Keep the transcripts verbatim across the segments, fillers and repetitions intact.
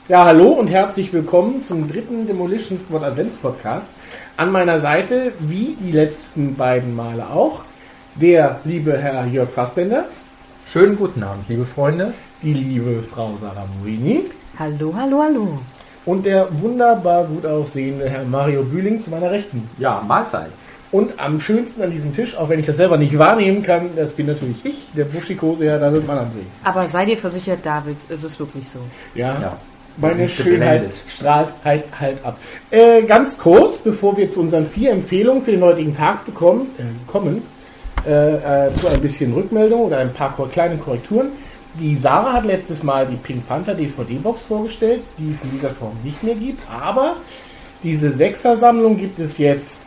Ja, hallo und herzlich willkommen zum dritten Demolition Squad Advents Podcast. An meiner Seite, wie die letzten beiden Male auch, der liebe Herr Jörg Fassbender. Schönen guten Abend, liebe Freunde. Die liebe Frau Sarah Morini. Hallo, hallo, hallo. Und der wunderbar gut aussehende Herr Mario Bühling zu meiner Rechten. Ja, Mahlzeit. Und am schönsten an diesem Tisch, auch wenn ich das selber nicht wahrnehmen kann, das bin natürlich ich, der Buschikose Herr David Mannandré. Aber sei dir versichert, David, es ist wirklich so. Ja, Ja. meine Schönheit strahlt halt, halt ab. Äh, ganz kurz, bevor wir zu unseren vier Empfehlungen für den heutigen Tag bekommen, äh, kommen, äh, äh, zu ein bisschen Rückmeldung oder ein paar kor- kleinen Korrekturen. Die Sarah hat letztes Mal die Pink Panther D V D-Box vorgestellt, die es in dieser Form nicht mehr gibt, aber diese Sechser-Sammlung gibt es jetzt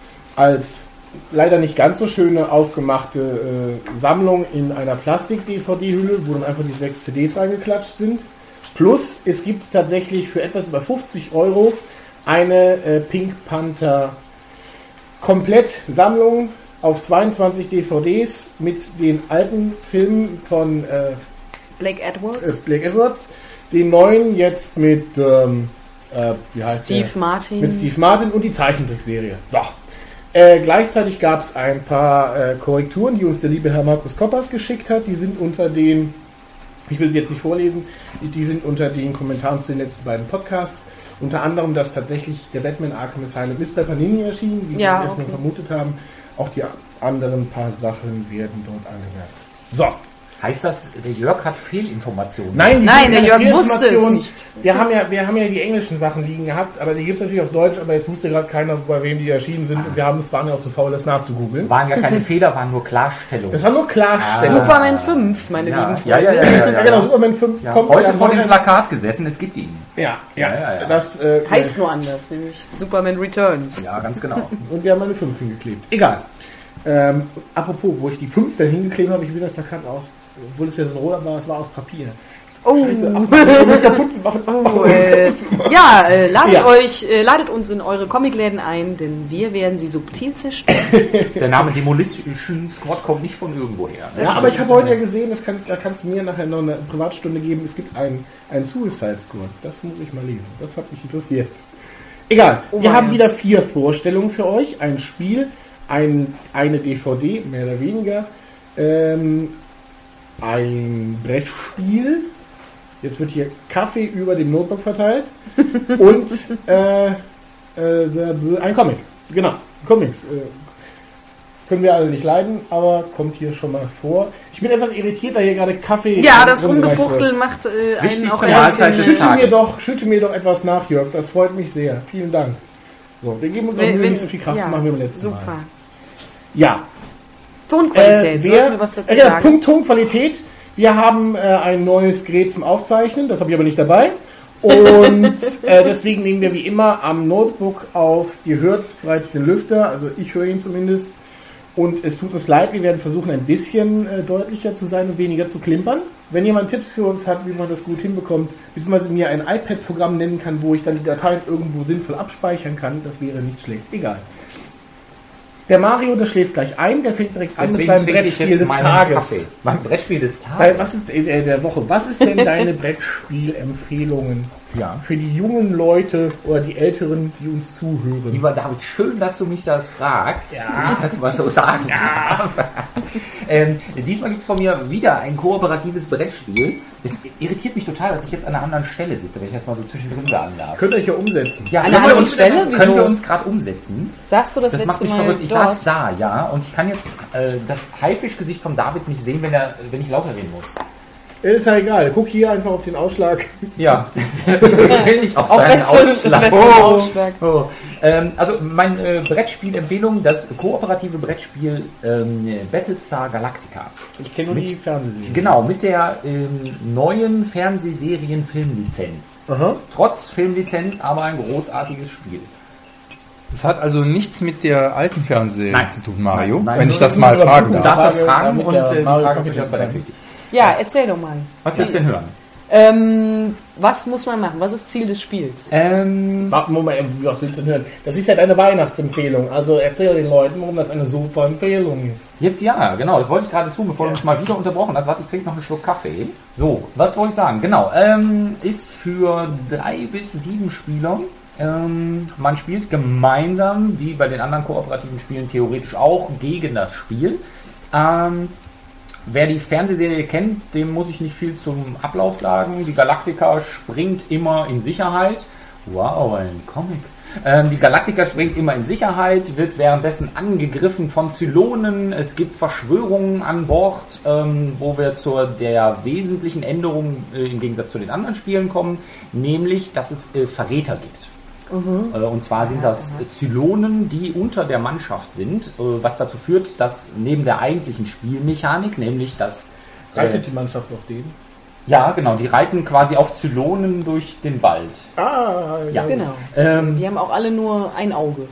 als leider nicht ganz so schöne aufgemachte äh, Sammlung in einer Plastik-D V D-Hülle, wo dann einfach die sechs C Ds eingeklatscht sind. Plus, es gibt tatsächlich für etwas über fünfzig Euro eine äh, Pink Panther Komplett-Sammlung auf zweiundzwanzig D V Ds mit den alten Filmen von äh, Blake Edwards. äh, Blake Edwards, den neuen jetzt mit ähm, äh, wie heißt Steve der? Martin. Mit Steve Martin und die Zeichentrickserie. So. Äh, gleichzeitig gab es ein paar äh, Korrekturen, die uns der liebe Herr Markus Koppers geschickt hat. Die sind unter den, ich will sie jetzt nicht vorlesen, die, die sind unter den Kommentaren zu den letzten beiden Podcasts. Unter anderem, dass tatsächlich der Batman Arkham Asylum ist bei Panini erschienen, wie Ja, wir es erst okay. noch vermutet haben. Auch die anderen paar Sachen werden dort angemerkt. So. Heißt das, der Jörg hat Fehlinformationen? Nein, die Nein, sind der keine Jörg wusste es Fehlinformationen. nicht. Wir haben, ja, wir haben ja die englischen Sachen liegen gehabt, aber die gibt es natürlich auf Deutsch, aber jetzt wusste gerade keiner, bei wem die erschienen sind. Und wir haben es waren ja auch zu faul, das nachzugoogeln. Waren ja keine Fehler, waren nur Klarstellungen. Das war nur Klarstellung. Ah. Superman fünf, meine ja. lieben Freunde. Ja, ja, ja, ja, ja, Ja, genau, Superman fünf ja. kommt Heute ja vor dem neu. Plakat gesessen, es gibt ihn. Ja, ja, Ja, ja, ja. Das, äh, Heißt nur anders, nämlich Superman Returns. Ja, ganz genau. Und wir haben eine fünf hingeklebt. Egal. Ähm, apropos, wo ich die fünf dann hingeklebt habe, ich gesehen das Plakat aus. Obwohl es ja so roter war, es war aus Papier. Oh, Scheiße, ach, wir müssen kaputt zu machen. oh äh, ja, äh, ladet Ja. euch, äh, ladet uns in eure Comicläden ein, denn wir werden sie subtil zerstören. Der Name Demolition Squad kommt nicht von irgendwoher. Ja, aber ich habe heute ja gesehen, das kannst, da kannst du mir nachher noch eine Privatstunde geben, es gibt ein, ein Suicide Squad. Das muss ich mal lesen. Das hat mich interessiert. Egal, Oh wir mein haben Gott. wieder vier Vorstellungen für euch. Ein Spiel, ein, eine D V D, mehr oder weniger, ähm, ein Brettspiel. Jetzt wird hier Kaffee über dem Notebook verteilt. Und äh, äh, ein Comic. Genau, Comics. Äh, können wir alle nicht leiden, aber kommt hier schon mal vor. Ich bin etwas irritiert, da hier gerade Kaffee... Ja, das rumgereicht Rumgefuchtel wird. macht äh, einen Wichtigste auch ein Mahlzeit bisschen... des Äh, Schütte mir, Tages. doch, schütte mir doch etwas nach, Jörg. Das freut mich sehr. Vielen Dank. So, wir geben uns auch wenn- Mühe, wenn- nicht so viel Kraft ja, zu machen wie beim letzten super. Mal. Ja. Tonqualität, Äh, sollten wir was dazu ja, sagen? Punkt Tonqualität. Wir haben äh, ein neues Gerät zum Aufzeichnen, das habe ich aber nicht dabei. Und äh, deswegen nehmen wir wie immer am Notebook auf. Ihr hört bereits den Lüfter, also ich höre ihn zumindest. Und es tut uns leid, wir werden versuchen, ein bisschen äh, deutlicher zu sein und weniger zu klimpern. Wenn jemand Tipps für uns hat, wie man das gut hinbekommt, beziehungsweise mir ein iPad-Programm nennen kann, wo ich dann die Dateien irgendwo sinnvoll abspeichern kann, das wäre nicht schlecht. Egal. Der Mario, der schläft gleich ein, der fängt direkt an mit Deswegen seinem trinke ich Brettspiel jetzt des meinen Tages. Kaffee. Mein Brettspiel des Weil, Tages. was ist äh, der Woche? Was ist denn deine Brettspielempfehlungen Ja. für die jungen Leute oder die Älteren, die uns zuhören? Lieber David, schön, dass du mich das fragst. Ja. Nicht, dass du was so sagen darf. ähm, diesmal gibt es von mir wieder ein kooperatives Brettspiel. Es irritiert mich total, dass ich jetzt an einer anderen Stelle sitze, wenn ich das mal so zwischendrin sagen darf. Könnt ihr euch ja umsetzen. Ja, An können einer wir anderen uns, Stelle? Können Wieso? wir uns gerade umsetzen? Sagst du das, Das macht letzte mich Mal verrückt. Ich dort? saß da, ja, und ich kann jetzt äh, das Haifischgesicht von David nicht sehen, wenn, er, wenn ich lauter reden muss. Ist ja egal. Guck hier einfach auf den Ausschlag. Ja, ich will nicht auf Auf deinen letzten- Ausschlag. letzten Oh. Ausschlag. Oh. Ähm, also meine äh, Brettspielempfehlung, das kooperative Brettspiel ähm, Battlestar Galactica. Ich kenne nur Mit- die Fernsehserie. Genau, mit der ähm, neuen Fernsehserien-Filmlizenz. Aha. Trotz Filmlizenz, aber ein großartiges Spiel. Das hat also nichts mit der alten Fernsehserie Nein. zu tun, Mario, Nein, nein, wenn so ich das ist mal es fragen aber Du gut. darf. darfst das Frage, fragen damit und der äh, die Mario Frage ist Computer durchaus berechtigt. Ja, erzähl doch mal. Was willst du denn hören? Ähm, was muss man machen? Was ist Ziel des Spiels? Ähm, Warte, Moment, was willst du denn hören? Das ist ja deine Weihnachtsempfehlung. Also erzähl den Leuten, warum das eine super Empfehlung ist. Jetzt ja, genau, das wollte ich gerade tun, bevor du mich mal wieder unterbrochen hast. Warte, ich trinke noch einen Schluck Kaffee. So, was wollte ich sagen? Genau, ähm, ist für drei bis sieben Spieler. Ähm, man spielt gemeinsam, wie bei den anderen kooperativen Spielen theoretisch auch, gegen das Spiel. Ähm, wer die Fernsehserie kennt, dem muss ich nicht viel zum Ablauf sagen. Die Galactica springt immer in Sicherheit. Wow, ein Comic. Ähm, die Galactica springt immer in Sicherheit, wird währenddessen angegriffen von Zylonen. Es gibt Verschwörungen an Bord, ähm, wo wir zu der wesentlichen Änderung äh, im Gegensatz zu den anderen Spielen kommen, nämlich, dass es äh, Verräter gibt. Mhm. Äh, und zwar sind das Zylonen, die unter der Mannschaft sind, äh, was dazu führt, dass neben der eigentlichen Spielmechanik, nämlich dass... Reitet äh, die Mannschaft auf den? Ja, genau, die reiten quasi auf Zylonen durch den Wald. Ah, Ja. Genau. Ähm, Die haben auch alle nur ein Auge.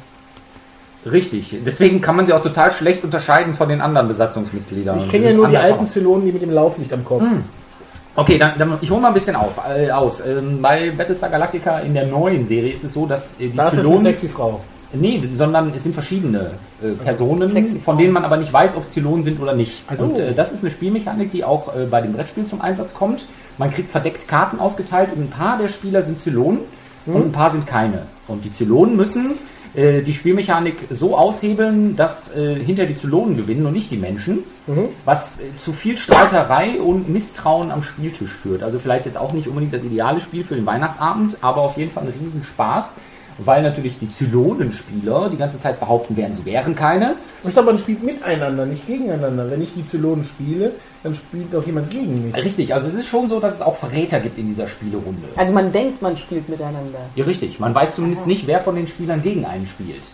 Richtig, deswegen kann man sie auch total schlecht unterscheiden von den anderen Besatzungsmitgliedern. Ich kenne ja nur die Anders alten aus. Zylonen, die mit dem Lauflicht am Kopf. Hm. Okay, dann, dann ich hole mal ein bisschen auf, äh, aus. Ähm, bei Battlestar Galactica in der neuen Serie ist es so, dass äh, die Da ist das eine Zylonen... sexy Frau. Nee, sondern es sind verschiedene äh, Personen, Sexy von Frauen. denen man aber nicht weiß, ob es Zylonen sind oder nicht. Also. Und äh, das ist eine Spielmechanik, die auch äh, bei dem Brettspiel zum Einsatz kommt. Man kriegt verdeckt Karten ausgeteilt und ein paar der Spieler sind Zylonen Mhm. und ein paar sind keine. Und die Zylonen müssen äh, die Spielmechanik so aushebeln, dass äh, hinter die Zylonen gewinnen und nicht die Menschen, Mhm. was äh, zu viel Streiterei und Misstrauen am Spieltisch führt. Also vielleicht jetzt auch nicht unbedingt das ideale Spiel für den Weihnachtsabend, aber auf jeden Fall ein Riesenspaß. Weil natürlich die Zylonenspieler die ganze Zeit behaupten werden, sie wären keine. Ich glaube, man spielt miteinander, nicht gegeneinander. Wenn ich die Zylonen spiele, dann spielt auch jemand gegen mich. Richtig, also es ist schon so, dass es auch Verräter gibt in dieser Spielerunde. Also man denkt, man spielt miteinander. Ja, richtig. Man weiß zumindest nicht, wer von den Spielern gegen einen spielt.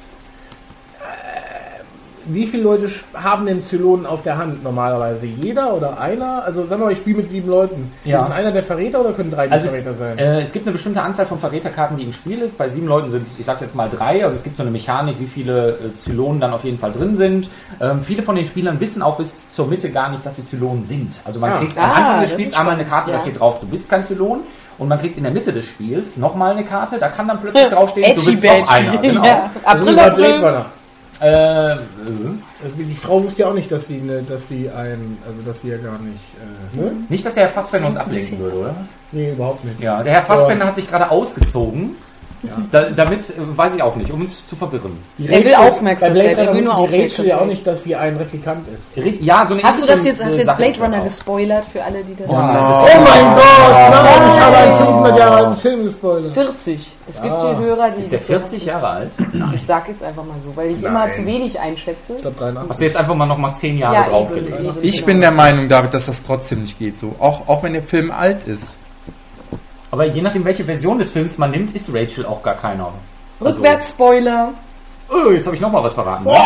Wie viele Leute sch- haben den Zylonen auf der Hand normalerweise? Jeder oder einer? Also sagen wir mal, ich spiele mit sieben Leuten. Ja. Ist denn einer der Verräter oder können drei die Also Verräter es, sein? äh, es gibt eine bestimmte Anzahl von Verräterkarten, die im Spiel ist. Bei sieben Leuten sind, ich sag jetzt mal drei. Also es gibt so eine Mechanik, wie viele äh, Zylonen dann auf jeden Fall drin sind. Ähm, viele von den Spielern wissen auch bis zur Mitte gar nicht, dass sie Zylonen sind. Also man Ah. kriegt am Ah, Anfang des das Spiels ist einmal eine spannend, Karte, ja. da steht drauf, du bist kein Zylon. Und man kriegt in der Mitte des Spiels nochmal eine Karte, da kann dann plötzlich draufstehen, du bist noch einer. Genau. Ja. Also wie April, bei Blade April. Runner. Äh, Also die Frau wusste ja auch nicht, dass sie, eine, dass sie ein, also dass sie ja gar nicht, äh, ne? nicht, dass der Herr Fassbender uns ablenken würde, oder? Nee, überhaupt nicht. Ja, der Herr Fassbender hat sich gerade ausgezogen. Da, damit, äh, weiß ich auch nicht, um uns zu verwirren. Die Er will Rachel- Aufmerksamkeit, Bei Blade er will Runner nur wusste die Rachel ja auch Aufmerksamkeit. nicht, dass sie ein Replikant ist. Ja, so eine Hast du das ähnliche, jetzt, hast du äh, jetzt Sache Blade ist das Runner auch. gespoilert für alle, die das... Oh Ja, nein. das- Oh mein Gott! Nein, ich habe einen fünfhundert Jahre alten Film gespoilert. vierzig. Es gibt Ah. die Hörer, die... Ist der das vierzig Jahre alt? Ich sag jetzt einfach mal so, weil ich Nein. immer zu wenig einschätze. Ich glaube Hast dreiundachtzig. du jetzt einfach mal nochmal zehn Jahre Ja, draufgelegt? eben, eben. Ich bin der Meinung, David, dass das trotzdem nicht geht so. Auch, auch wenn der Film alt ist. Aber je nachdem, welche Version des Films man nimmt, ist Rachel auch gar keiner. Rückwärts-Spoiler. Oh, jetzt habe ich nochmal was verraten. Ne?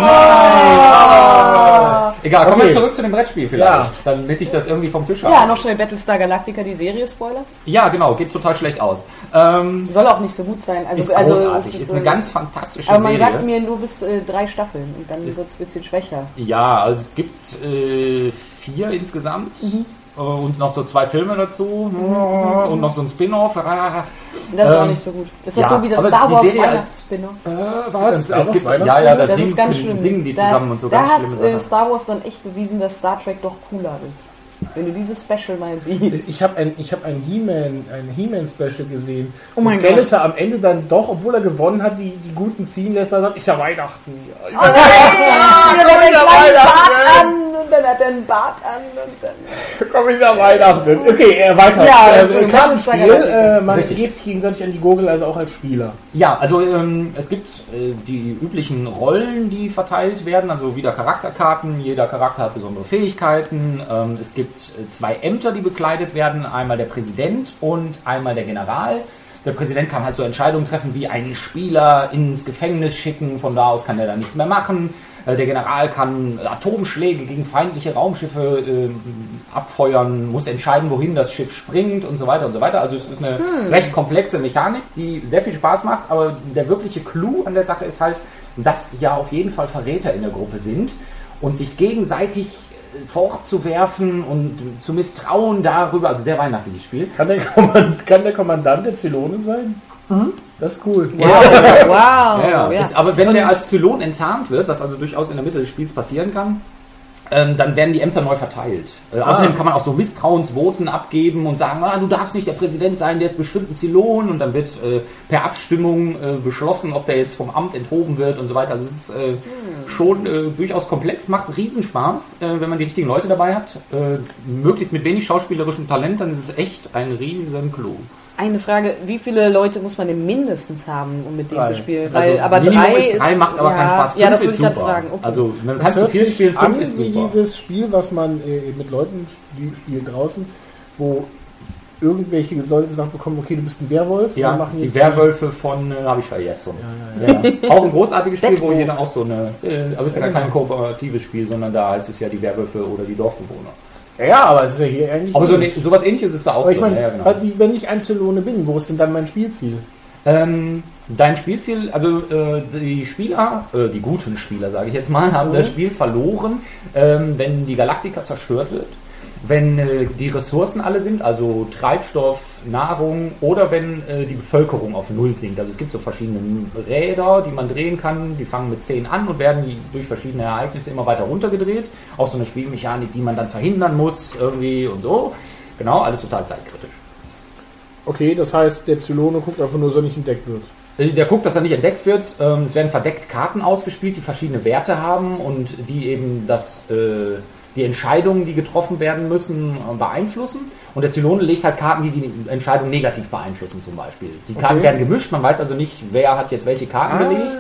Ah. Egal, kommen Okay. wir zurück zu dem Brettspiel vielleicht. Ja. Damit ich das irgendwie vom Tisch habe. Ja, noch schnell Battlestar Galactica, die Serie, Spoiler. Ja, genau, geht total schlecht aus. Ähm, Soll auch nicht so gut sein. Also, ist also großartig, es ist, äh, eine ganz fantastische aber man Serie. sagt mir nur bis äh, drei Staffeln und dann wird es ein bisschen schwächer. Ja, also es gibt äh, vier insgesamt. Mhm. Äh, Und noch so zwei Filme dazu. Und noch so ein Spin-off. Und das ist auch Ähm, nicht so gut. Ist das ja, so wie das aber Star die Wars Serie als- Weihnachts-Spin-off? Äh, was? Star Es Wars gibt, ja, Weihnachten? ja, da Das singen, ist ganz schlimm. singen die da, zusammen und so da ganz hat schlimme äh, Sachen. Star Wars dann echt bewiesen, dass Star Trek doch cooler ist. Wenn du dieses Special mal siehst. Ich habe ein, ich hab ein He-Man, ein He-Man-Special gesehen. Oh mein Wo Skeletor am Ende dann doch, obwohl er gewonnen hat, die, die guten ziehen lässt, weil er sagt, ist ja Weihnachten. Oh nein, Ja, und dann hat er ja, einen kleinen Weihnachten. Bart an und dann hat er einen Bart an und dann... Komm, ist ja Weihnachten. Okay, äh, weiter. Ja, äh, also, Kartenspiel, Battlestar äh, man Richtig. geht sich gegenseitig an die Gurgel, also auch als Spieler. Ja, also ähm, es gibt äh, die üblichen Rollen, die verteilt werden, also wieder Charakterkarten, jeder Charakter hat besondere Fähigkeiten, ähm, es gibt äh, zwei Ämter, die bekleidet werden, einmal der Präsident und einmal der General. Der Präsident kann halt so Entscheidungen treffen, wie einen Spieler ins Gefängnis schicken, von da aus kann er dann nichts mehr machen. Äh, der General kann Atomschläge gegen feindliche Raumschiffe äh, abfeuern, muss entscheiden, wohin das Schiff springt und so weiter und so weiter. Also es ist eine recht komplexe Mechanik, die sehr viel Spaß macht, aber der wirkliche Clou an der Sache ist halt, dass ja auf jeden Fall Verräter in der Gruppe sind und sich gegenseitig fortzuwerfen und zu misstrauen darüber. Also sehr weihnachtliches Spiel. Kann der, Kommand- kann der Kommandant der Zylone sein? Mhm. Das ist cool. Wow, wow. Ja, ja. Ja. Das, aber wenn der als Zylon enttarnt wird, was also durchaus in der Mitte des Spiels passieren kann, ähm, dann werden die Ämter neu verteilt. Äh, Ah. Außerdem kann man auch so Misstrauensvoten abgeben und sagen, ah, du darfst nicht der Präsident sein, der ist bestimmt ein Zylon, und dann wird äh, per Abstimmung äh, beschlossen, ob der jetzt vom Amt enthoben wird und so weiter. Also es ist äh, schon äh, durchaus komplex, macht Riesenspaß, äh, wenn man die richtigen Leute dabei hat. Äh, möglichst mit wenig schauspielerischem Talent, dann ist es echt ein riesen Clou. Eine Frage, wie viele Leute muss man denn mindestens haben, um mit denen Drei. zu spielen? Also Weil, aber Minimum drei ist drei, macht aber ja, keinen Spaß. Ja, das Fünf würde ist ich gerade super. fragen. Okay. Also man Das kann zu hört viel sich spielen, an fünf ist wie super. dieses Spiel, was man äh, mit Leuten sp- spielt draußen, wo irgendwelche Leute gesagt bekommen, okay, du bist ein Werwolf. wir Ja, machen die jetzt Werwölfe von, äh, habe ich vergessen. Ja, ja, ja. Ja. Auch ein großartiges Spiel, wo Bedroh. jeder auch so eine, äh, aber es ist ja Ja, kein genau. kooperatives Spiel, sondern da heißt es ja die Werwölfe oder die Dorfbewohner. Ja, ja, aber es ist ja hier eigentlich... Aber so ähnlich. ne, sowas ähnliches ist da auch aber ich drin. meine, ja, genau. weil die- wenn ich ein Zylone bin, wo ist denn dann mein Spielziel? Ähm, dein Spielziel, also äh, die Spieler, äh, die guten Spieler, sage ich jetzt mal, haben Mhm. das Spiel verloren, ähm, wenn die Galaktika zerstört wird, wenn äh, die Ressourcen alle sind, also Treibstoff, Nahrung, oder wenn äh, die Bevölkerung auf Null sinkt. Also es gibt so verschiedene Räder, die man drehen kann, die fangen mit zehn an und werden durch verschiedene Ereignisse immer weiter runtergedreht. Auch so eine Spielmechanik, die man dann verhindern muss irgendwie und so. Genau, alles total zeitkritisch. Okay, das heißt, der Zylone guckt einfach nur, so nicht entdeckt wird. Der guckt, dass er nicht entdeckt wird. Ähm, Es werden verdeckt Karten ausgespielt, die verschiedene Werte haben und die eben das, äh, die Entscheidungen, die getroffen werden müssen, äh, beeinflussen. Und der Zylone legt halt Karten, die die Entscheidung negativ beeinflussen zum Beispiel. Die Karten Okay. werden gemischt, man weiß also nicht, wer hat jetzt welche Karten gelegt.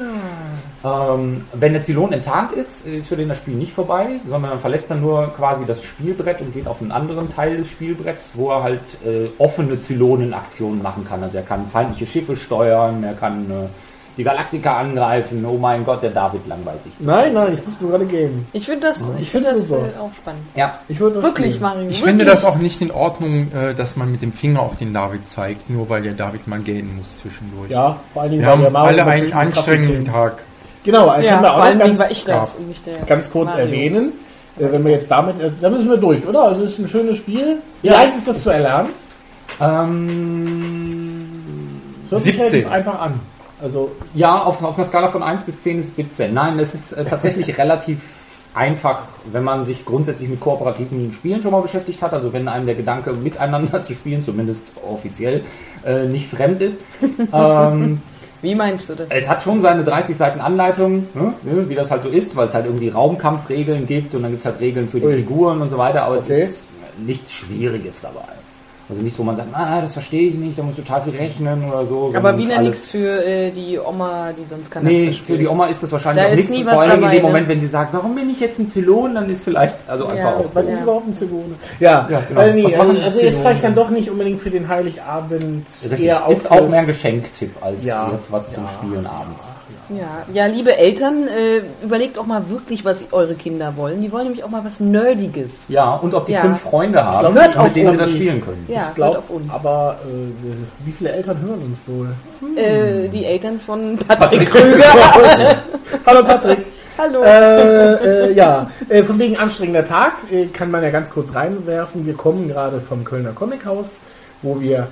Ähm, wenn der Zylon enttarnt ist, ist für den das Spiel nicht vorbei, sondern man verlässt dann nur quasi das Spielbrett und geht auf einen anderen Teil des Spielbretts, wo er halt äh, offene Zylonen-Aktionen machen kann. Also er kann feindliche Schiffe steuern, er kann äh, die Galaktika angreifen. Oh mein Gott, der David langweilt sich. Nein, nein, ich muss nur gerade gehen. Ich finde das, ich Ich find find's das super. äh, auch spannend. Ja, Ich würde das Wirklich, spielen. Mario. Ich wirklich. finde das auch nicht in Ordnung, äh, dass man mit dem Finger auf den David zeigt, nur weil der David mal gähnen muss zwischendurch. Ja, vor allen Dingen, Wir weil der haben Mario alle immer einen zwischen den anstrengenden Kapitän- Tag. Genau, also Ja, können wir vor auch allen noch Dingen ganz, war ich das und nicht der ganz kurz Mario. erwähnen. Äh, wenn wir jetzt damit, äh, da müssen wir durch, oder? Also es ist ein schönes Spiel. Wie Ja. leicht ist das zu erlernen? ähm, Es hört sich siebzehn. relativ einfach an. Also ja, auf, auf einer Skala von eins bis zehn ist es siebzehn. Nein, es ist äh, tatsächlich relativ einfach, wenn man sich grundsätzlich mit kooperativen Spielen schon mal beschäftigt hat. Also wenn einem der Gedanke, miteinander zu spielen, zumindest offiziell, äh, nicht fremd ist. ähm, Wie meinst du das? Es hat schon seine dreißig Seiten Anleitung, ne, wie das halt so ist, weil es halt irgendwie Raumkampfregeln gibt und dann gibt es halt Regeln für die Ui. Figuren und so weiter, aber Okay. es ist nichts Schwieriges dabei. Also nichts, wo man sagt, ah, das verstehe ich nicht, da muss ich total viel rechnen oder so. Aber sondern es wieder ist nichts für äh, die Oma, die sonst Kanaster Nee, spielt. für die Oma ist das wahrscheinlich Da auch ist nichts. nie Vor was allem in dabei, dem ne? Moment, wenn sie sagt, warum bin ich jetzt ein Zylon, dann ist vielleicht, also einfach Ja, auch was doof. ist überhaupt ein Zylone? Ja, Ja, genau. also, nee, Was machen also, also jetzt Zylonen? vielleicht dann doch nicht unbedingt für den Heiligabend Richtig. eher Ist auf auch das- mehr ein Geschenktipp als Ja. jetzt was zum Ja. Spielen abends. Ja, ja, liebe Eltern, äh, überlegt auch mal wirklich, was eure Kinder wollen. Die wollen nämlich auch mal was Nerdiges. Ja, und ob die Ja. fünf Freunde haben, glaub, hört auf mit denen sie das uns. spielen können. Ja, Ich hört glaube, auf uns. aber äh, wie viele Eltern hören uns wohl? Äh, die Eltern von Patrick Krüger. Hallo Patrick. Hallo. äh, äh, ja, äh, von wegen anstrengender Tag äh, kann man ja ganz kurz reinwerfen. Wir kommen gerade vom Kölner Comichaus, wo wir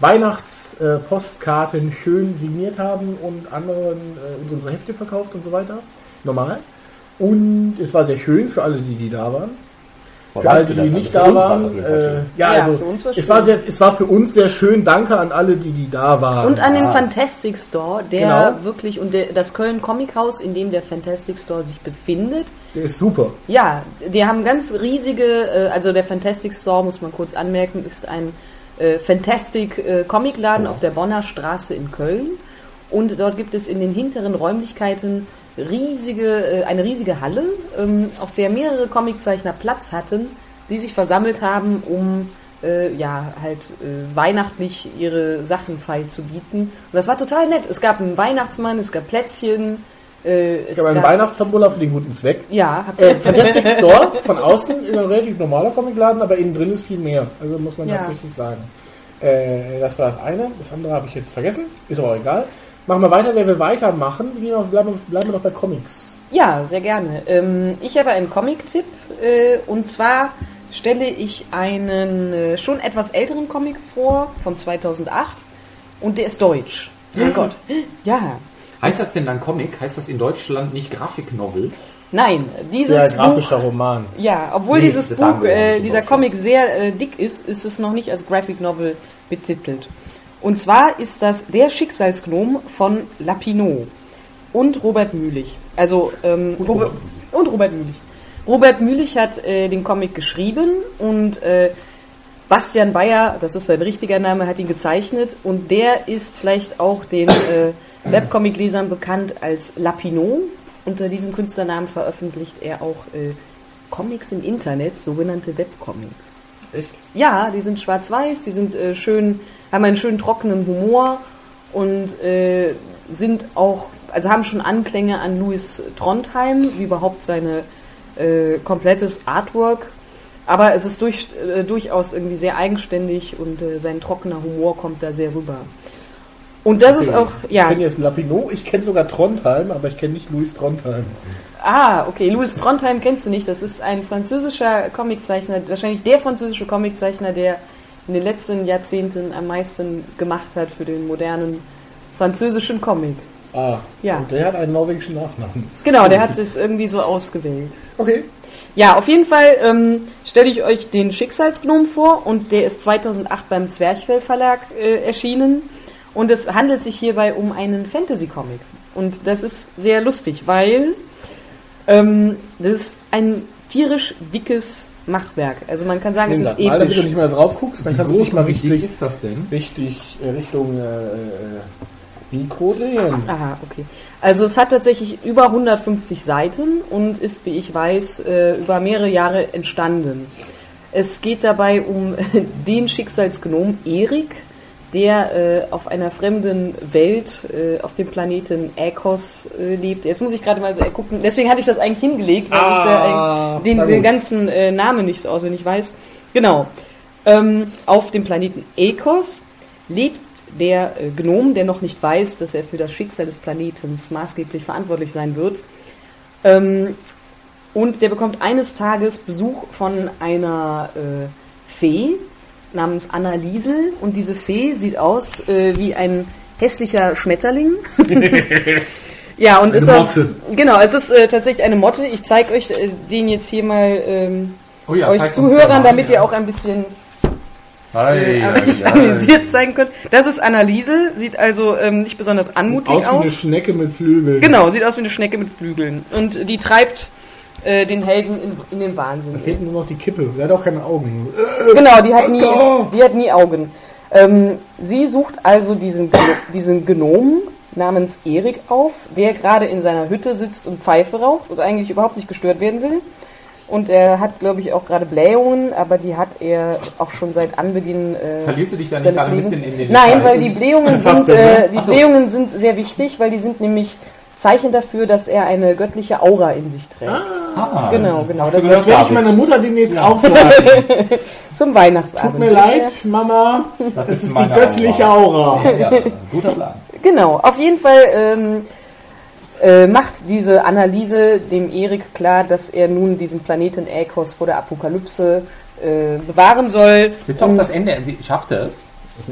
Weihnachtspostkarten äh, schön signiert haben und anderen äh, und unsere Hefte verkauft und so weiter. Normal. Und es war sehr schön für alle, die, die da waren. Für alle, die, die nicht da waren. Äh, ja, Ja, also für uns war's es schön. war sehr, es war für uns sehr schön. Danke an alle, die, die da waren. Und an den Ah. Fantastic Store, der Genau. wirklich, und der, das Köln Comic Haus, in dem der Fantastic Store sich befindet. Der ist super. Ja, die haben ganz riesige, äh, also der Fantastic Store, muss man kurz anmerken, ist ein äh, Fantastic äh, Comicladen auf der Bonner Straße in Köln. Und dort gibt es in den hinteren Räumlichkeiten riesige, äh, eine riesige Halle, ähm, auf der mehrere Comiczeichner Platz hatten, die sich versammelt haben, um äh, ja halt äh, weihnachtlich ihre Sachen feilzubieten. Und das war total nett. Es gab einen Weihnachtsmann, es gab Plätzchen. Äh, Es gab einen Weihnachtstambuller für den guten Zweck. Ja, habt Äh, Fantastic Store, von außen ein relativ normaler Comicladen, aber innen drin ist viel mehr. Also muss man Ja. tatsächlich sagen. Äh, das war das eine. Das andere habe ich jetzt vergessen. Ist aber auch egal. Machen wir weiter. Wer will weitermachen? Gehen wir- Bleiben wir, bleiben wir doch bei Comics. Ja, sehr gerne. Ähm, ich habe einen Comic-Tipp äh, und zwar stelle ich einen äh, schon etwas älteren Comic vor, von zweitausendacht und der ist deutsch. Mein Gott. Ja. Heißt das denn dann Comic? Heißt das in Deutschland nicht Graphic-Novel? Nein, dieses Ja, grafischer Buch, Roman. Ja, obwohl Nee, dieses das sagen Buch, wir ja äh, nicht in dieser Deutschland. Comic sehr äh, dick ist, ist es noch nicht als Graphic Novel betitelt. Und zwar ist das Der Schicksalsgnom von Lapinot und Robert Mühlich. Also ähm, Und Robert, Robert und Robert Mühlich. Robert Mühlich hat äh, den Comic geschrieben und äh, Bastian Bayer, das ist sein richtiger Name, hat ihn gezeichnet und der ist vielleicht auch den äh, Webcomic-Lesern bekannt als Lapinot. Unter diesem Künstlernamen veröffentlicht er auch äh, Comics im Internet, sogenannte Webcomics. Echt? Ja, die sind schwarz-weiß, die sind äh, schön, haben einen schönen trockenen Humor und äh, sind auch, also haben schon Anklänge an Louis Trondheim, wie überhaupt seine äh, komplettes Artwork. Aber es ist durch, äh, durchaus irgendwie sehr eigenständig und äh, sein trockener Humor kommt da sehr rüber. Und das ist auch, ja. Ich kenne jetzt Lapinot, ich kenne sogar Trondheim, aber ich kenne nicht Louis Trondheim. Ah, okay. Louis Trondheim kennst du nicht. Das ist ein französischer Comiczeichner, wahrscheinlich der französische Comiczeichner, der in den letzten Jahrzehnten am meisten gemacht hat für den modernen französischen Comic. Ah, Ja. und der hat einen norwegischen Nachnamen. Genau, der hat es irgendwie so ausgewählt. Okay. Ja, auf jeden Fall ähm, stelle ich euch den Schicksalsgnom vor und der ist zweitausendacht beim Zwerchfell Verlag äh, erschienen und es handelt sich hierbei um einen Fantasy-Comic und das ist sehr lustig, weil ähm, das ist ein tierisch dickes Machwerk. Also man kann sagen, es ist Mal, damit du episch. nicht mehr drauf guckst, dann kannst du dich mal Wie dick richtig, ist das denn? richtig äh, Richtung äh, äh, Mikro drehen. Aha, okay. Also es hat tatsächlich über hundertfünfzig Seiten und ist, wie ich weiß, äh, über mehrere Jahre entstanden. Es geht dabei um den Schicksalsgnom Erik, der äh, auf einer fremden Welt, äh, auf dem Planeten Äkos äh, lebt. Jetzt muss ich gerade mal so gucken. Deswegen hatte ich das eigentlich hingelegt, weil Ah, ich äh, den, na den gut. ganzen äh, Namen nicht so auswendig weiß. Genau. Ähm, auf dem Planeten Äkos lebt der äh, Gnom, der noch nicht weiß, dass er für das Schicksal des Planetens maßgeblich verantwortlich sein wird. Ähm, und der bekommt eines Tages Besuch von einer äh, Fee namens Anna Liesel. Und diese Fee sieht aus äh, wie ein hässlicher Schmetterling. Ja, und Eine ist auch, Motte. genau, es ist äh, tatsächlich eine Motte. Ich zeige euch äh, den jetzt hier mal ähm, Oh ja, euch zeig uns den Zuhörern, mal, damit ja. ihr auch ein bisschen Ei, äh, ei, ei. amüsiert zeigen könnt. Das ist Anna Liesel, sieht also ähm, nicht besonders anmutig Aus wie eine aus. Schnecke mit Flügeln. Genau, sieht aus wie eine Schnecke mit Flügeln. Und die treibt äh, den Helden in, in den Wahnsinn. Da fehlt nur noch die Kippe. Der hat auch keine Augen. Genau, die hat nie, Alter! die hat nie Augen. Ähm, sie sucht also diesen, Gno- diesen Gnom namens Erik auf, der gerade in seiner Hütte sitzt und Pfeife raucht und eigentlich überhaupt nicht gestört werden will. Und er hat, glaube ich, auch gerade Blähungen, aber die hat er auch schon seit Anbeginn äh, Verlierst du dich da nicht seines gerade ein Lebens. bisschen in den Nein, Details? weil die Blähungen Fast sind, denn, ne? äh, die Ach so. Blähungen sind sehr wichtig, weil die sind nämlich Zeichen dafür, dass er eine göttliche Aura in sich trägt. Ah, Genau, genau. Das Das ist werde ich meiner Mutter demnächst auch sagen. zum Weihnachtsabend. Tut mir Seht ihr? leid, Mama. das Das ist die meine göttliche Aura. Ja, guter Plan. Genau, auf jeden Fall ähm, äh, macht diese Analyse dem Erik klar, dass er nun diesen Planeten Äkos vor der Apokalypse äh, bewahren soll. Willst du auch das Ende, wie- schafft er es?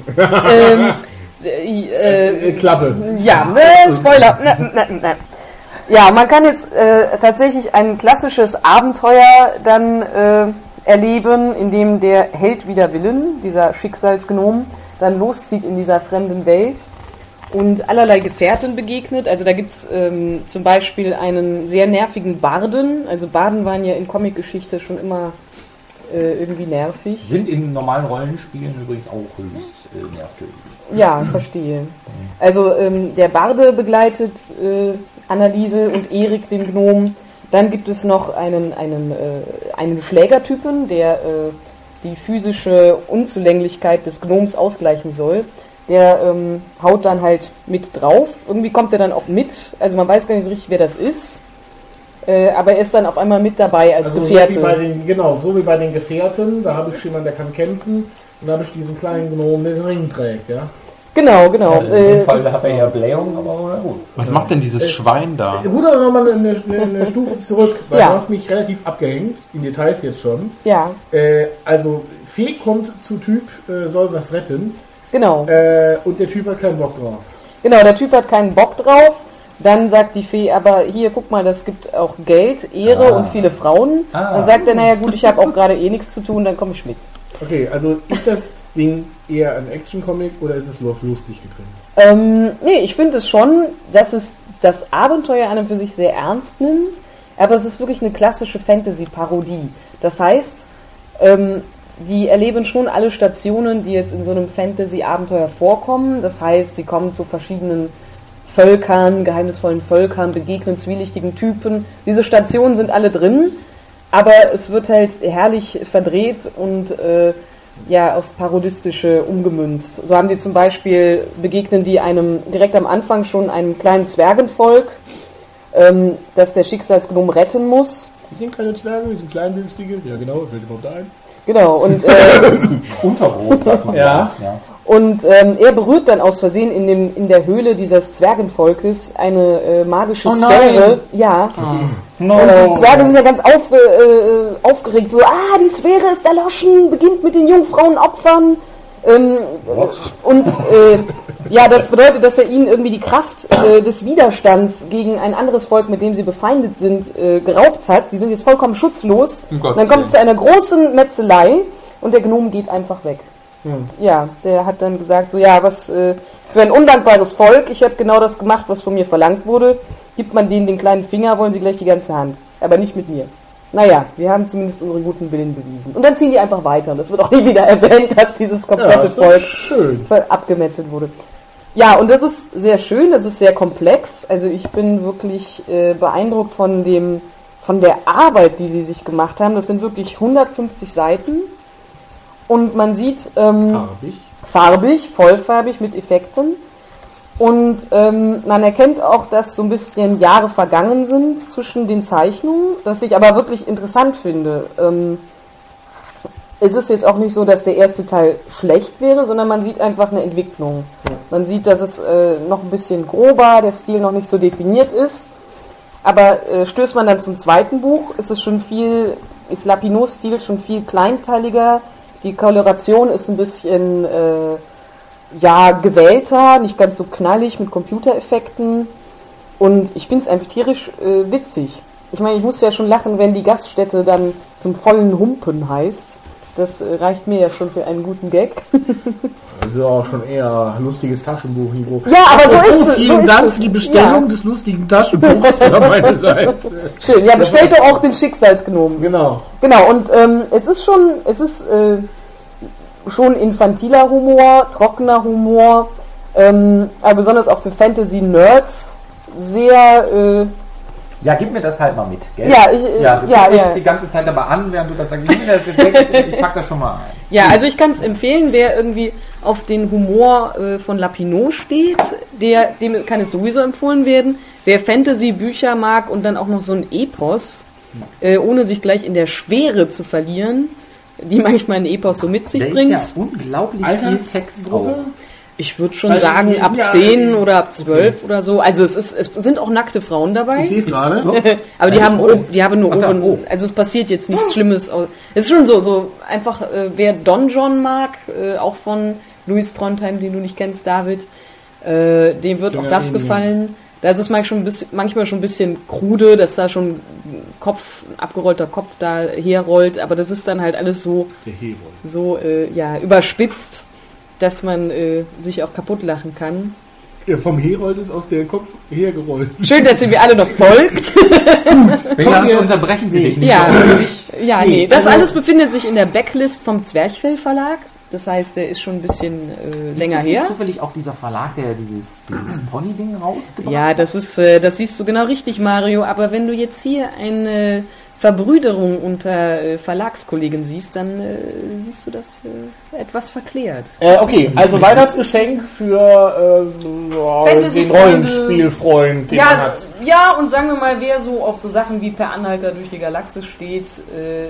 Ähm, äh, äh, Äh, Klappe. ja, ne, Spoiler. Ne, ne, ne. Ja, man kann jetzt äh, tatsächlich ein klassisches Abenteuer dann äh, erleben, in dem der Held wider Willen, dieser Schicksalsgnom, dann loszieht in dieser fremden Welt und allerlei Gefährten begegnet. Also da gibt's ähm, zum Beispiel einen sehr nervigen Barden. Also Barden waren ja in Comicgeschichte schon immer äh, irgendwie nervig. Sind in normalen Rollenspielen übrigens auch höchst äh, nervtötend. Ja, verstehe. Also ähm, der Barde begleitet äh, Anneliese und Erik, den Gnom. Dann gibt es noch einen, einen, äh, einen Schlägertypen, der äh, die physische Unzulänglichkeit des Gnoms ausgleichen soll. Der ähm, haut dann halt mit drauf. Irgendwie kommt er dann auch mit. Also man weiß gar nicht so richtig, wer das ist. Äh, aber er ist dann auf einmal mit dabei als Also so Gefährte. wie bei den, genau, so wie bei den Gefährten. Da habe ich jemanden, der kann kämpfen. Und da habe ich diesen kleinen Gnom, der den Ring trägt, ja. Genau, genau. In Äh, dem Fall hat er ja Blähung, aber gut. Was macht denn dieses Schwein da? Gut, aber nochmal eine, eine, eine Stufe zurück, weil Ja. du hast mich relativ abgehängt, in Details jetzt schon. ja, Äh, also, Fee kommt zu Typ, äh, soll was retten, genau. äh, und der Typ hat keinen Bock drauf. Genau, der Typ hat keinen Bock drauf. Dann sagt die Fee, aber hier, guck mal, das gibt auch Geld, Ehre Ah. und viele Frauen. Ah. Dann sagt er, naja gut, ich habe auch gerade eh nichts zu tun, dann komme ich mit. Okay, also ist das Ding eher ein Action-Comic oder ist es nur lustig getrennt? Ähm, nee, ich finde es schon, dass es das Abenteuer an und für sich sehr ernst nimmt, aber es ist wirklich eine klassische Fantasy-Parodie. Das heißt, ähm, die erleben schon alle Stationen, die jetzt in so einem Fantasy-Abenteuer vorkommen. Das heißt, sie kommen zu verschiedenen Völkern, geheimnisvollen Völkern, begegnen zwielichtigen Typen. Diese Stationen sind alle drin, aber es wird halt herrlich verdreht und äh, ja, aufs Parodistische umgemünzt. So haben die zum Beispiel, begegnen die einem, direkt am Anfang schon einem kleinen Zwergenvolk, ähm, das der Schicksalsgnom retten muss. Die sind keine Zwerge, die sind kleinwüchsige. Ja genau, fällt überhaupt ein. Genau, und, äh, Unterrot, sagt man. Ja. ja. und ähm, er berührt dann aus Versehen in, dem, in der Höhle dieses Zwergenvolkes eine äh, magische Oh nein. Sphäre. Ja. No. Und die Zwerge sind ja ganz aufge, äh, aufgeregt, so, ah, die Sphäre ist erloschen, beginnt mit den Jungfrauenopfern. Ähm, und äh, ja, das bedeutet, dass er ihnen irgendwie die Kraft äh, des Widerstands gegen ein anderes Volk, mit dem sie befeindet sind, äh, geraubt hat. Die sind jetzt vollkommen schutzlos. Um Und Gottes dann kommt es Willen. zu einer großen Metzelei und der Gnom geht einfach weg. Hm. Ja, der hat dann gesagt, so, ja, was äh, für ein undankbares Volk, ich habe genau das gemacht, was von mir verlangt wurde. Gibt man denen den kleinen Finger, wollen sie gleich die ganze Hand. Aber nicht mit mir. Naja, wir haben zumindest unseren guten Willen bewiesen. Und dann ziehen die einfach weiter. Und das wird auch nie wieder erwähnt, dass dieses komplette ist doch Volk schön. ver- abgemetzelt wurde. Ja, und das ist sehr schön, das ist sehr komplex. Also ich bin wirklich äh, beeindruckt von dem, von der Arbeit, die sie sich gemacht haben. Das sind wirklich hundertfünfzig Seiten. Und man sieht ähm, Farbig. farbig, vollfarbig mit Effekten. Und ähm, man erkennt auch, dass so ein bisschen Jahre vergangen sind zwischen den Zeichnungen, das ich aber wirklich interessant finde. Ähm, es ist jetzt auch nicht so, dass der erste Teil schlecht wäre, sondern man sieht einfach eine Entwicklung. Man sieht, dass es äh, noch ein bisschen grober, der Stil noch nicht so definiert ist. Aber äh, stößt man dann zum zweiten Buch, ist es schon viel, ist Lapinos Stil schon viel kleinteiliger. Die Koloration ist ein bisschen äh, ja, gewählter, nicht ganz so knallig mit Computereffekten. Und ich finde es einfach tierisch äh, witzig. Ich meine, ich muss ja schon lachen, wenn die Gaststätte dann zum vollen Humpen heißt. Das äh, reicht mir ja schon für einen guten Gag. Also auch schon eher lustiges Taschenbuchniveau. Ja, aber so ist es. Vielen so Dank ist es. für die Bestellung Ja. des lustigen Taschenbuchs von meiner Seite. Schön, ja, bestellt doch auch den Schicksalsgnomen. Genau. Genau, und ähm, es ist schon, es ist äh, schon infantiler Humor, trockener Humor, ähm, aber besonders auch für Fantasy-Nerds sehr, äh, Ja, gib mir das halt mal mit, gell? ja, ich, äh, Ja, du ja, guckst ja. mich die ganze Zeit aber an, während du das sagst. Gib mir das jetzt weg, ich pack das schon mal ein. Ja, also ich kann es empfehlen, wer irgendwie auf den Humor äh, von Lapinot steht, der, dem kann es sowieso empfohlen werden. Wer Fantasy-Bücher mag und dann auch noch so ein Epos, äh, ohne sich gleich in der Schwere zu verlieren, die manchmal ein Epos so mit sich Da ist bringt. ja unglaublich viel Text drauf. Altersgruppe? Ich würde schon Also, sagen, wir sind ab ja- zehn oder ab zwölf oder so. Also es ist, es sind auch nackte Frauen dabei. Ich sehe es gerade. Aber die Ja, haben, ist wohl. ob- die haben nur Ach da, oben, oh. also es passiert jetzt nichts Schlimmes. Es ist schon so, so einfach, äh, wer Don John mag, äh, auch von Louis Trondheim, den du nicht kennst, David, äh, dem wird auch Ja, das ja. gefallen. Da ist es manchmal schon, ein bisschen, manchmal schon ein bisschen krude, dass da schon ein Kopf, ein abgerollter Kopf da herrollt, aber das ist dann halt alles so, Der Herold. so äh, ja, überspitzt, dass man äh, sich auch kaputt lachen kann. Ja, vom Herold ist auch der Kopf hergerollt. Schön, dass ihr mir alle noch folgt. Wenigstens wir- unterbrechen sie dich nicht. Ja. so häufig. Ja, Nee, nee. Das also- alles befindet sich in der Backlist vom Zwerchfell Verlag. Das heißt, der ist schon ein bisschen äh, länger ist das nicht her. zufällig auch dieser Verlag, der dieses, dieses Pony-Ding rausgebracht Ja, hat? das ist, äh, das siehst du genau richtig, Mario. Aber wenn du jetzt hier eine Verbrüderung unter äh, Verlagskollegen siehst, dann äh, siehst du das äh, etwas verklärt. Äh, okay, also Weihnachtsgeschenk für äh, ja, den Fantasy-Freunde. Rollenspielfreund, den man Ja, hat. s- ja, und sagen wir mal, wer so auf so Sachen wie Per Anhalter durch die Galaxis steht, äh,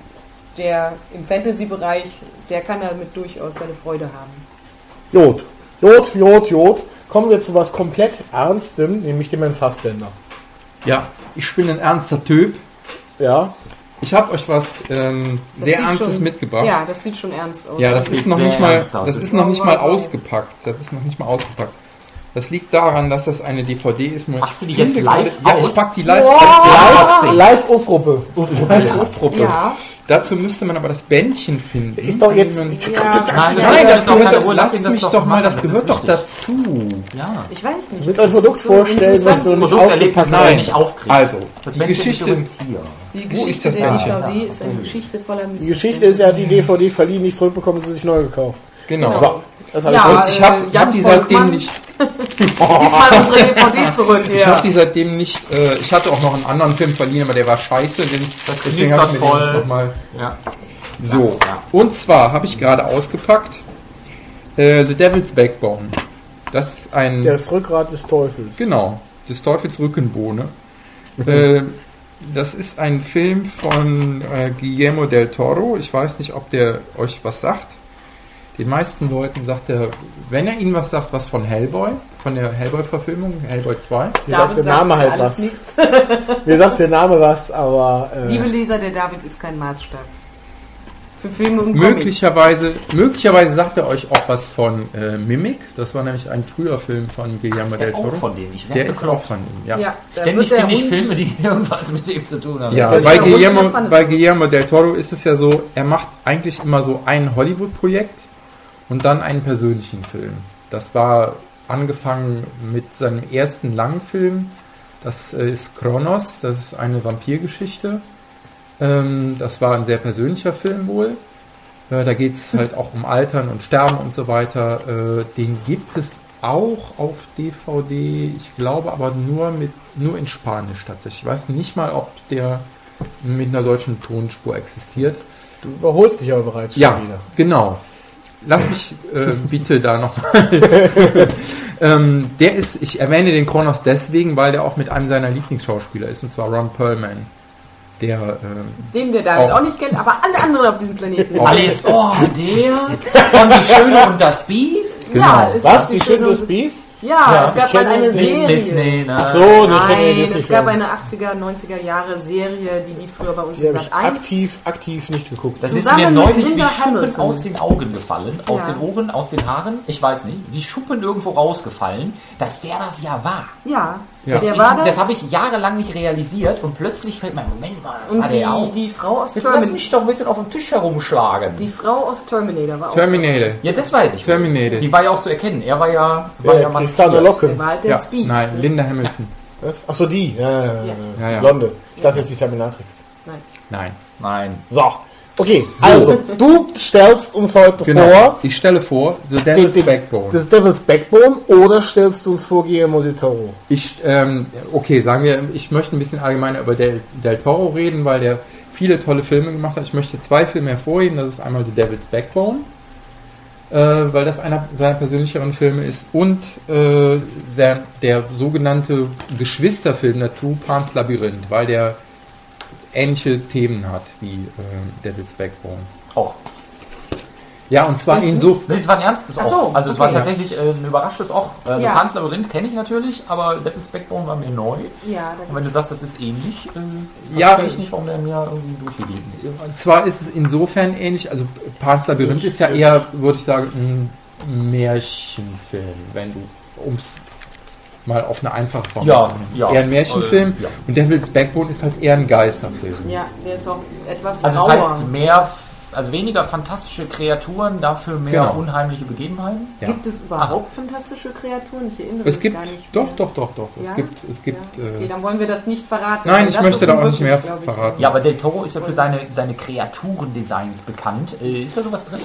der im Fantasy-Bereich, der kann damit durchaus seine Freude haben. Jod. Jod, Jod, Jod. Kommen wir zu was komplett Ernstem, nämlich dem Herrn Fassbender. Ja, ich bin ein ernster Typ. Ja. Ich habe euch was ähm, sehr sieht Ernstes schon- mitgebracht. Ja, das sieht schon ernst aus. Ja, das, Das ist sieht noch sehr nicht mal, ernst aus. das Das ist ist noch nicht mal wow, wow. ausgepackt. Das ist noch nicht mal ausgepackt. Das liegt daran, dass das eine D V D ist. Machst du die finde jetzt live gerade- Ja, aus? ich pack die live Wow. aus. Live, live Aufruppe. Live Aufruppe. Ja. Dazu müsste man aber das Bändchen finden. Ist doch jetzt. Ja. Nein, Nein, das das ist doch gehört, keine das Ruhe, lass lasst ihn das mich doch doch mal, machen, das das gehört ist doch wichtig. dazu. Ja. Ich weiß nicht. Du willst ein das ist Produkt so vorstellen, was interessant. du nicht Produkterlebnis ausgepackt soll Nein. nicht aufkriegen. Also, Das die Bändchen ist Geschichte, übrigens hier. Die Wo Geschichte ist das der Bändchen? D V D ist eine Geschichte voller Missverständnisse. Die Geschichte ist ja, die D V D verliehen, nicht zurückbekommen, sie sich neu gekauft. genau. So, das habe Ja, ich Und ich habe Äh, Jan hab die seitdem Volkmann. nicht, Gib mal unsere D V D zurück ich hier. habe die seitdem nicht, äh, ich hatte auch noch einen anderen Film verliehen, aber der war scheiße, den, Das deswegen habe ich mir den voll. nicht nochmal. Ja. So, Ja. und zwar habe ich gerade ausgepackt äh, The Devil's Backbone. Das ist ein, Das Rückgrat des Teufels. genau, des Teufels Rückenbohne. äh, das ist ein Film von äh, Guillermo del Toro. Ich weiß nicht, ob der euch was sagt. Den meisten Leuten sagt er, wenn er ihnen was sagt, was von Hellboy, von der Hellboy-Verfilmung, Hellboy zwei. Mir sagt der sagt Name uns halt alles was. nichts. Mir sagt der Name was, aber. Äh, Liebe Leser, der David ist kein Maßstab. Für Filme und Möglicherweise, möglicherweise sagt er euch auch was von äh, Mimic. Das war nämlich ein früher Film von Guillermo Ist der del Toro. auch von dem? Ich Der werd ist bekloppt. auch von ihm, ja. Comics. Ja, da Ständig wird der finde ich Hund- Filme, die irgendwas mit dem zu tun haben. Ja, Völlig bei der Hund in Guillermo, der Pfanne. bei Guillermo del Toro ist es ja so, er macht eigentlich immer so ein Hollywood-Projekt und dann einen persönlichen Film. Das war angefangen mit seinem ersten langen Film. Das äh, ist Kronos, das ist eine Vampirgeschichte. Ähm, das war ein sehr persönlicher Film wohl. Äh, da geht es halt auch um Altern und Sterben und so weiter. Äh, den gibt es auch auf D V D, ich glaube aber nur mit nur in Spanisch tatsächlich. Ich weiß nicht mal, ob der mit einer deutschen Tonspur existiert. Du überholst dich aber bereits schon Ja, wieder. genau. Lass mich äh, bitte da nochmal. ähm, der ist, ich erwähne den Kronos deswegen, weil der auch mit einem seiner Lieblingsschauspieler ist, und zwar Ron Perlman. Der, ähm, Den wir David Auch. auch nicht kennen, aber alle anderen auf diesem Planeten. Alle jetzt, oh, der von Die Schöne und das Biest? genau. Ja, ist Was? das Die Schöne des Biest? Ja, Ja, es gab ich mal kenne eine nicht Serie. Disney, ne? Ach so, ne, ich kenne Nein, Disney es gab Film. eine achtziger, neunziger Jahre Serie, die lief früher bei uns Die in habe ich Sat eins. aktiv, aktiv nicht geguckt. Das ist Zusammen mir mit neulich wie Linda Schuppen Hamilton. aus den Augen gefallen, aus Ja. den Ohren, aus den Haaren, ich weiß nicht, wie Schuppen irgendwo rausgefallen, dass der das ja war. Ja, Ja. der Ich, war das. das habe ich jahrelang nicht realisiert und plötzlich fällt mir, Moment mal, das war und die, der auch. die Frau aus Jetzt lass Terminator. mich doch ein bisschen auf dem Tisch herumschlagen. Die Frau aus Terminator war auch. Terminator. ja, das weiß ich. Terminator. Die war ja auch zu erkennen. Er war ja, war Äh, ja Kristallene maskiert. Locke. Der war halt der Ja, Spieß. nein, Linda Hamilton. Was? Achso, die. Ja, ja, ja, Ja. Ja, ja. Blonde. Ich dachte jetzt die Terminatrix. Nein. Nein. So. Okay, also, du stellst uns heute Genau. vor, Ich stelle vor, The den, Devil's den, Backbone. das Devil's Backbone, oder stellst du uns vor Guillermo del Toro? Ich, ähm, okay, sagen wir, ich möchte ein bisschen allgemeiner über Del, Del Toro reden, weil der viele tolle Filme gemacht hat. Ich möchte zwei Filme hervorheben. Das ist einmal The Devil's Backbone, äh, weil das einer seiner persönlicheren Filme ist, und äh, der, der sogenannte Geschwisterfilm dazu, Pan's Labyrinth, weil der ähnliche Themen hat wie äh, Devil's Backbone. Auch. Ja, und zwar in so... Nee, es war ein ernstes Ach auch. so, also es war okay. tatsächlich äh, ein überraschtes auch. Also Ja. Pan's Labyrinth kenne ich natürlich, aber Devil's Backbone war mir neu. Ja, Und wenn du sagst, das ist ähnlich, äh, Ja. verstehe ich nicht, warum der mir irgendwie durchgeblieben ist. Und zwar ist es insofern ähnlich, also Pan's Labyrinth ist ja eher, würde ich sagen, ein Märchenfilm, wenn du, um es mal auf eine einfache Form Ja, zu nennen. ja. Eher ein Märchenfilm, Äh, ja. und Devil's Backbone ist halt eher ein Geisterfilm. ja, der ist auch etwas Also rauer. das heißt mehr, also weniger fantastische Kreaturen, dafür mehr Genau. unheimliche Begebenheiten. Ja. Gibt es überhaupt fantastische Kreaturen? Ich erinnere Es mich gibt, gar nicht. doch, mehr. doch, doch, doch, es Ja? gibt, es gibt, Ja. Okay, äh, dann wollen wir das nicht verraten. Nein, weil ich das möchte ist da nun auch nicht wirklich, mehr glaub ich, verraten. Ja, aber Del Toro ist ja für seine, seine Kreaturendesigns bekannt. Äh, ist da sowas drin?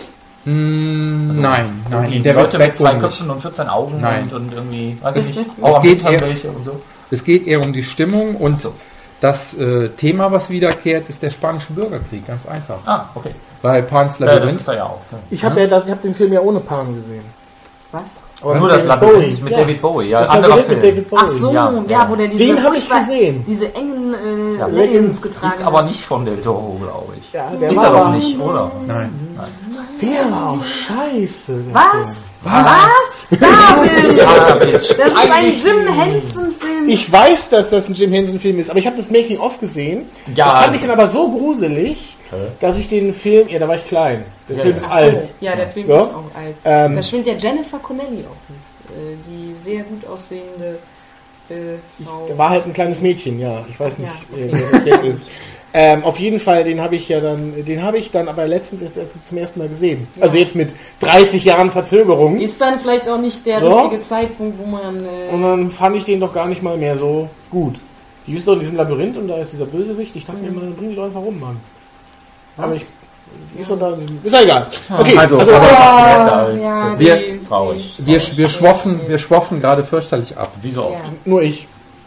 mh, Also nein, nein, irgendwie in Devil's Leute mit zwei Backbone Köpfen nicht. und vierzehn Augen Nein. und, und irgendwie, weiß Es ich nicht, geht- auch es am geht Hintern eher- welche und so. Es geht eher um die Stimmung, und So. das äh, Thema, was wiederkehrt, ist der spanische Bürgerkrieg, ganz einfach. Ah, okay. Weil Pan's Ja, das Labyrinth, ist da ja auch. Ja. Ich habe ja, das- ich hab den Film ja ohne Pan gesehen. Was? Aber Nur mit das David Labyrinth Bowie. mit Ja. David Bowie, ja, Das anderer Labyrinth mit Film. David Bowie. Ach so, Ja, ja, ja. wo der diese Den hab ich furchtbar- gesehen. diese engen äh, Ja, Leggings getragen Ist aber nicht von Del Toro, glaube ich. Ja, der Ist war er doch aber- nicht, oder? nein. Der war auch scheiße. der Was? Film. Was? David! Das ist ein Jim Henson-Film. Ich weiß, dass das ein Jim Henson-Film ist, aber ich habe das Making-of gesehen. Ja. Das fand ich dann aber so gruselig, dass ich den Film... Ja, da war ich klein. Der Ja, Film ja. ist Ach so. alt. Ja, der Film So. ist auch alt. Ähm, Da spielt ja Jennifer Connelly auch mit. äh, Die sehr gut aussehende äh, Frau. Der war halt ein kleines Mädchen, ja. Ich weiß nicht, Ja, äh, wer das jetzt ist. Ähm, auf jeden Fall, den habe ich ja dann, den habe ich dann aber letztens jetzt erst zum ersten Mal gesehen. Ja. Also jetzt mit dreißig Jahren Verzögerung. Ist dann vielleicht auch nicht der So. richtige Zeitpunkt, wo man. Äh, Und dann fand ich den doch gar nicht mal mehr so gut. Die ist doch in diesem Labyrinth und da ist dieser Bösewicht. Ich dachte mir immer, bring die doch einfach rum, Mann. Aber Was? ich, die ist doch da in diesem, ist ja egal. Okay, Also, also, aber- Ah, als- ja, das wir- die- traurig. Wir, wir, schwoffen, wir schwoffen gerade fürchterlich ab. Wie so oft. Ja. nur ich.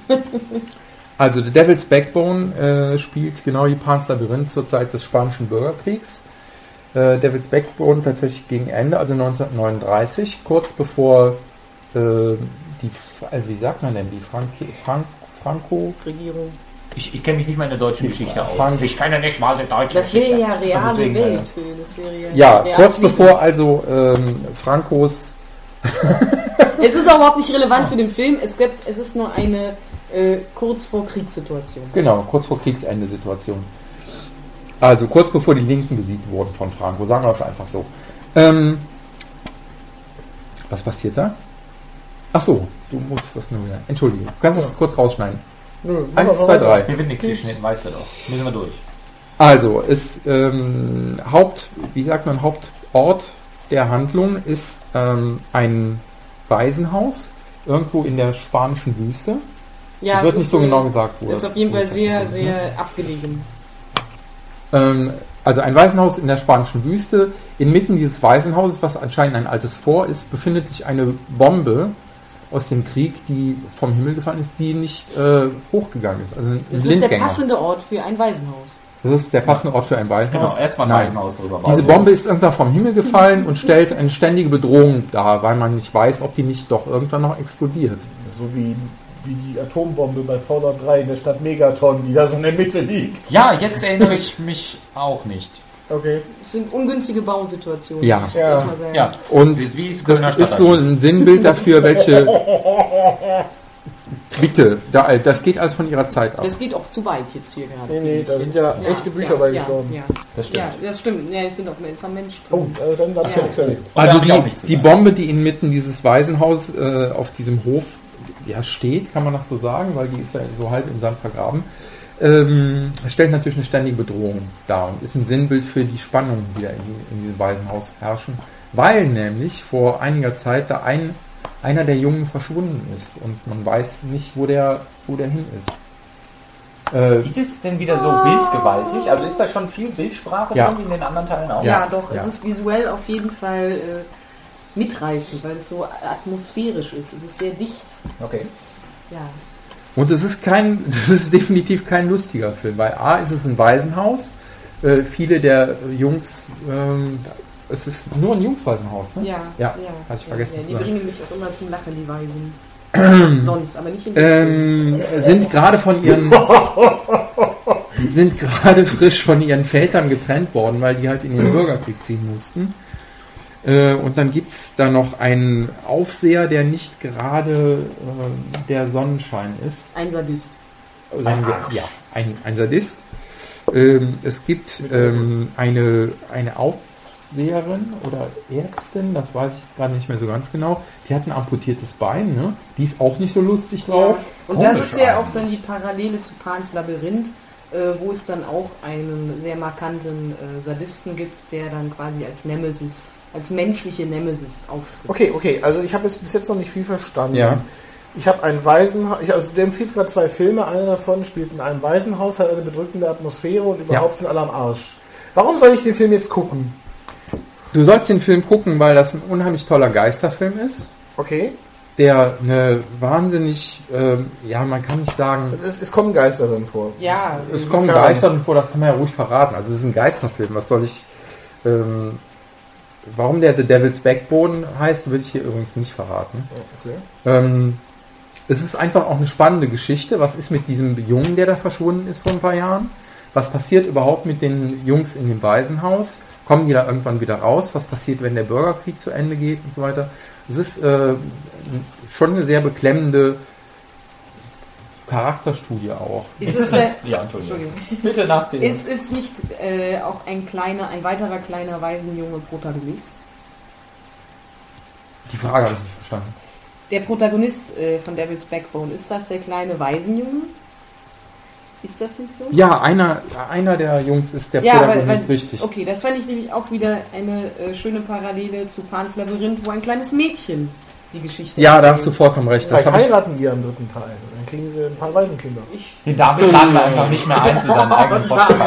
Also The Devil's Backbone äh, spielt genau wie Pan's Labyrinth zur Zeit des Spanischen Bürgerkriegs. Äh, Devil's Backbone tatsächlich gegen Ende, also neunzehnhundertneununddreißig, kurz bevor äh, die, äh, wie sagt man denn, die Frank, Frank, Franco... Regierung. Ich, ich kenne mich nicht mal in der deutschen Geschichte aus. Frank- Ich kenne nicht mal die deutsche Das wäre ja reale Also deswegen, Welt. äh, Das wäre ja, Ja, reales kurz Leben. bevor also ähm, Francos... Es ist auch überhaupt nicht relevant für den Film. Es, gibt, es ist nur eine äh, kurz vor Kriegssituation. Genau, kurz vor Kriegsende-Situation. Also kurz bevor die Linken besiegt wurden von Franco, sagen wir es einfach so. Ähm, was passiert da? Ach so, du musst das nur wieder. Entschuldige, du kannst das kurz rausschneiden. Nö, Eins, zwei, drei. Hier wird nichts geschnitten, weißt du doch. Müssen wir durch. Also, ist ähm, Haupt, wie sagt man, Hauptort der Handlung ist ähm, ein Waisenhaus irgendwo in der spanischen Wüste. Ja, Wird es nicht ist, so äh, genau gesagt, wo ist das- auf jeden wo Fall das sehr, ist, ne? sehr abgelegen. Ähm, also ein Waisenhaus in der spanischen Wüste. Inmitten dieses Waisenhauses, was anscheinend ein altes Fort ist, befindet sich eine Bombe aus dem Krieg, die vom Himmel gefallen ist, die nicht äh, hochgegangen ist. Also ein Das ist der Blindgänger. passende Ort für ein Waisenhaus. Das ist der passende Ort für ein Waisenhaus. Genau, erstmal ein Nein. Waisenhaus drüber bauen. Diese Bombe ist irgendwann vom Himmel gefallen und stellt eine ständige Bedrohung dar, weil man nicht weiß, ob die nicht doch irgendwann noch explodiert. So wie, wie die Atombombe bei Fallout drei in der Stadt Megaton, die da so in der Mitte liegt. Ja, jetzt erinnere ich mich auch nicht. Okay. Es sind ungünstige Bausituationen. Ja. muss ich Ja. erst mal sagen. Ja. Und Wie- wie ist das Kölner ist so ein Sinnbild dafür, welche... Bitte, da, das geht alles von ihrer Zeit ab. Das geht auch zu weit jetzt hier gerade. Nee, nee, da sind ja, Ja, echte Bücher ja, bei ja, gestorben. Ja, Das stimmt. ja, das stimmt. Ja, es sind auch es haben Menschen Oh, drin. äh, dann darf ich Ja. ja nichts erlebt. Und da Also hab ich auch die, nichts zu die sagen. Bombe, die inmitten dieses Waisenhaus äh, auf diesem Hof ja, steht, kann man das so sagen, weil die ist ja so halb im Sand vergraben, ähm, stellt natürlich eine ständige Bedrohung dar und ist ein Sinnbild für die Spannungen, die da in, in diesem Waisenhaus herrschen, weil nämlich vor einiger Zeit da ein, einer der Jungen verschwunden ist und man weiß nicht, wo der, wo der hin ist. Äh, Ist es denn wieder so bildgewaltig? Also ist da schon viel Bildsprache Ja. drin, wie in den anderen Teilen auch? Ja, Ja, doch, ja. es ist visuell auf jeden Fall äh, mitreißend, weil es so atmosphärisch ist. Es ist sehr dicht. Okay. Ja. Und es ist kein, das ist definitiv kein lustiger Film, weil A, ist es ein Waisenhaus, äh, viele der Jungs, ähm, es ist nur ein Jungswaisenhaus, ne? Ja, Ja, hatte ich vergessen ja, zu die sagen. bringen mich auch immer zum Lachen, die Weisen. Sonst, aber nicht in Ähm, sind gerade von ihren, sind gerade frisch von ihren Vätern getrennt worden, weil die halt in den Bürgerkrieg ziehen mussten. Äh, und dann gibt's da noch einen Aufseher, der nicht gerade äh, der Sonnenschein ist. Ein Sadist. Sagen wir, ja, ein, ein Sadist. Ähm, es gibt ähm, eine, eine Aufseherin oder Ärztin, das weiß ich jetzt gerade nicht mehr so ganz genau, die hat ein amputiertes Bein, ne? Die ist auch nicht so lustig drauf. Und Komisch das ist ja auch eigentlich. dann die Parallele zu Pan's Labyrinth, äh, wo es dann auch einen sehr markanten äh, Sadisten gibt, der dann quasi als Nemesis, als menschliche Nemesis auftritt. Okay, okay, also ich habe jetzt bis jetzt noch nicht viel verstanden. Ja. Ich habe ein Waisenhaus, ich, also du empfiehlst gerade zwei Filme, einer davon spielt in einem Waisenhaus, hat eine bedrückende Atmosphäre und überhaupt Ja. sind alle am Arsch. Warum soll ich den Film jetzt gucken? Du sollst den Film gucken, weil das ein unheimlich toller Geisterfilm ist, Okay, der eine wahnsinnig, ähm, ja, man kann nicht sagen, es, ist, es kommen Geister drin vor. Ja, es kommen Inwiefern? Geister drin vor, das kann man ja ruhig verraten. Also es ist ein Geisterfilm, was soll ich, ähm, warum der The Devil's Backbone heißt, würde ich hier übrigens nicht verraten. Okay. Ähm, es ist einfach auch eine spannende Geschichte. Was ist mit diesem Jungen, der da verschwunden ist vor ein paar Jahren? Was passiert überhaupt mit den Jungs in dem Waisenhaus? kommen die da irgendwann wieder raus? Was passiert, wenn der Bürgerkrieg zu Ende geht und so weiter? Es ist äh, schon eine sehr beklemmende Charakterstudie auch. Ist es äh, Ja, Entschuldigung. Bitte nach dem. Ist es nicht äh, auch ein kleiner, ein weiterer kleiner Waisenjunge Protagonist? Die Frage habe ich nicht verstanden. Der Protagonist äh, von Devil's Backbone, ist das der kleine Waisenjunge? Ist das nicht so? Ja, einer, einer der Jungs ist der Ja, Protagonist, weil, weil, richtig. Okay, das fand ich nämlich auch wieder eine äh, schöne Parallele zu Pan's Labyrinth, wo ein kleines Mädchen die Geschichte Ja, da erzählt. hast du vollkommen recht. Das Vielleicht hab ich, heiraten die am dritten Teil. Dann kriegen sie ein paar Waisenkinder. Ich, Den David laden wir einfach nicht mehr ein zu seinem eigenen Podcast.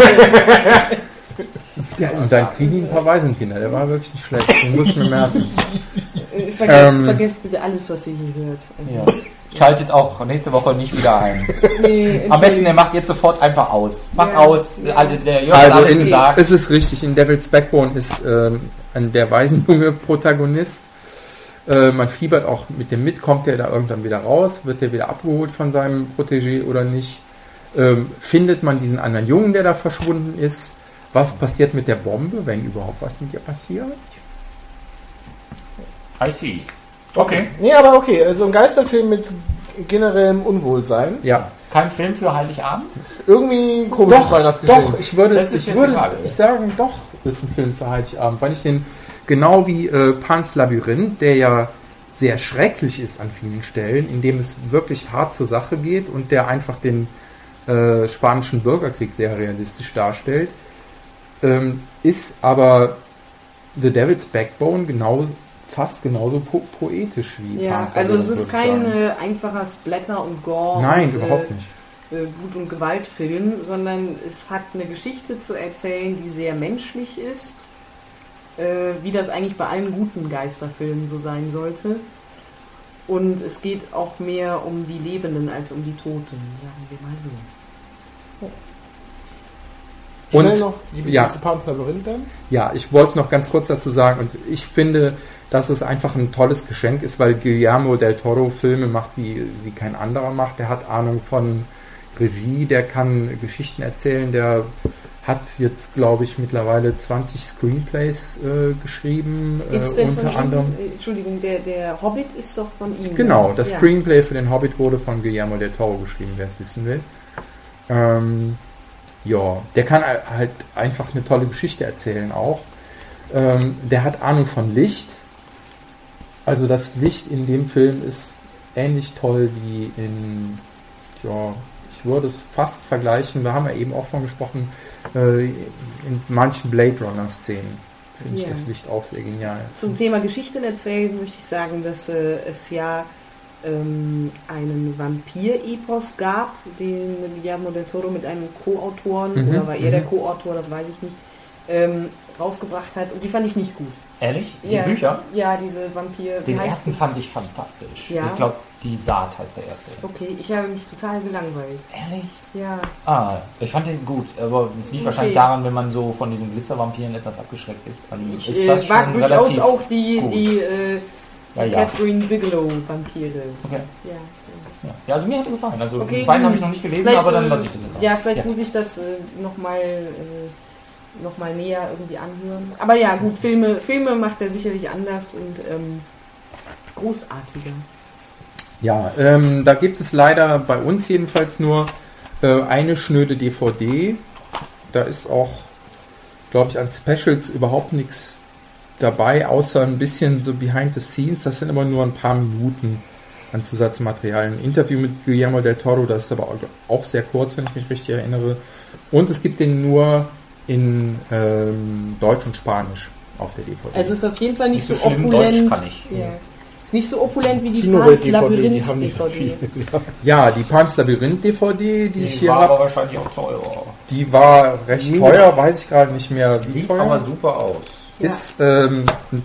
ja, und dann kriegen die ein paar Waisenkinder. Der war wirklich nicht schlecht. Den muss ich mir merken. äh, vergesst, Ähm. vergesst bitte alles, was ihr hier hört. Also, Ja. Schaltet auch nächste Woche nicht wieder ein. nee, Am besten, ihr macht jetzt sofort einfach aus. Macht Ja, aus. ja. Alle, der Jörg hat Also alles in, gesagt. es ist richtig, in Devil's Backbone ist ähm, ein der Waisenjunge Protagonist. Äh, man fiebert auch mit dem mit, kommt der da irgendwann wieder raus, wird der wieder abgeholt von seinem Protégé oder nicht? Ähm, findet man diesen anderen Jungen, der da verschwunden ist? Was passiert mit der Bombe, wenn überhaupt was mit ihr passiert? I see. Okay. Nee, aber okay, also ein Geisterfilm mit generellem Unwohlsein. Ja. Kein Film für Heiligabend? Irgendwie komisch Doch, Weihnachtsgeschenk. doch, ich würde, Das ist ich jetzt würde die Frage. ich sagen, doch, das ist ein Film für Heiligabend, weil ich den genau wie äh, Pan's Labyrinth, der ja sehr schrecklich ist an vielen Stellen, in dem es wirklich hart zur Sache geht und der einfach den äh, spanischen Bürgerkrieg sehr realistisch darstellt, ähm, ist aber The Devil's Backbone genau, fast genauso po poetisch wie ja, Pan's also es Labyrinth, ist würde ich kein sagen. äh, einfacher Splatter und Gore Nein, und, überhaupt äh, nicht. äh, Blut- und Gewaltfilm, sondern es hat eine Geschichte zu erzählen, die sehr menschlich ist, äh, wie das eigentlich bei allen guten Geisterfilmen so sein sollte. Und es geht auch mehr um die Lebenden als um die Toten, sagen wir mal so. Schnell Und- noch die ja. zu Pan's Labyrinth dann. Ja, ich wollte noch ganz kurz dazu sagen, und ich finde, dass es einfach ein tolles Geschenk ist, weil Guillermo del Toro Filme macht, wie sie kein anderer macht. Der hat Ahnung von Regie, der kann Geschichten erzählen, der hat jetzt, glaube ich, mittlerweile zwanzig Screenplays äh, geschrieben, äh, Ist denn unter von anderem. ihm, äh, Entschuldigung, der, der Hobbit ist doch von ihm. Genau, ne? das Ja. Screenplay für den Hobbit wurde von Guillermo del Toro geschrieben, wer es wissen will. Ähm, ja, der kann halt einfach eine tolle Geschichte erzählen auch. Ähm, der hat Ahnung von Licht. Also das Licht in dem Film ist ähnlich toll wie in, ja, ich würde es fast vergleichen, wir haben ja eben auch von gesprochen, äh, in manchen Blade Runner Szenen finde Ja. ich das Licht auch sehr genial. Zum Thema Geschichten erzählen möchte ich sagen, dass äh, es ja ähm, einen Vampir-Epos gab, den Guillermo del Toro mit einem Co-Autoren, Mhm, oder war er der mhm. Co-Autor, das weiß ich nicht, ähm, rausgebracht hat. Und die fand ich nicht gut. Ehrlich? Die ja, Bücher? Ja, diese Vampir... wie Den heißt ersten die? fand ich fantastisch. Ja. Ich glaube, die Saat heißt der erste. Okay, ich habe mich total gelangweilt. Ehrlich? Ja, Ah, ich fand den gut, aber es liegt Okay. wahrscheinlich daran, wenn man so von diesen Glitzervampiren etwas abgeschreckt ist, dann ich ist äh, das mag schon durchaus relativ auch die, gut. die äh, Ja, ja. Catherine Bigelow-Vampire. Okay. Ja. Ja. ja, also mir hat er gefallen. Also Okay, den zweiten hm. habe ich noch nicht gelesen, Vielleicht, aber dann äh, lasse ich das jetzt auch. Ja, vielleicht Ja. muss ich das äh, nochmal äh, noch mal näher irgendwie anhören. Aber ja, gut, Filme, Filme macht er sicherlich anders und ähm, großartiger. Ja, ähm, da gibt es leider bei uns jedenfalls nur äh, eine schnöde D V D. Da ist auch, glaube ich, an Specials überhaupt nichts dabei, außer ein bisschen so Behind the Scenes. Das sind immer nur ein paar Minuten an Zusatzmaterial. Ein Interview mit Guillermo del Toro, das ist aber auch sehr kurz, wenn ich mich richtig erinnere. Und es gibt den nur in ähm, Deutsch und Spanisch auf der D V D. Also es ist auf jeden Fall nicht, Nicht so, so schlimm, opulent. Deutsch kann ich. Ja. Ist nicht so opulent wie die Kinowelt Pan's D V D, die Labyrinth haben D nicht V so D. viel. Ja. Ja, die Pan's Labyrinth D V D, die, ich Die hier war habe, aber wahrscheinlich auch teurer. die war recht Mega. teuer, weiß ich gerade nicht mehr, wie Sieht teuer. aber super aus. Ja. Ist, ähm,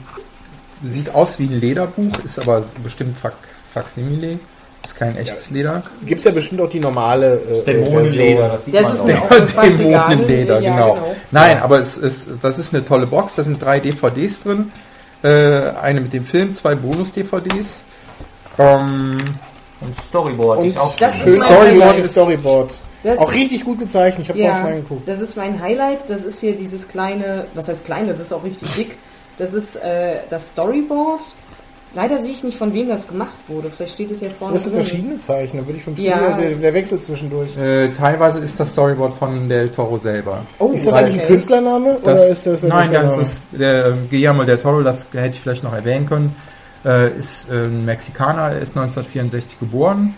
sieht aus wie ein Lederbuch, ist aber bestimmt Fac Faximile. Ist kein echtes Leder. Gibt es ja bestimmt auch die normale äh, Dämonenleder, das sieht Das man ist auch. mir auch fast egal. Dämonenleder, Ja, genau. genau. Nein, aber es ist, das ist eine tolle Box. Da sind drei D V Ds drin. Äh, eine mit dem Film, zwei Bonus-D V Ds. Ähm, Und Storyboard Und ist auch das schön. ist mein Storyboard Highlight. ist Storyboard. Das Auch ist, richtig gut gezeichnet, ich habe ja, vorhin schon mal geguckt. das ist mein Highlight. Das ist hier dieses kleine, was heißt klein, das ist auch richtig dick. Das ist äh, das Storyboard. Leider sehe ich nicht, von wem das gemacht wurde. Vielleicht steht es ja vorne Das sind drin. verschiedene Zeichen, da würde ich vom Stil, Ja. also der Wechsel zwischendurch. Äh, teilweise ist das Storyboard von Del Toro selber. Oh, Ist das okay. eigentlich ein Künstlername Das, oder ist das ein nein, das Künstlername? ist der Guillermo del Toro, das hätte ich vielleicht noch erwähnen können. Äh, ist äh, ein Mexikaner, er ist neunzehnhundertvierundsechzig geboren.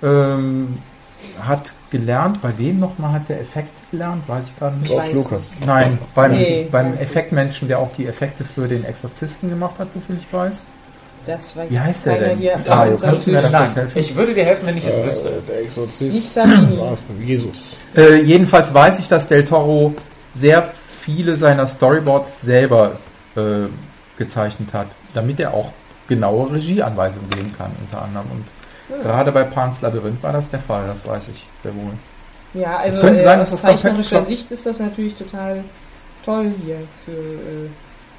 Ähm, hat gelernt, bei wem nochmal hat der Effekt gelernt, weiß ich gerade nicht. George Lucas. Nein, beim, Nee. beim Effektmenschen, der auch die Effekte für den Exorzisten gemacht hat, soviel ich weiß. Das weiß Wie heißt der keiner denn? Hier. Ah, Ja, du kannst mir da Nein, kurz helfen. ich würde dir helfen, wenn ich es wüsste. Äh, der Exorzist. Nicht Savini. War es Jesus. Äh, jedenfalls weiß ich, dass Del Toro sehr viele seiner Storyboards selber äh, gezeichnet hat, damit er auch genaue Regieanweisungen geben kann, unter anderem. Und Ja. gerade bei Pans Labyrinth war das der Fall, das weiß ich sehr wohl. Ja, also könnte äh, sein, aus dass das zeichnerischer komplett- Sicht ist das natürlich total toll hier. Für, äh,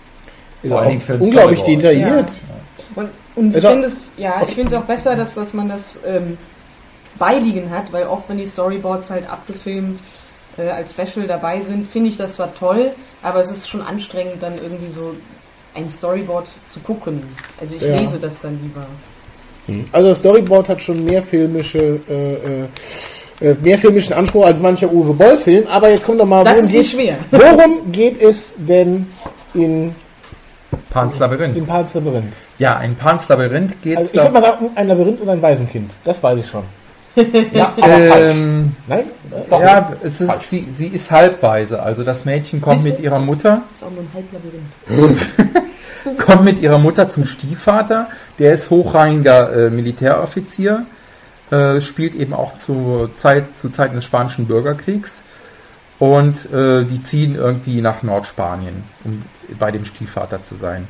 Ist Vor auch allen Dingen für ein unglaublich Storyboard. detailliert. Und, und ich Also- finde es, ja, ich finde es auch besser, dass, dass man das ähm, beiliegen hat, weil oft, wenn die Storyboards halt abgefilmt äh, als Special dabei sind, finde ich das zwar toll, aber es ist schon anstrengend, dann irgendwie so ein Storyboard zu gucken. Also ich Ja. lese das dann lieber. Also das Storyboard hat schon mehr filmische, äh, äh, mehr filmischen Anspruch als mancher Uwe Boll-Film. Aber jetzt kommt doch mal, Das worum ist nicht geht's- schwer. Worum geht es denn in, Pans Labyrinth. in Pans Labyrinth? Ja, in Pans Labyrinth geht Also es ich würde mal sagen, um ein Labyrinth und ein Waisenkind. Das weiß ich schon. Ja, aber falsch. ähm, Nein? Doch. ja, es Falsch. ist, sie, sie ist halbweise. Also das Mädchen kommt Siehste? mit ihrer Mutter Das ist auch nur ein Halblabyrinth. kommt mit ihrer Mutter zum Stiefvater, der ist hochrangiger äh, Militäroffizier, äh, spielt eben auch zu, Zeit, zu Zeiten des Spanischen Bürgerkriegs und äh, die ziehen irgendwie nach Nordspanien, um bei dem Stiefvater zu sein.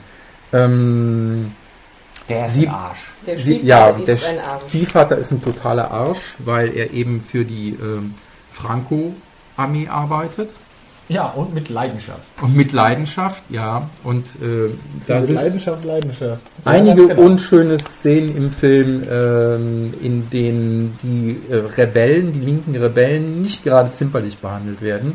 Ähm, Der ist Sie- ein Arsch. Der sie, Stiefvater ja, ist der ein Arsch. Stiefvater ist ein totaler Arsch, weil er eben für die ähm, Franco-Armee arbeitet. Ja, und mit Leidenschaft. Und mit Leidenschaft, ja. Und äh, da sind Leidenschaft, Leidenschaft. einige ganz genau. unschöne Szenen im Film, ähm, in denen die äh, Rebellen, die linken Rebellen, nicht gerade zimperlich behandelt werden.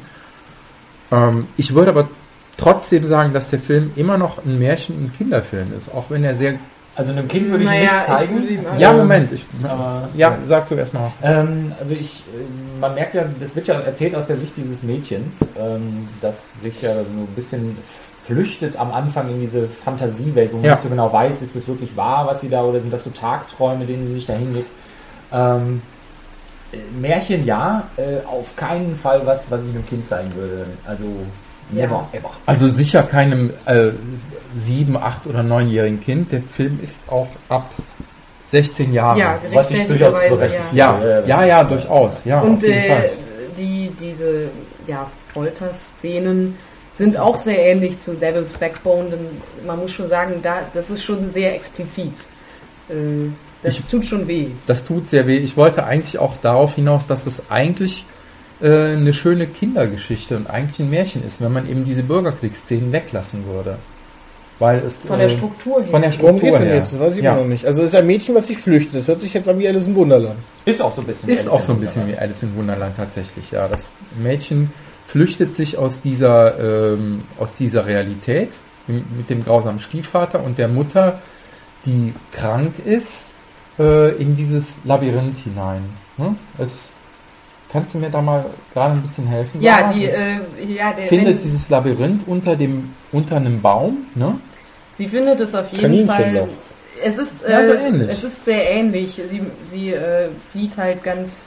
Ähm, ich würde aber trotzdem sagen, dass der Film immer noch ein Märchen- und Kinderfilm ist, auch wenn er sehr... Also einem Kind würde ich ihn Naja, nicht ich zeigen. würde ihm also- Ja, Moment. Ich, aber- ja, sag du erstmal was. Ähm, also ich, äh, man merkt ja, das wird ja erzählt aus der Sicht dieses Mädchens, ähm, das sich ja so ein bisschen flüchtet am Anfang in diese Fantasiewelt, wo man Ja. nicht so genau weiß, ist das wirklich wahr, was sie da, oder sind das so Tagträume, denen sie sich da hingibt. Ähm, äh, Märchen ja, äh, auf keinen Fall was, was ich einem Kind zeigen würde. Also never, ever. Also sicher keinem äh, sieben, acht oder neunjährigen Kind. Der Film ist auch ab sechzehn Jahren. Ja, Was ich durchaus gerechtfertigterweise, berechtigt ja. Ja, ja, ja, durchaus. Ja, Und auf jeden äh, Fall. die, diese ja, Folterszenen sind auch sehr ähnlich zu Devil's Backbone, denn man muss schon sagen, da, das ist schon sehr explizit. Äh, das Ich- tut schon weh. Das tut sehr weh. Ich wollte eigentlich auch darauf hinaus, dass es eigentlich äh, eine schöne Kindergeschichte und eigentlich ein Märchen ist, wenn man eben diese Bürgerkriegsszenen weglassen würde. Weil es Von der äh, Struktur her. von der Worum Struktur geht's denn her. jetzt? Das weiß ich ja. immer noch nicht. Also es ist ein Mädchen, was sich flüchtet. Das hört sich jetzt an wie Alice im Wunderland. Ist auch so ein bisschen. Ist auch so ein bisschen wie Alice im Wunderland tatsächlich, ja. Das Mädchen flüchtet sich aus dieser, ähm, aus dieser Realität m- mit dem grausamen Stiefvater und der Mutter, die krank ist, äh, in dieses Labyrinth hinein. Hm? Es, kannst du mir da mal gerade ein bisschen helfen? Ja, Sarah? die, Es äh, ja, der, findet wenn, dieses Labyrinth unter dem unter einem Baum, ne? sie findet es auf jeden Fall. Kaninchenloch. Es ist, Ja, äh, so ähnlich. es ist sehr ähnlich. Sie, sie äh, flieht halt ganz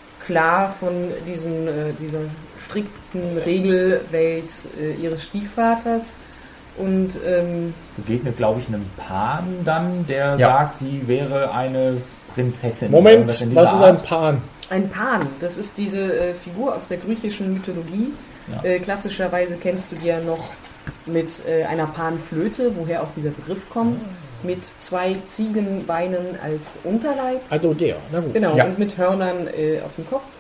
klar von diesen, äh, dieser strikten Regelwelt äh, ihres Stiefvaters und ähm, Begegnet, glaube ich, einem Pan dann, der Ja. sagt, sie wäre eine Prinzessin. Moment, Irgendwas in dieser was ist ein Art. Pan? ein Pan. Das ist diese äh, Figur aus der griechischen Mythologie. Ja. Äh, klassischerweise kennst du die ja noch mit äh, einer Panflöte, woher auch dieser Begriff kommt, mit zwei Ziegenbeinen als Unterleib. Also der, na gut. Genau, Ja. und mit Hörnern äh, auf dem Kopf.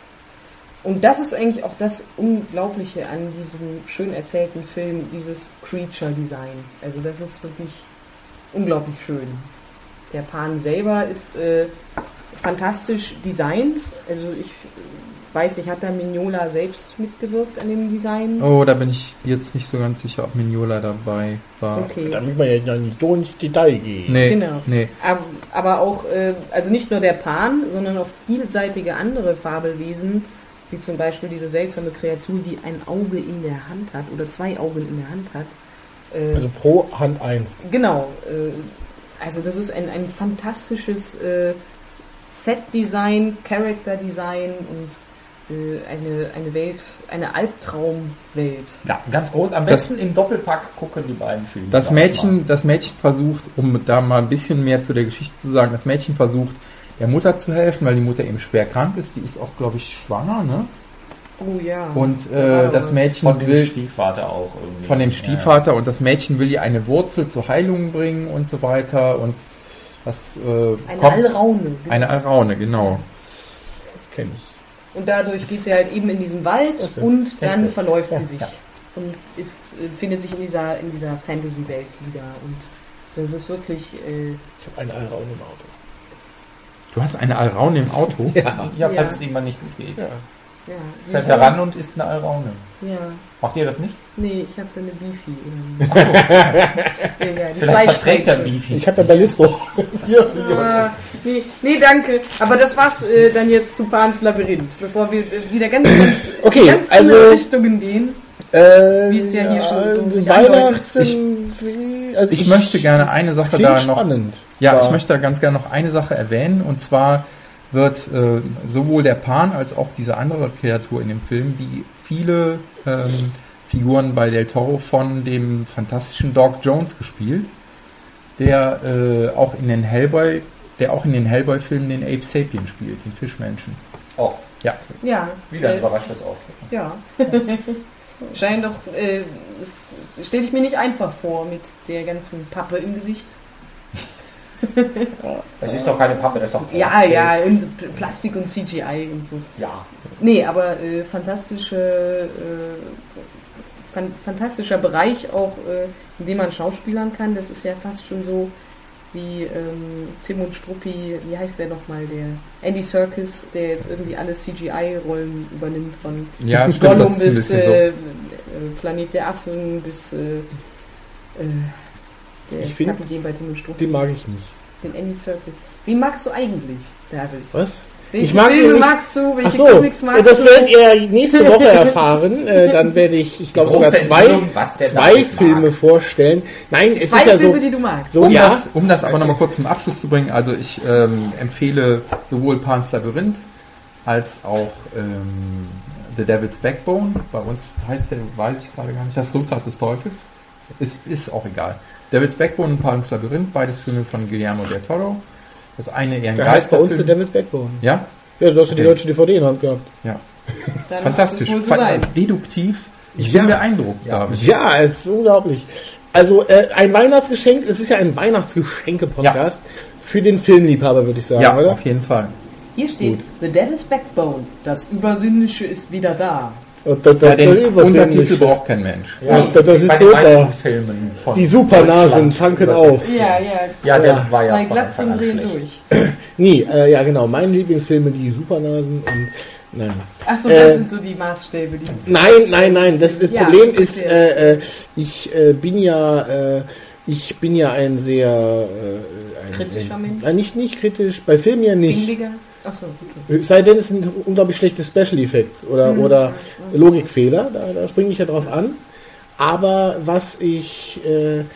Und das ist eigentlich auch das Unglaubliche an diesem schön erzählten Film, dieses Creature-Design. Also das ist wirklich unglaublich schön. Der Pan selber ist äh, fantastisch designt. Also ich weiß nicht, hat da Mignola selbst mitgewirkt an dem Design? Oh, da bin ich jetzt nicht so ganz sicher, ob Mignola dabei war. Okay. Damit man ja nicht so ins Detail geht. Nee, Genau. nee. Aber, aber auch, äh, also nicht nur der Pan, sondern auch vielseitige andere Fabelwesen, wie zum Beispiel diese seltsame Kreatur, die ein Auge in der Hand hat oder zwei Augen in der Hand hat. Äh, Also pro Hand eins. genau. Äh, also das ist ein, ein fantastisches äh, Set-Design, Character-Design und äh, eine, eine Welt, eine Albtraumwelt. Ja, ganz groß. Am Das- besten im Doppelpack gucken die beiden Filme. Das sag ich Mädchen, das Mädchen versucht, um da mal ein bisschen mehr zu der Geschichte zu sagen, das Mädchen versucht, der Mutter zu helfen, weil die Mutter eben schwer krank ist. Die ist auch, glaube ich, schwanger, ne? Oh ja. Und Da war äh, das was. Mädchen Von dem will Stiefvater auch irgendwie. von dem Stiefvater und das Mädchen will ihr eine Wurzel zur Heilung bringen und so weiter und das äh, Eine kommt Alraune. eine Alraune, genau. Kenn ich. Und dadurch geht sie halt eben in diesen Wald Ach so. und dann du. verläuft Ja, sie sich ja. und ist, äh, findet sich in dieser, in dieser Fantasy-Welt wieder. Und das ist wirklich, äh, Ich habe eine Alraune im Auto. Du hast eine Alraune im Auto? Ja. Ja, falls Ja. es ihm mal nicht gut geht. Ja. ja. Fährt siehst er du? ran und isst eine Alraune. Ja. Macht ihr das nicht? Nee, ich habe da eine Beefy. Oder eine- ja, die Vielleicht verträgt er Fleischbeefy. Beefy. Ich habe ja Ballisto. Ah, nee, nee, danke. Aber das war's äh, dann jetzt zu Pans Labyrinth, bevor wir äh, wieder ganz, ganz, Okay, ganz also- andere Richtungen gehen. Äh, Wie es ja hier schon so sich Weihnachten. Also Ich möchte gerne eine Sache klingt da noch. spannend. Ja, Aber- ich möchte da ganz gerne noch eine Sache erwähnen und zwar wird äh, sowohl der Pan als auch diese andere Kreatur in dem Film, wie viele ähm, Figuren bei Del Toro von dem fantastischen Doc Jones gespielt, der äh, auch in den Hellboy, der auch in den Hellboy-Filmen den Ape Sapien spielt, den Fischmenschen. Oh, Ja, Ja. wieder der ein ist- überraschendes Auftreten. Ja. Scheint doch, äh, das stelle ich mir nicht einfach vor mit der ganzen Pappe im Gesicht. Das ist doch keine Pappe, das ist doch Ja, Plastik. ja, und P- Plastik und C G I und so. Ja. Nee, aber äh, fantastische, äh, fan fantastischer Bereich auch, äh, in dem man schauspielern kann. Das ist ja fast schon so wie ähm, Tim und Struppi, wie heißt der nochmal, der Andy Serkis, der jetzt irgendwie alle C G I-Rollen übernimmt von ja, stimmt, Gollum das ist ein bis bisschen äh, so. äh, Planet der Affen bis äh, äh, der Ich find, Kapitän bei Tim und Struppi, Den mag ich nicht. den Andy Serkis. Wie magst du eigentlich, David? Was? Welche Ich mag ihn Filme nicht. magst du? Welche Ach so, Comics magst das du? werdet ihr nächste Woche erfahren. Äh, dann werde ich, ich glaube sogar Große zwei, Enthüllung, was der zwei David Filme mag. vorstellen. Nein, es Zwei ist ja so. Filme, die du magst. so Um, ja, das, um das aber nochmal kurz zum Abschluss zu bringen, also ich ähm, empfehle sowohl Pan's Labyrinth als auch ähm, The Devil's Backbone. Bei uns heißt der, weiß ich gerade gar nicht, das Rückgrat des Teufels. Ist, ist auch egal. Devil's Backbone und Pan's Labyrinth, beides Filme von Guillermo del Toro. Das eine eher ein der heißt bei uns der Geisterfilm. Devil's Backbone. Ja? Ja, du hast ja die Okay. deutsche D V D in der Hand gehabt. Ja. Dann Fantastisch. muss es wohl so sein. Fa- deduktiv. Ich Ja. bin beeindruckt, David. Ja, es ist unglaublich. Also äh, ein Weihnachtsgeschenk, es ist ja ein Weihnachtsgeschenke-Podcast für den Filmliebhaber, würde ich sagen, Ja, oder? auf jeden Fall. Hier steht The Devil's Backbone. Das Übersinnliche ist wieder da. Und das, das, Ja, den das übersinnlich. Untertitel braucht kein Mensch. Ja, das, das Bei ist den super. meisten Filmen von Die Supernasen Deutschland tanken übersetzt. auf. Ja, ja. Ja, der Ja. war ja Zwei von Anfang Glatzen an drehen schlecht. durch. Nee, äh, ja genau, meine Lieblingsfilme, die Supernasen und nein. Achso, Äh, das sind so die Maßstäbe. Die Nein, nein, nein, das, das Ja, Problem das ist, erklärt's. äh, äh, ich äh, bin ja äh, ich bin ja ein sehr äh, ein, Kritischer ein, Mensch? Nein, nicht, nicht kritisch, bei Filmen ja nicht. Wingliger. Achso, okay. Es sei denn, es sind unglaublich schlechte Special Effects oder, Mhm. oder Logikfehler, da, da springe ich ja drauf an. Aber was ich äh, äh,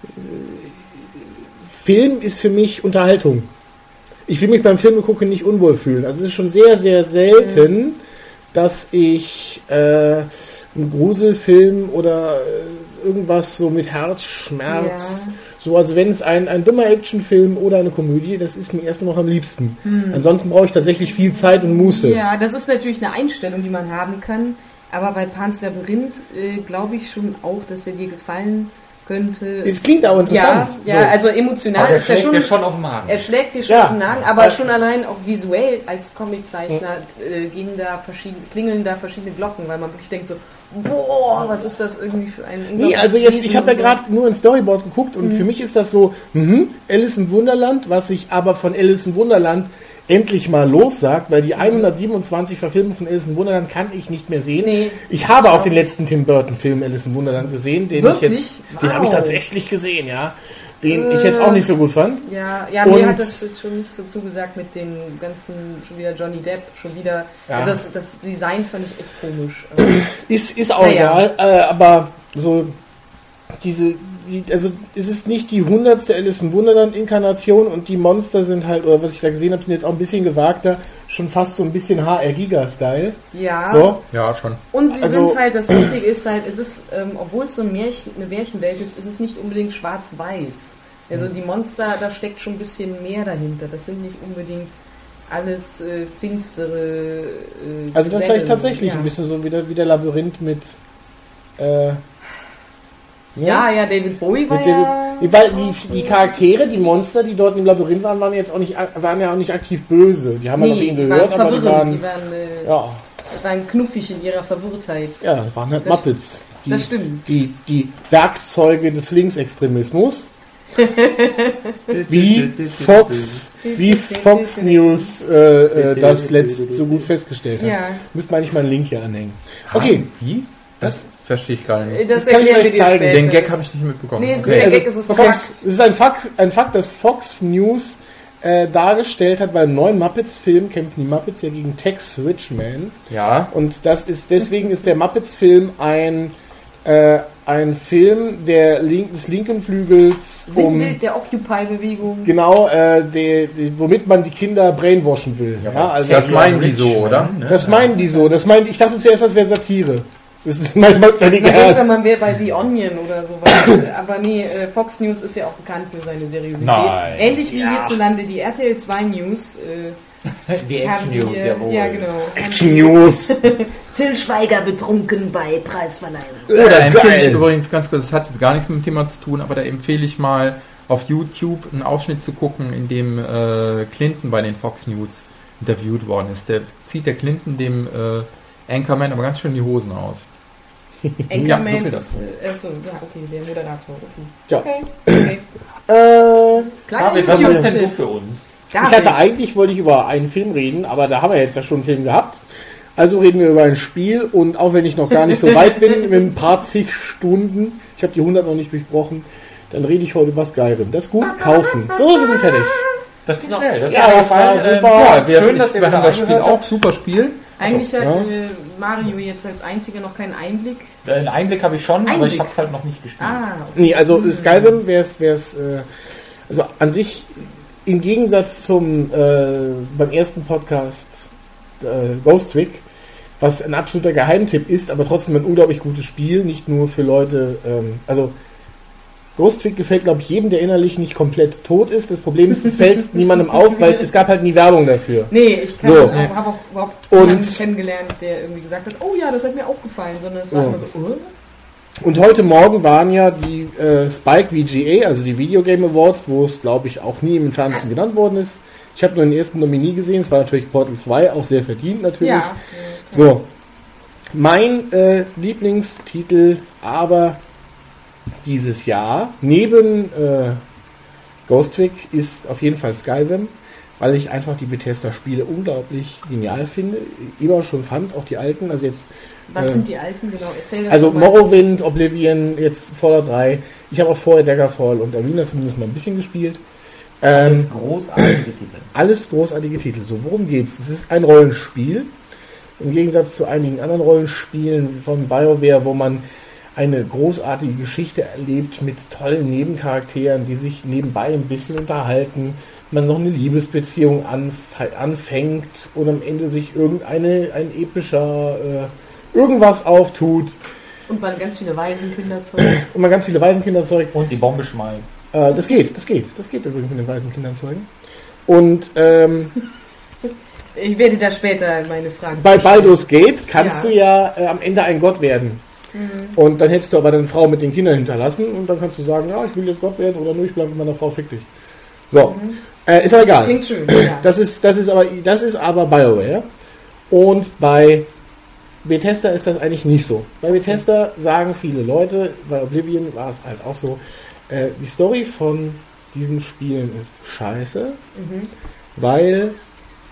Film ist für mich Unterhaltung. Ich will mich beim Film gucken nicht unwohl fühlen. Also es ist schon sehr, sehr selten, Mhm. dass ich äh, einen Gruselfilm oder äh, irgendwas so mit Herzschmerz, Ja. so, also wenn es ein, ein dummer Actionfilm oder eine Komödie, das ist mir erstmal noch am liebsten. Ansonsten brauche ich tatsächlich viel Zeit und Muße. Ja, das ist natürlich eine Einstellung, die man haben kann. Aber bei Pan's Labyrinth äh, glaube ich schon auch, dass er dir gefallen könnte. Es klingt auch ja, interessant. ja, so. also emotional Aber der ist er schlägt schon. dir schon auf den Magen. Er schlägt dir schon Ja. auf den Nagen, aber Ja. schon allein auch visuell als Comiczeichner äh, gehen da verschiedene, klingeln da verschiedene Glocken, weil man wirklich denkt so, boah, was ist das irgendwie für ein Nee, also jetzt, ich Wesen habe ja und so. gerade nur ein Storyboard geguckt und für mich ist das so, mhm, Alice im Wunderland, was ich aber von Alice im Wunderland endlich mal lossagt, weil die hundertsiebenundzwanzig Verfilmungen von Alice in Wonderland kann ich nicht mehr sehen. Nee. Ich habe auch den letzten Tim Burton-Film Alice in Wonderland gesehen, den Wirklich? ich jetzt, den Wow. habe ich tatsächlich gesehen, ja. Den ich jetzt auch nicht so gut fand. Ja, ja, Und- mir hat das jetzt schon nicht so zugesagt mit den ganzen, schon wieder Johnny Depp, schon wieder, Ja. also das, das Design fand ich echt komisch. Also, Ist, ist auch Naja. egal, äh, aber so diese, die, also es ist nicht die hundertste Alice in Wonderland Inkarnation und die Monster sind halt, oder was ich da gesehen habe, sind jetzt auch ein bisschen gewagter, schon fast so ein bisschen H R Giga-Style. ja. So, Ja, schon. Und sie Also- sind halt, das Wichtige ist halt, es ist, ähm, obwohl es so ein Märchen, eine Märchenwelt ist, ist es nicht unbedingt schwarz-weiß. Also die Monster, da steckt schon ein bisschen mehr dahinter. Das sind nicht unbedingt alles äh, finstere. Äh, also das Gesellen. vielleicht tatsächlich ja. ein bisschen so wie der, wie der Labyrinth mit äh, Ja, ja, David Bowie war Mit David, ja. die, weil die, die Charaktere, die Monster, die dort im Labyrinth waren, waren jetzt auch nicht, waren ja auch nicht aktiv böse. Die haben ja Nee, noch ihn die gehört, waren aber die verwirrend, waren, die waren, äh, ja, waren knuffig in ihrer Verwirrtheit. ja, waren halt Das- Muppets. Die, das stimmt. Die, die Werkzeuge des Linksextremismus. wie Fox, wie Fox News äh, äh, das letzt so gut festgestellt hat. Ja. Müsste man nicht mal einen Link hier anhängen. Okay, Wie? Das verstehe ich gerade nicht. Das, Das kann ich erklären euch wir dir zeigen. später. Den Gag habe ich nicht mitbekommen. Nee, es Okay. Der also, Gag ist es Fox, Fakt. es ist ein Fakt, ein Fakt, das Fox News äh, dargestellt hat beim neuen Muppets-Film, kämpfen die Muppets ja gegen Tex Richman. Ja. Und das ist, deswegen ist der Muppets-Film ein, äh, ein Film der Link, des linken Flügels um, Sinnbild der Occupy-Bewegung. genau, äh, die, die, womit man die Kinder brainwashen will. Ja, also Das meinen die so, oder? das meinen die so. Das meinen, ich dachte zuerst, das wäre Satire. Das ist manchmal völlig Man denkt, ernst. man wäre bei The Onion oder sowas. Aber nee, äh, Fox News ist ja auch bekannt für seine Seriosität. Nein. Ähnlich wie Ja. hierzulande die R T L zwei News. Äh, Die Action haben News, wir- jawohl. Ja, genau. Action News. Till Schweiger betrunken bei Preisverleihung. Oh, da empfehle ich Geil. übrigens ganz kurz, das hat jetzt gar nichts mit dem Thema zu tun, aber da empfehle ich mal auf YouTube einen Ausschnitt zu gucken, in dem äh, Clinton bei den Fox News interviewt worden ist. Der zieht der Clinton dem äh, Anchorman aber ganz schön die Hosen aus. Anchorman so viel ist, dazu. äh, achso, ja, okay, der Moderator. Okay. Ja. Okay, okay. Äh, Klar, David, was hast denn du für uns? Ich hatte eigentlich, wollte ich über einen Film reden, aber da haben wir jetzt ja schon einen Film gehabt. Also reden wir über ein Spiel und auch wenn ich noch gar nicht so weit bin, mit ein paar zig Stunden, ich habe die hundert noch nicht durchbrochen, dann rede ich heute über Skyrim. Das ist gut, kaufen. So, wir sind fertig. Das geht schnell. Das Ja, das war äh, super. Ja, wir, schön, ich, dass ihr wir haben wieder das Spiel reingehört auch, super Spiel. Eigentlich hat ja. äh, Mario jetzt als einziger noch keinen Einblick. habt. Einen Einblick habe ich schon, aber Einblick. ich habe es halt noch nicht gespielt. Ah, okay. Nee, also Skyrim wäre es, äh, also an sich im Gegensatz zum äh, beim ersten Podcast äh, Ghost Trick, was ein absoluter Geheimtipp ist, aber trotzdem ein unglaublich gutes Spiel, nicht nur für Leute, ähm, also Ghost Trick gefällt, glaube ich, jedem, der innerlich nicht komplett tot ist. Das Problem ist, es fällt niemandem auf, weil es gab halt nie Werbung dafür. Nee, ich So. so. habe auch überhaupt Und- niemanden kennengelernt, der irgendwie gesagt hat, oh ja, das hat mir auch gefallen, sondern es war So. immer so, oh. Und heute Morgen waren ja die äh, Spike V G A, also die Video Game Awards, wo es, glaube ich, auch nie im Fernsehen genannt worden ist. Ich habe nur den ersten Nominee gesehen, es war natürlich Portal zwei, auch sehr verdient natürlich. Ja. So, mein äh, Lieblingstitel aber dieses Jahr, neben äh, Ghost Trick, ist auf jeden Fall Skyrim, weil ich einfach die Bethesda-Spiele unglaublich genial finde. Immer schon fand, auch die alten, also jetzt Was äh, sind die alten, genau? Erzähl das also doch mal. Morrowind, Oblivion, jetzt Fallout drei. Ich habe auch vorher Daggerfall und Arena zumindest mal ein bisschen gespielt. Ähm, Großartige Titel. alles großartige Titel. So, worum geht's? Es ist ein Rollenspiel. Im Gegensatz zu einigen anderen Rollenspielen von BioWare, wo man eine großartige Geschichte erlebt mit tollen Nebencharakteren, die sich nebenbei ein bisschen unterhalten, man noch eine Liebesbeziehung anf- anfängt und am Ende sich irgendeine ein epischer äh, irgendwas auftut Und man ganz viele Waisenkinder zeugt. und man ganz viele Waisenkinder zeugt. Und die Bombe schmeißt. Äh, das geht, das geht, das geht übrigens mit den Waisenkindern zeugen. Und ähm, Ich werde da später meine Fragen bei stellen. Baldur's Gate kannst Ja. du ja äh, am Ende ein Gott werden. Und dann hättest du aber deine Frau mit den Kindern hinterlassen und dann kannst du sagen, ja, ich will jetzt Gott werden oder nur ich bleibe mit meiner Frau, fick dich. So, äh, ist aber egal. Klingt schön, ja. Das ist, das ist aber, das ist aber BioWare. Und bei Bethesda ist das eigentlich nicht so. Bei Bethesda sagen viele Leute, bei Oblivion war es halt auch so, äh, die Story von diesen Spielen ist scheiße, weil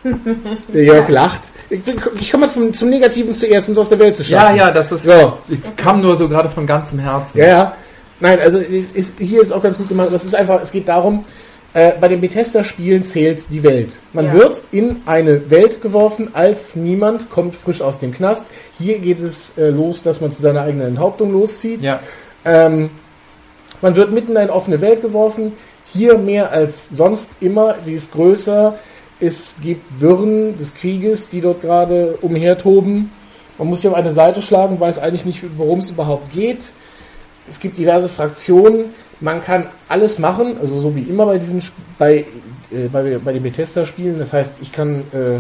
Der Jörg lacht. Ich komme jetzt zum, zum Negativen zuerst, um es aus der Welt zu schaffen. Ja, ja, das ist. So. Ich kam nur so gerade von ganzem Herzen. Ja, ja. Nein, also es ist, hier ist auch ganz gut gemacht. Das ist einfach, es geht darum, äh, bei den Bethesda-Spielen zählt die Welt. Man Ja. wird in eine Welt geworfen, als niemand kommt frisch aus dem Knast. Hier geht es äh, los, dass man zu seiner eigenen Enthauptung loszieht. Ja. Ähm, man wird mitten in eine offene Welt geworfen. Hier mehr als sonst immer. Sie ist größer. Es gibt Wirren des Krieges, die dort gerade umhertoben. Man muss sich auf eine Seite schlagen, weiß eigentlich nicht, worum es überhaupt geht. Es gibt diverse Fraktionen. Man kann alles machen, also so wie immer bei diesen Sp- bei, äh, bei, bei den Bethesda-Spielen. Das heißt, ich kann äh,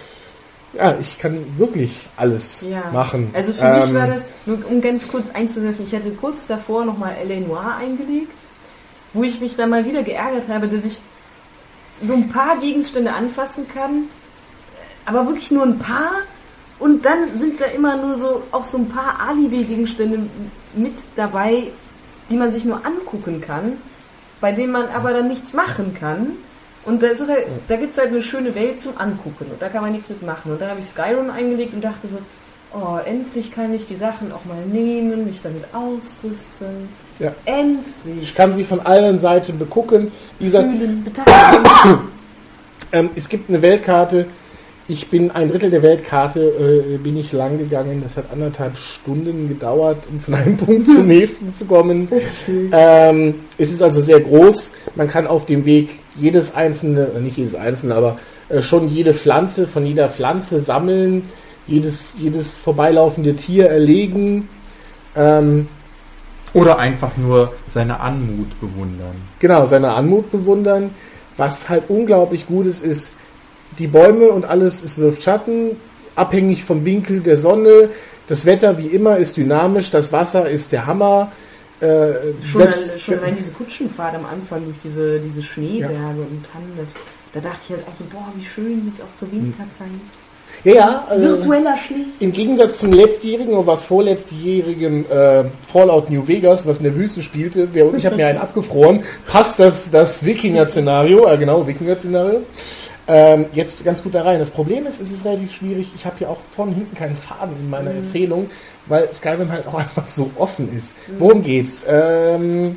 ja, ich kann wirklich alles Ja. machen. Also für Ähm, mich war das, nur um ganz kurz einzuwerfen, ich hatte kurz davor nochmal L A Noire eingelegt, wo ich mich dann mal wieder geärgert habe, dass ich so ein paar Gegenstände anfassen kann, aber wirklich nur ein paar, und dann sind da immer nur so auch so ein paar Alibi-Gegenstände mit dabei, die man sich nur angucken kann, bei denen man aber dann nichts machen kann. Und da, ist es halt, da gibt es halt eine schöne Welt zum Angucken und da kann man nichts mitmachen. Und dann habe ich Skyrim eingelegt und dachte so, oh, endlich kann ich die Sachen auch mal nehmen, mich damit ausrüsten. Ja. Endlich. Ich kann sie von allen Seiten begucken. Wie gesagt, Fühlen, beteiligen. ähm, es gibt eine Weltkarte. Ich bin ein Drittel der Weltkarte, äh, bin ich lang gegangen. Das hat anderthalb Stunden gedauert, um von einem Punkt zum nächsten zu kommen. Ähm, es ist also sehr groß. Man kann auf dem Weg jedes einzelne, äh, nicht jedes einzelne, aber äh, schon jede Pflanze von jeder Pflanze sammeln, jedes, jedes vorbeilaufende Tier erlegen. Ähm, Oder einfach nur seine Anmut bewundern. Genau, seine Anmut bewundern. Was halt unglaublich gut ist, ist, die Bäume und alles, es wirft Schatten, abhängig vom Winkel der Sonne. Das Wetter, wie immer, ist dynamisch. Das Wasser ist der Hammer. Äh, Schon, selbst, allein, schon allein diese Kutschenfahrt am Anfang durch diese, diese Schneeberge und Tannen, das, da dachte ich halt auch so, boah, wie schön, jetzt auch zur Winterzeit. ja, ja, äh, Virtueller Schnee. im Gegensatz zum letztjährigen oder was vorletztjährigen äh, Fallout New Vegas, was in der Wüste spielte, wer, ich habe mir einen abgefroren, passt das, das Wikinger-Szenario, äh, genau, Wikinger-Szenario. Ähm, jetzt ganz gut da rein. Das Problem ist, es ist relativ schwierig. Ich habe hier auch von hinten keinen Faden in meiner mhm. Erzählung, weil Skyrim halt auch einfach so offen ist. Mhm. Worum geht's? Ähm,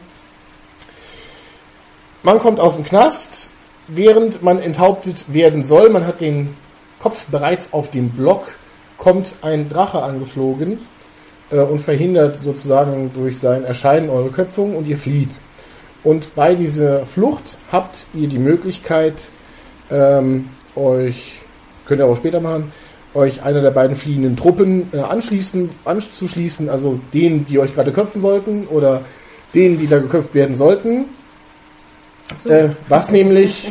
man kommt aus dem Knast, während man enthauptet werden soll. Man hat den Kopf bereits auf dem Block, kommt ein Drache angeflogen äh, und verhindert sozusagen durch sein Erscheinen eure Köpfung und ihr flieht. Und bei dieser Flucht habt ihr die Möglichkeit, Ähm, euch, könnt ihr auch später machen, euch einer der beiden fliehenden Truppen äh, anschließen, anzuschließen, also denen, die euch gerade köpfen wollten oder denen, die da geköpft werden sollten. So. Äh, was nämlich,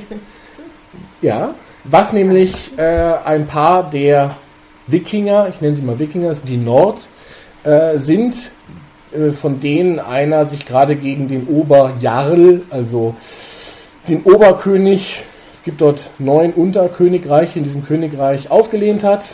ja, was nämlich äh, ein paar der Wikinger, ich nenne sie mal Wikinger, das sind die Nord, äh, sind, äh, von denen einer sich gerade gegen den Oberjarl, also den Oberkönig, es gibt dort neun Unterkönigreiche in diesem Königreich aufgelehnt hat.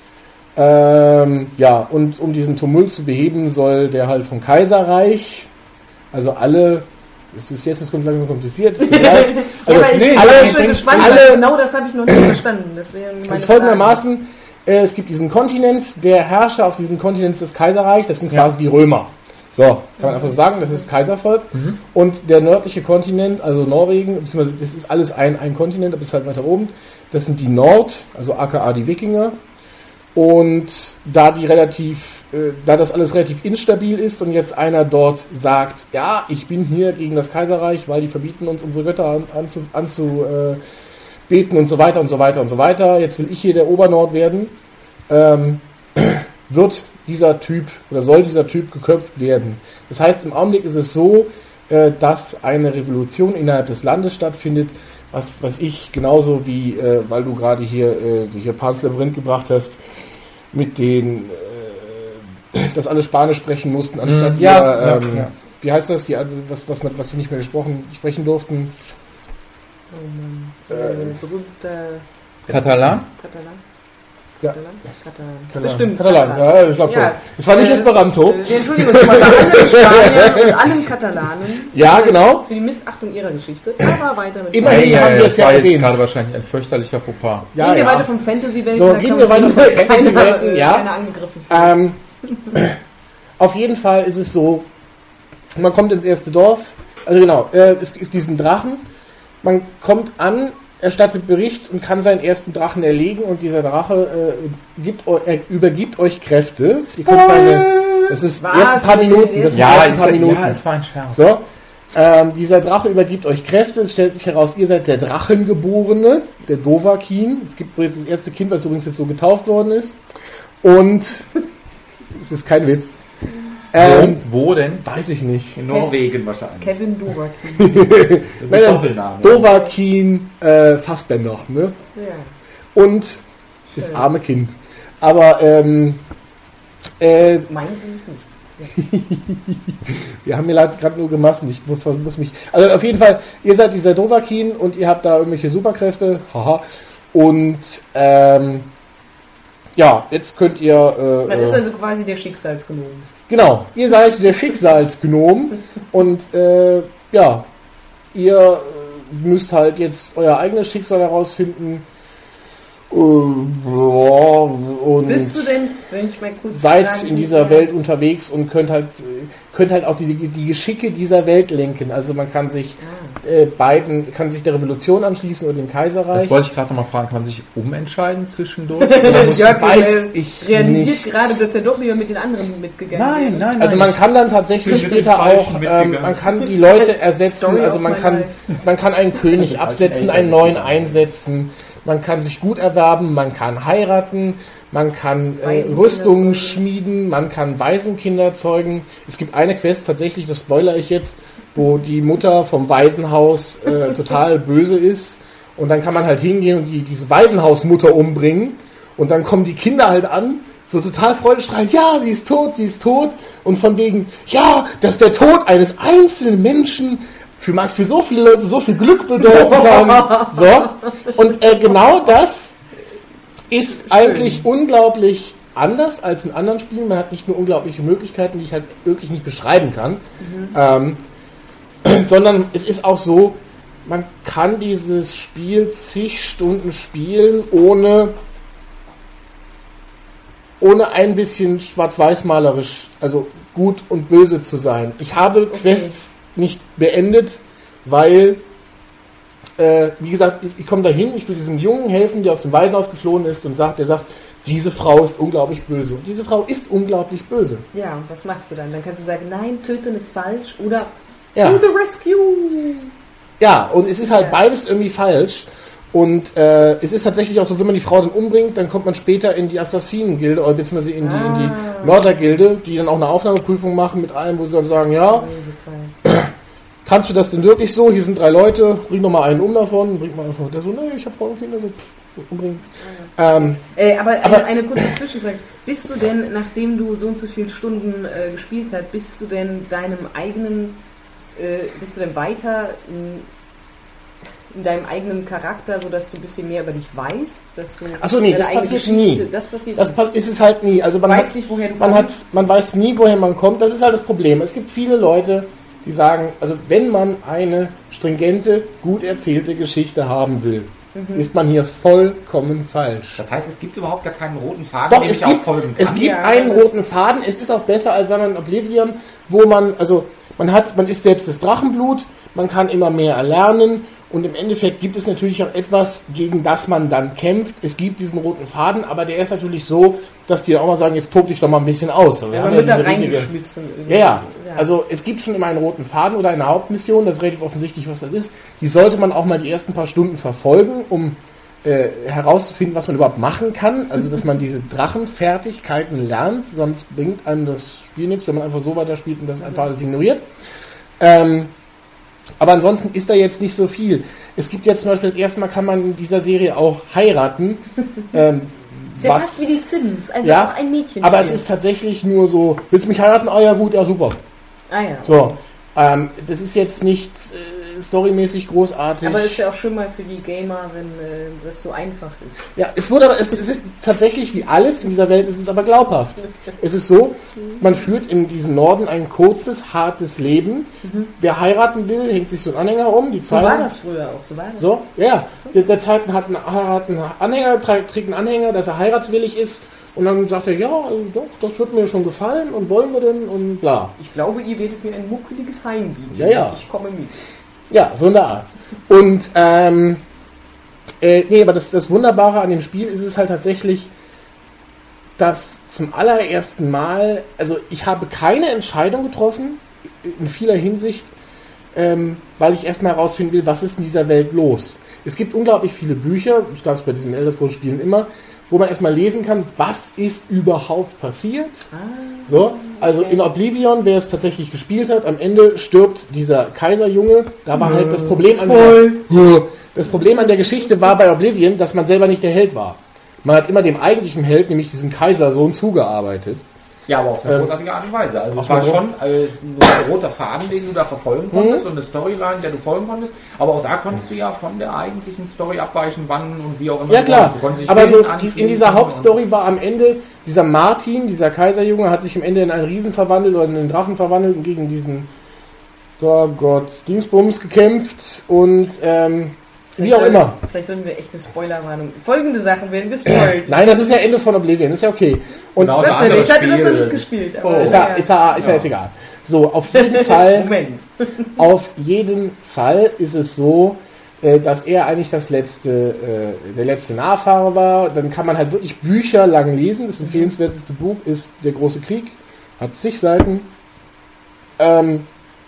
Ähm, ja, und um diesen Tumult zu beheben, soll der halt vom Kaiserreich, also alle, es ist jetzt langsam kompliziert, ist also, ja, aber ich nee, bin alle, schon gespannt, alle, weil genau das habe ich noch nicht verstanden. Das wäre meine ist folgendermaßen, äh, es gibt diesen Kontinent, der Herrscher auf diesem Kontinent ist das Kaiserreich, das sind quasi die Römer. So, kann man einfach so sagen, das ist das Kaiservolk. Mhm. Und der nördliche Kontinent, also Norwegen, beziehungsweise das ist alles ein, ein Kontinent, aber ist halt weiter oben, das sind die Nord, also aka die Wikinger. Und da die relativ, äh, da das alles relativ instabil ist und jetzt einer dort sagt, ja, ich bin hier gegen das Kaiserreich, weil die verbieten uns unsere Götter an, anzu, anzu äh, beten und so weiter und so weiter und so weiter, jetzt will ich hier der Obernord werden, ähm, wird dieser Typ oder soll dieser Typ geköpft werden. Das heißt, im Augenblick ist es so, äh, dass eine Revolution innerhalb des Landes stattfindet, was, was ich genauso wie, äh, weil du gerade hier, äh, hier Pan's Labyrinth gebracht hast, mit den, äh, dass alle Spanisch sprechen mussten, anstatt mm, ja, wir, ähm, ja, ja. wie heißt das, die, was, was, was wir nicht mehr gesprochen, sprechen durften? Oh Mann. Äh, berühmter Katalan? Katalan. Ja. Katalan? Katalan. Katalan. Bestimmt. Katalan, ja, ich glaube schon. Ja. Es war nicht Äh, Esperanto. Äh, wir entschuldigen uns mal bei allen Spaniern und allen Katalanen. Ja, genau. Für die Missachtung ihrer Geschichte. Aber weiter mit Immerhin Spanien. haben wir es das ja war jetzt erwähnt. gerade wahrscheinlich ein fürchterlicher Fauxpas. Ja, Gehen wir ja. weiter vom Fantasy-Welten. So, da gehen kann wir man weiter sich von keiner, Fantasy-Welten, äh, ja. keiner angegriffen fühlen. Ähm, auf jeden Fall ist es so, man kommt ins erste Dorf, also genau, äh, es gibt diesen Drachen, man kommt an, erstattet Bericht und kann seinen ersten Drachen erlegen und dieser Drache äh, gibt, eu- er übergibt euch Kräfte. Ihr könnt seine, das ist Was? die ersten paar Minuten, das sind die Ja, ersten ich paar sag, Minuten. ja, es war ein Scherz. So, ähm, dieser Drache übergibt euch Kräfte. Es stellt sich heraus, ihr seid der Drachengeborene, der Dovahkiin. Es gibt jetzt das erste Kind, was übrigens jetzt so getauft worden ist. Und es ist kein Witz. Ähm, Wo, wo denn? weiß ich nicht. In Norwegen wahrscheinlich. Kevin Dovahkiin. Mit Nein, Doppelnamen. Dovahkiin äh, Fassbender. Ne? Ja. Und das arme Kind. Aber ähm, äh, Meins ist es nicht. wir haben hier leider gerade nur gemassen. Ich muss, muss mich. Also auf jeden Fall, ihr seid dieser Dovahkiin und ihr habt da irgendwelche Superkräfte. Haha. Und ähm, ja, jetzt könnt ihr. Äh, Man ist äh, also quasi der Schicksalsgnom. genau, ihr seid der Schicksalsgnom und äh, ja, ihr äh, müsst halt jetzt euer eigenes Schicksal herausfinden. Äh, ja, und Bist du denn, wenn ich mal kurz seid fragen in dieser darf, Welt unterwegs und könnt halt äh, könnt halt auch die, die, die Geschicke dieser Welt lenken. Also man kann sich äh, beiden, kann sich der Revolution anschließen oder dem Kaiserreich. Das wollte ich gerade nochmal fragen. Kann man sich umentscheiden zwischendurch? Das Jörg weiß äh, ich realisiert nicht. gerade, dass er doch lieber mit den anderen mitgegangen wäre. Also man kann dann tatsächlich bin mit später dem Falschen auch, ähm, mitgegangen. man kann die Leute ersetzen, Story also of man my kann, life. man kann einen König absetzen, einen neuen einsetzen, man kann sich gut erwerben, man kann heiraten, man kann äh, Waisenkinder Rüstungen zeugen. schmieden, man kann Waisenkinder zeugen. Es gibt eine Quest tatsächlich, das spoilere ich jetzt, wo die Mutter vom Waisenhaus äh, total böse ist und dann kann man halt hingehen und die, diese Waisenhausmutter umbringen und dann kommen die Kinder halt an, so total freudestrahlend, ja, sie ist tot, sie ist tot und von wegen, ja, dass der Tod eines einzelnen Menschen für, für so viele Leute so viel Glück bedeuten kann. So. Und äh, genau das ist eigentlich unglaublich anders als in anderen Spielen. Man hat nicht nur unglaubliche Möglichkeiten, die ich halt wirklich nicht beschreiben kann, ähm, sondern es ist auch so, man kann dieses Spiel zig Stunden spielen, ohne ohne ein bisschen schwarz-weiß-malerisch, also gut und böse zu sein. Ich habe Okay. Quests nicht beendet, weil, äh, wie gesagt, ich, ich komme dahin, ich will diesem Jungen helfen, der aus dem Waisenhaus geflohen ist und sagt, der sagt, diese Frau ist unglaublich böse. Und diese Frau ist unglaublich böse. Ja, und was machst du dann? Dann kannst du sagen, nein, töten ist falsch oder Ja. to the rescue. Ja, und es ist halt Ja. beides irgendwie falsch. Und äh, es ist tatsächlich auch so, wenn man die Frau dann umbringt, dann kommt man später in die Assassinen-Gilde oder beziehungsweise in die, in die Ah. Mörder-Gilde, die dann auch eine Aufnahmeprüfung machen mit allem, wo sie dann sagen, ja, Oh, die Zeit. kannst du das denn wirklich so? Hier sind drei Leute, bring doch mal einen um davon. Bringt man einfach, der so, nee, ich hab Frauen und Kinder, so, pff, umbringen. Ähm, Äh, aber, Aber- eine, eine kurze Zwischenfrage. Bist du denn, nachdem du so und so viele Stunden äh, gespielt hast, bist du denn deinem eigenen, äh, bist du denn weiter in, in deinem eigenen Charakter, sodass du ein bisschen mehr über dich weißt? Dass du Ach so, nee, deine das eigene passiert Geschichte- nie. Das passiert das nicht. pa- ist es halt nie. Also Du man weißt hat, nicht, woher du man hat, kommst. man weiß nie, woher man kommt. Das ist halt das Problem. Es gibt viele Leute, die sagen, also wenn man eine stringente, gut erzählte Geschichte haben will, Mhm. ist man hier vollkommen falsch. Das heißt, es gibt überhaupt gar keinen roten Faden, Doch, dem es ich auch gibt, folgen kann. es gibt Ja, einen das- roten Faden. Es ist auch besser als Sun and Oblivion, wo man, also man hat, man ist selbst das Drachenblut, man kann immer mehr erlernen und im Endeffekt gibt es natürlich auch etwas, gegen das man dann kämpft. Es gibt diesen roten Faden, aber der ist natürlich so, dass die auch mal sagen, jetzt tob dich doch mal ein bisschen aus. Wir Ja, haben man wird da diese riesige- reingeschmissen. irgendwie. ja, ja. Also es gibt schon immer einen roten Faden oder eine Hauptmission, das ist relativ offensichtlich, was das ist. Die sollte man auch mal die ersten paar Stunden verfolgen, um äh, herauszufinden, was man überhaupt machen kann. Also dass man diese Drachenfertigkeiten lernt, sonst bringt einem das Spiel nichts, wenn man einfach so weiterspielt und das einfach alles ignoriert. Ähm, aber ansonsten ist da jetzt nicht so viel. Es gibt jetzt zum Beispiel das erste Mal kann man in dieser Serie auch heiraten. Ähm, Ist ja fast wie die Sims, also Ja, auch ein Mädchen. aber es ist tatsächlich nur so, willst du mich heiraten? Oh ja gut, ja super. Ah ja. So, ähm, das ist jetzt nicht äh, storymäßig großartig. Aber ist ja auch schon mal für die Gamer, wenn äh, das so einfach ist. Ja, es wurde aber, es ist tatsächlich wie alles in dieser Welt, es ist aber glaubhaft. Es ist so, man führt in diesem Norden ein kurzes, hartes Leben. Mhm. Wer heiraten will, hängt sich so ein Anhänger um. Die so war das früher auch, so war das. So, ja. Der, der Zeiten hat einen, hat einen Anhänger, trägt einen Anhänger, dass er heiratswillig ist. Und dann sagt er, ja, also doch, das wird mir schon gefallen und wollen wir denn und bla. Ich glaube, ihr werdet mir ein muckeliges Heim bieten. Ja, ja. Ich komme mit. Ja, so in der Art. Und, ähm, äh, nee, aber das, das Wunderbare an dem Spiel ist es halt tatsächlich, dass zum allerersten Mal, also ich habe keine Entscheidung getroffen, in vieler Hinsicht, ähm, weil ich erstmal herausfinden will, was ist in dieser Welt los. Es gibt unglaublich viele Bücher, das gab es bei diesen Elder Scrolls Spielen immer, wo man erstmal lesen kann, was ist überhaupt passiert. Ah, so, also okay. In Oblivion, wer es tatsächlich gespielt hat, am Ende stirbt dieser Kaiserjunge. Da war halt das Problem an der, das Problem an der Geschichte war bei Oblivion, dass man selber nicht der Held war. Man hat immer dem eigentlichen Held, nämlich diesem Kaisersohn, zugearbeitet. Ja, aber auf eine großartige Art und Weise. Also es war schon äh, ein roter Faden, den du da verfolgen konntest, mhm. und eine Storyline, der du folgen konntest. Aber auch da konntest du ja von der eigentlichen Story abweichen, wann und wie auch immer. Ja klar, aber so die, in dieser Hauptstory war am Ende dieser Martin, dieser Kaiserjunge, hat sich am Ende in einen Riesen verwandelt oder in einen Drachen verwandelt und gegen diesen, oh Gott, Dingsbums gekämpft und ähm, wie auch immer. Vielleicht sollten wir echt eine Spoilerwarnung. Folgende Sachen werden gespoilt. Nein, das ist ja Ende von Oblivion, ist ja okay. Und genau, das denn? Ich hatte das noch nicht gespielt. Aber oh. Ist ja, ist ja, ist ja jetzt egal. So, auf jeden Fall. Moment. Auf jeden Fall ist es so, dass er eigentlich das letzte, der letzte Nachfahre war. Dann kann man halt wirklich Bücher lang lesen. Das empfehlenswerteste Buch ist Der große Krieg. Hat zig Seiten. Ähm,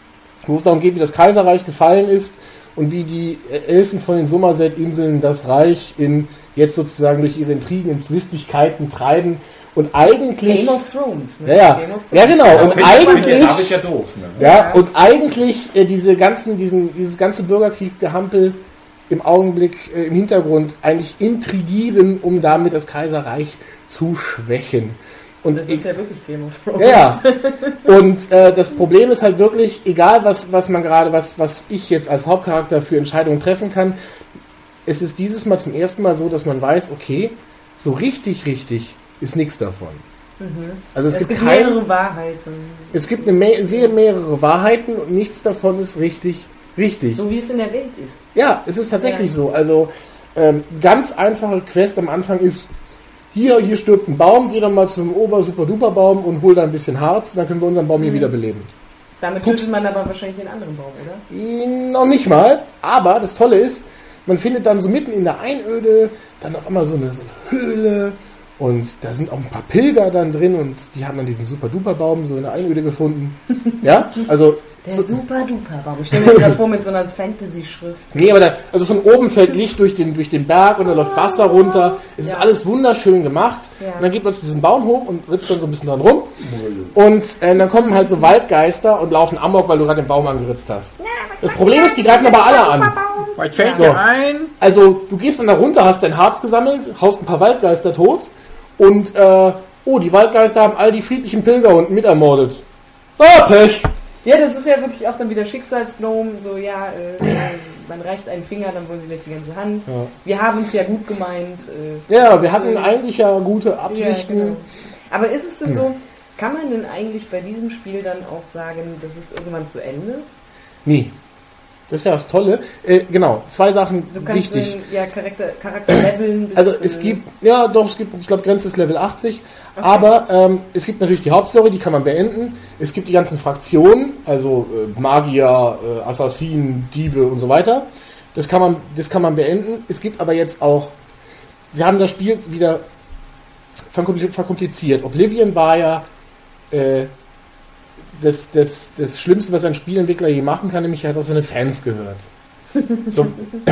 wo es darum geht, wie das Kaiserreich gefallen ist und wie die Elfen von den Somerset-Inseln das Reich in jetzt sozusagen durch ihre Intrigen in Zwistigkeiten treiben. Und eigentlich... Game of Thrones. Ne? Ja, Game of Thrones. Ja, genau. Ja, und eigentlich... Da wird ja doof. Ne? Ja, Ja. und eigentlich äh, diese ganzen, diesen, dieses ganze Bürgerkriegsgehampel im Augenblick äh, im Hintergrund eigentlich intrigieren, um damit das Kaiserreich zu schwächen. Und Das ich, ist ja wirklich Game of Thrones. ja, ja. Und äh, das Problem ist halt wirklich, egal was, was man gerade, was, was ich jetzt als Hauptcharakter für Entscheidungen treffen kann, es ist dieses Mal zum ersten Mal so, dass man weiß, okay, so richtig, richtig ist nichts davon. Mhm. Also es, Es gibt, gibt kein, mehrere Wahrheiten. es gibt eine mehr, mehrere Wahrheiten und nichts davon ist richtig, richtig. So wie es in der Welt ist. Ja, es ist tatsächlich Ja. so. Also ähm, ganz einfache Quest am Anfang ist, hier, hier stirbt ein Baum, geh dann mal zum Ober-Super-Duper-Baum und hol da ein bisschen Harz, dann können wir unseren Baum Mhm. hier wieder beleben. Damit Pups. tötet man aber wahrscheinlich den anderen Baum, oder? Ihn noch nicht mal, aber das Tolle ist, man findet dann so mitten in der Einöde dann auf einmal so eine, so eine Höhle und da sind auch ein paar Pilger dann drin und die haben dann diesen Super-Duper-Baum so in der Einöde gefunden. Ja, also... Der so, Super-Duper-Baum. Ich stelle mir das gerade vor mit so einer Fantasy-Schrift. Nee, aber da, also von oben fällt Licht durch den, durch den Berg und da läuft Wasser runter. Es Ja. ist alles wunderschön gemacht. Ja. Und dann geht man zu diesem Baum hoch und ritzt dann so ein bisschen dran rum. Und äh, dann kommen halt so Waldgeister und laufen amok, weil du gerade den Baum angeritzt hast. Das Problem ist, die greifen aber alle an. Was fällt So. dir ein? Also du gehst dann da runter, hast dein Harz gesammelt, haust ein paar Waldgeister tot und äh, oh, die Waldgeister haben all die friedlichen Pilger unten mit ermordet. Ah, Pech! Ja, das ist ja wirklich auch dann wieder Schicksalsgnom, so ja, äh, man reicht einen Finger, dann wollen sie gleich die ganze Hand. Ja. Wir haben es ja gut gemeint. Äh, Ja, wir das, hatten äh, eigentlich ja gute ja, Absichten. genau. Aber ist es denn so, kann man denn eigentlich bei diesem Spiel dann auch sagen, das ist irgendwann zu Ende? Nee. Das ist ja das Tolle. Äh, genau, zwei Sachen Du kannst wichtig. den ja, Charakter, Charakter leveln bis... Also es äh, gibt, ja doch, es gibt, ich glaube Grenze ist Level achtzig, aber ähm, es gibt natürlich die Hauptstory, die kann man beenden. Es gibt die ganzen Fraktionen, also äh, Magier, äh, Assassinen, Diebe und so weiter. Das kann man, das kann man beenden. Es gibt aber jetzt auch, sie haben das Spiel wieder verkompli- verkompliziert. Oblivion war ja äh, das, das, das Schlimmste, was ein Spielentwickler je machen kann, nämlich er hat auf seine Fans gehört. So.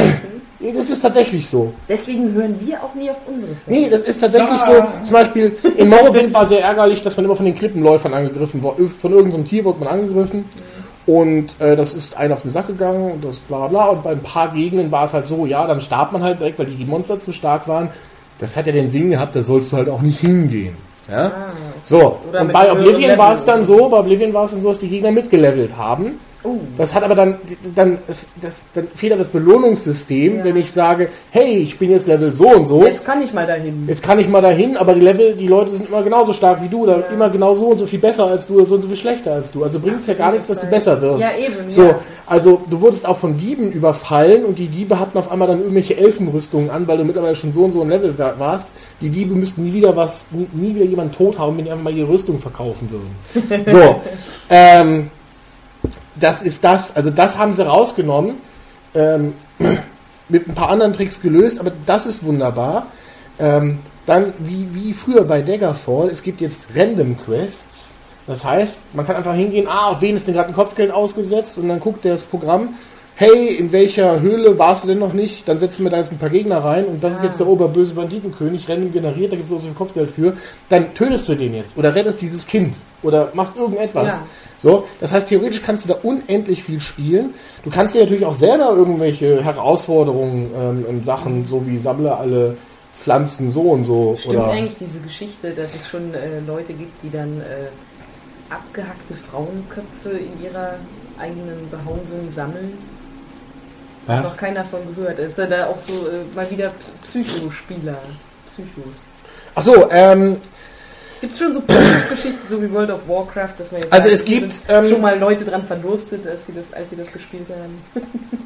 Das ist tatsächlich so. Deswegen hören wir auch nie auf unsere Fans. Nee, das ist tatsächlich so. Zum Beispiel in Morrowind war sehr ärgerlich, dass man immer von den Klippenläufern angegriffen wurde. Von irgendeinem Tier wurde man angegriffen. Und äh, das ist einen auf den Sack gegangen und das bla bla. Und bei ein paar Gegenden war es halt so, ja, dann starb man halt direkt, weil die Monster zu stark waren. Das hat ja den Sinn gehabt, da sollst du halt auch nicht hingehen. Ja? Ah. So, Oder und mit bei einem Oblivion höheren war es Level dann oder so, bei Oblivion war es dann so, dass die Gegner mitgelevelt haben. Oh. Das hat aber dann, dann, das, das, dann fehlt das Belohnungssystem, Ja. wenn ich sage, hey, ich bin jetzt Level so und so. Jetzt kann ich mal dahin. Jetzt kann ich mal dahin, aber die Level, die Leute sind immer genauso stark wie du, oder Ja. immer genau so und so viel besser als du, oder so und so viel schlechter als du. Also bringt es ja gar nichts, dass du besser wirst. Ja, eben. So, Ja. also du wurdest auch von Dieben überfallen und die Diebe hatten auf einmal dann irgendwelche Elfenrüstungen an, weil du mittlerweile schon so und so ein Level wa- warst. Die Diebe müssten nie wieder was, nie, nie wieder jemanden tothauen, wenn die einfach mal ihre Rüstung verkaufen würden. So, ähm, das ist das, also das haben sie rausgenommen, ähm, mit ein paar anderen Tricks gelöst, aber das ist wunderbar. Ähm, dann, wie, wie früher bei Daggerfall, es gibt jetzt Random Quests. Das heißt, man kann einfach hingehen, ah, auf wen ist denn gerade ein Kopfgeld ausgesetzt? Und dann guckt das Programm, hey, in welcher Höhle warst du denn noch nicht? Dann setzen wir da jetzt ein paar Gegner rein und das ist Ah. jetzt der oberböse Banditenkönig, random generiert, da gibt es so viel Kopfgeld für. Dann tötest du den jetzt oder rettest dieses Kind oder machst irgendetwas. Ja. So, das heißt, theoretisch kannst du da unendlich viel spielen. Du kannst dir natürlich auch selber irgendwelche Herausforderungen ähm, in Sachen, so wie sammle alle Pflanzen so und so. Stimmt oder eigentlich diese Geschichte, dass es schon äh, Leute gibt, die dann äh, abgehackte Frauenköpfe in ihrer eigenen Behausung sammeln? Hat noch Was? keiner von gehört. Ist ja da auch so äh, mal wieder Psychospieler. Psychos. Ach so, ähm, Gibt es schon so Psychos-Geschichten, so wie World of Warcraft, dass man jetzt Also sagt, es hier gibt, sind ähm, schon mal Leute dran verdurstet, als sie das, als sie das gespielt haben.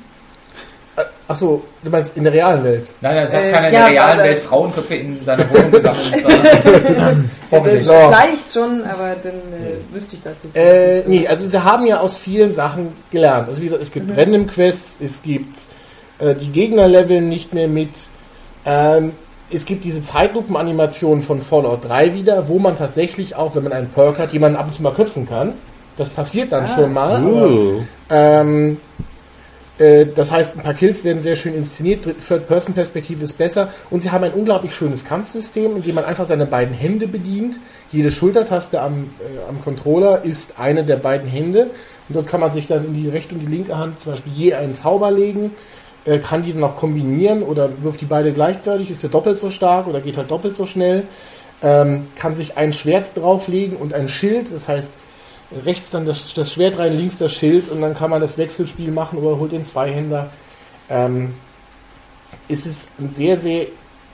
ach so, du meinst in der realen Welt? Nein, er sagt Äh, keiner in ja, der realen aber- Welt Frauenköpfe in seiner Wohnung zusammen. Hoffentlich. So. Vielleicht schon, aber dann äh, wüsste ich das jetzt Äh, nicht so. nee, also sie haben ja aus vielen Sachen gelernt. Also wie gesagt, es gibt Mhm. Random Quests, es gibt äh, die Gegner leveln nicht mehr mit. Ähm, es gibt diese Zeitlupenanimation von Fallout drei wieder, wo man tatsächlich auch, wenn man einen Perk hat, jemanden ab und zu mal köpfen kann. Das passiert dann Ah. schon mal. Aber, Uh. ähm, äh, das heißt, ein paar Kills werden sehr schön inszeniert, Third-Person-Perspektive ist besser und sie haben ein unglaublich schönes Kampfsystem, in dem man einfach seine beiden Hände bedient. Jede Schultertaste am, äh, am Controller ist eine der beiden Hände und dort kann man sich dann in die rechte und die linke Hand zum Beispiel je einen Zauber legen, äh, kann die dann auch kombinieren oder wirft die beide gleichzeitig, ist ja doppelt so stark oder geht halt doppelt so schnell, ähm, kann sich ein Schwert drauflegen und ein Schild, das heißt rechts dann das, das Schwert rein, links das Schild und dann kann man das Wechselspiel machen oder holt den Zweihänder. Ähm, es ist ein sehr, sehr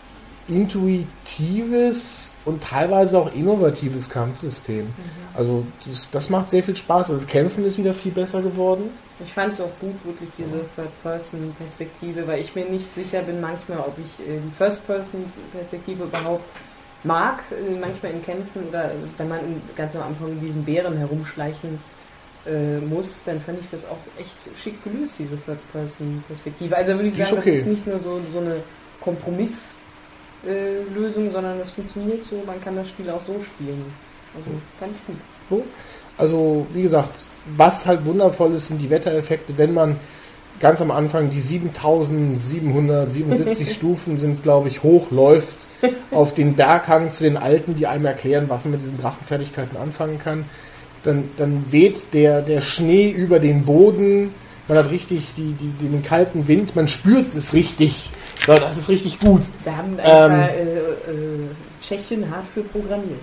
intuitives und teilweise auch innovatives Kampfsystem. Mhm. Also das, das macht sehr viel Spaß. Also das Kämpfen ist wieder viel besser geworden. Ich fand es auch gut, wirklich diese Third-Person-Perspektive, weil ich mir nicht sicher bin manchmal, ob ich äh, die First-Person-Perspektive überhaupt mag, äh, manchmal in Kämpfen oder äh, wenn man in, ganz am Anfang mit diesen Bären herumschleichen äh, muss, dann fand ich das auch echt schick gelöst, diese Third-Person-Perspektive. Also würde ich Die ist sagen, okay. das ist nicht nur so, so eine Kompromisslösung, äh, Lösung, sondern das funktioniert so, man kann das Spiel auch so spielen. Also fand ich gut. So. Also wie gesagt, was halt wundervoll ist, sind die Wettereffekte, wenn man ganz am Anfang die siebentausendsiebenhundertsiebenundsiebzig Stufen sind es, glaube ich, hochläuft auf den Berghang zu den Alten, die einem erklären, was man mit diesen Drachenfertigkeiten anfangen kann. Dann, dann weht der, der Schnee über den Boden, man hat richtig die, die, den kalten Wind, man spürt es richtig. So, das ist richtig gut. Da haben ein Ähm. paar äh, äh, Tschechien hart für programmiert.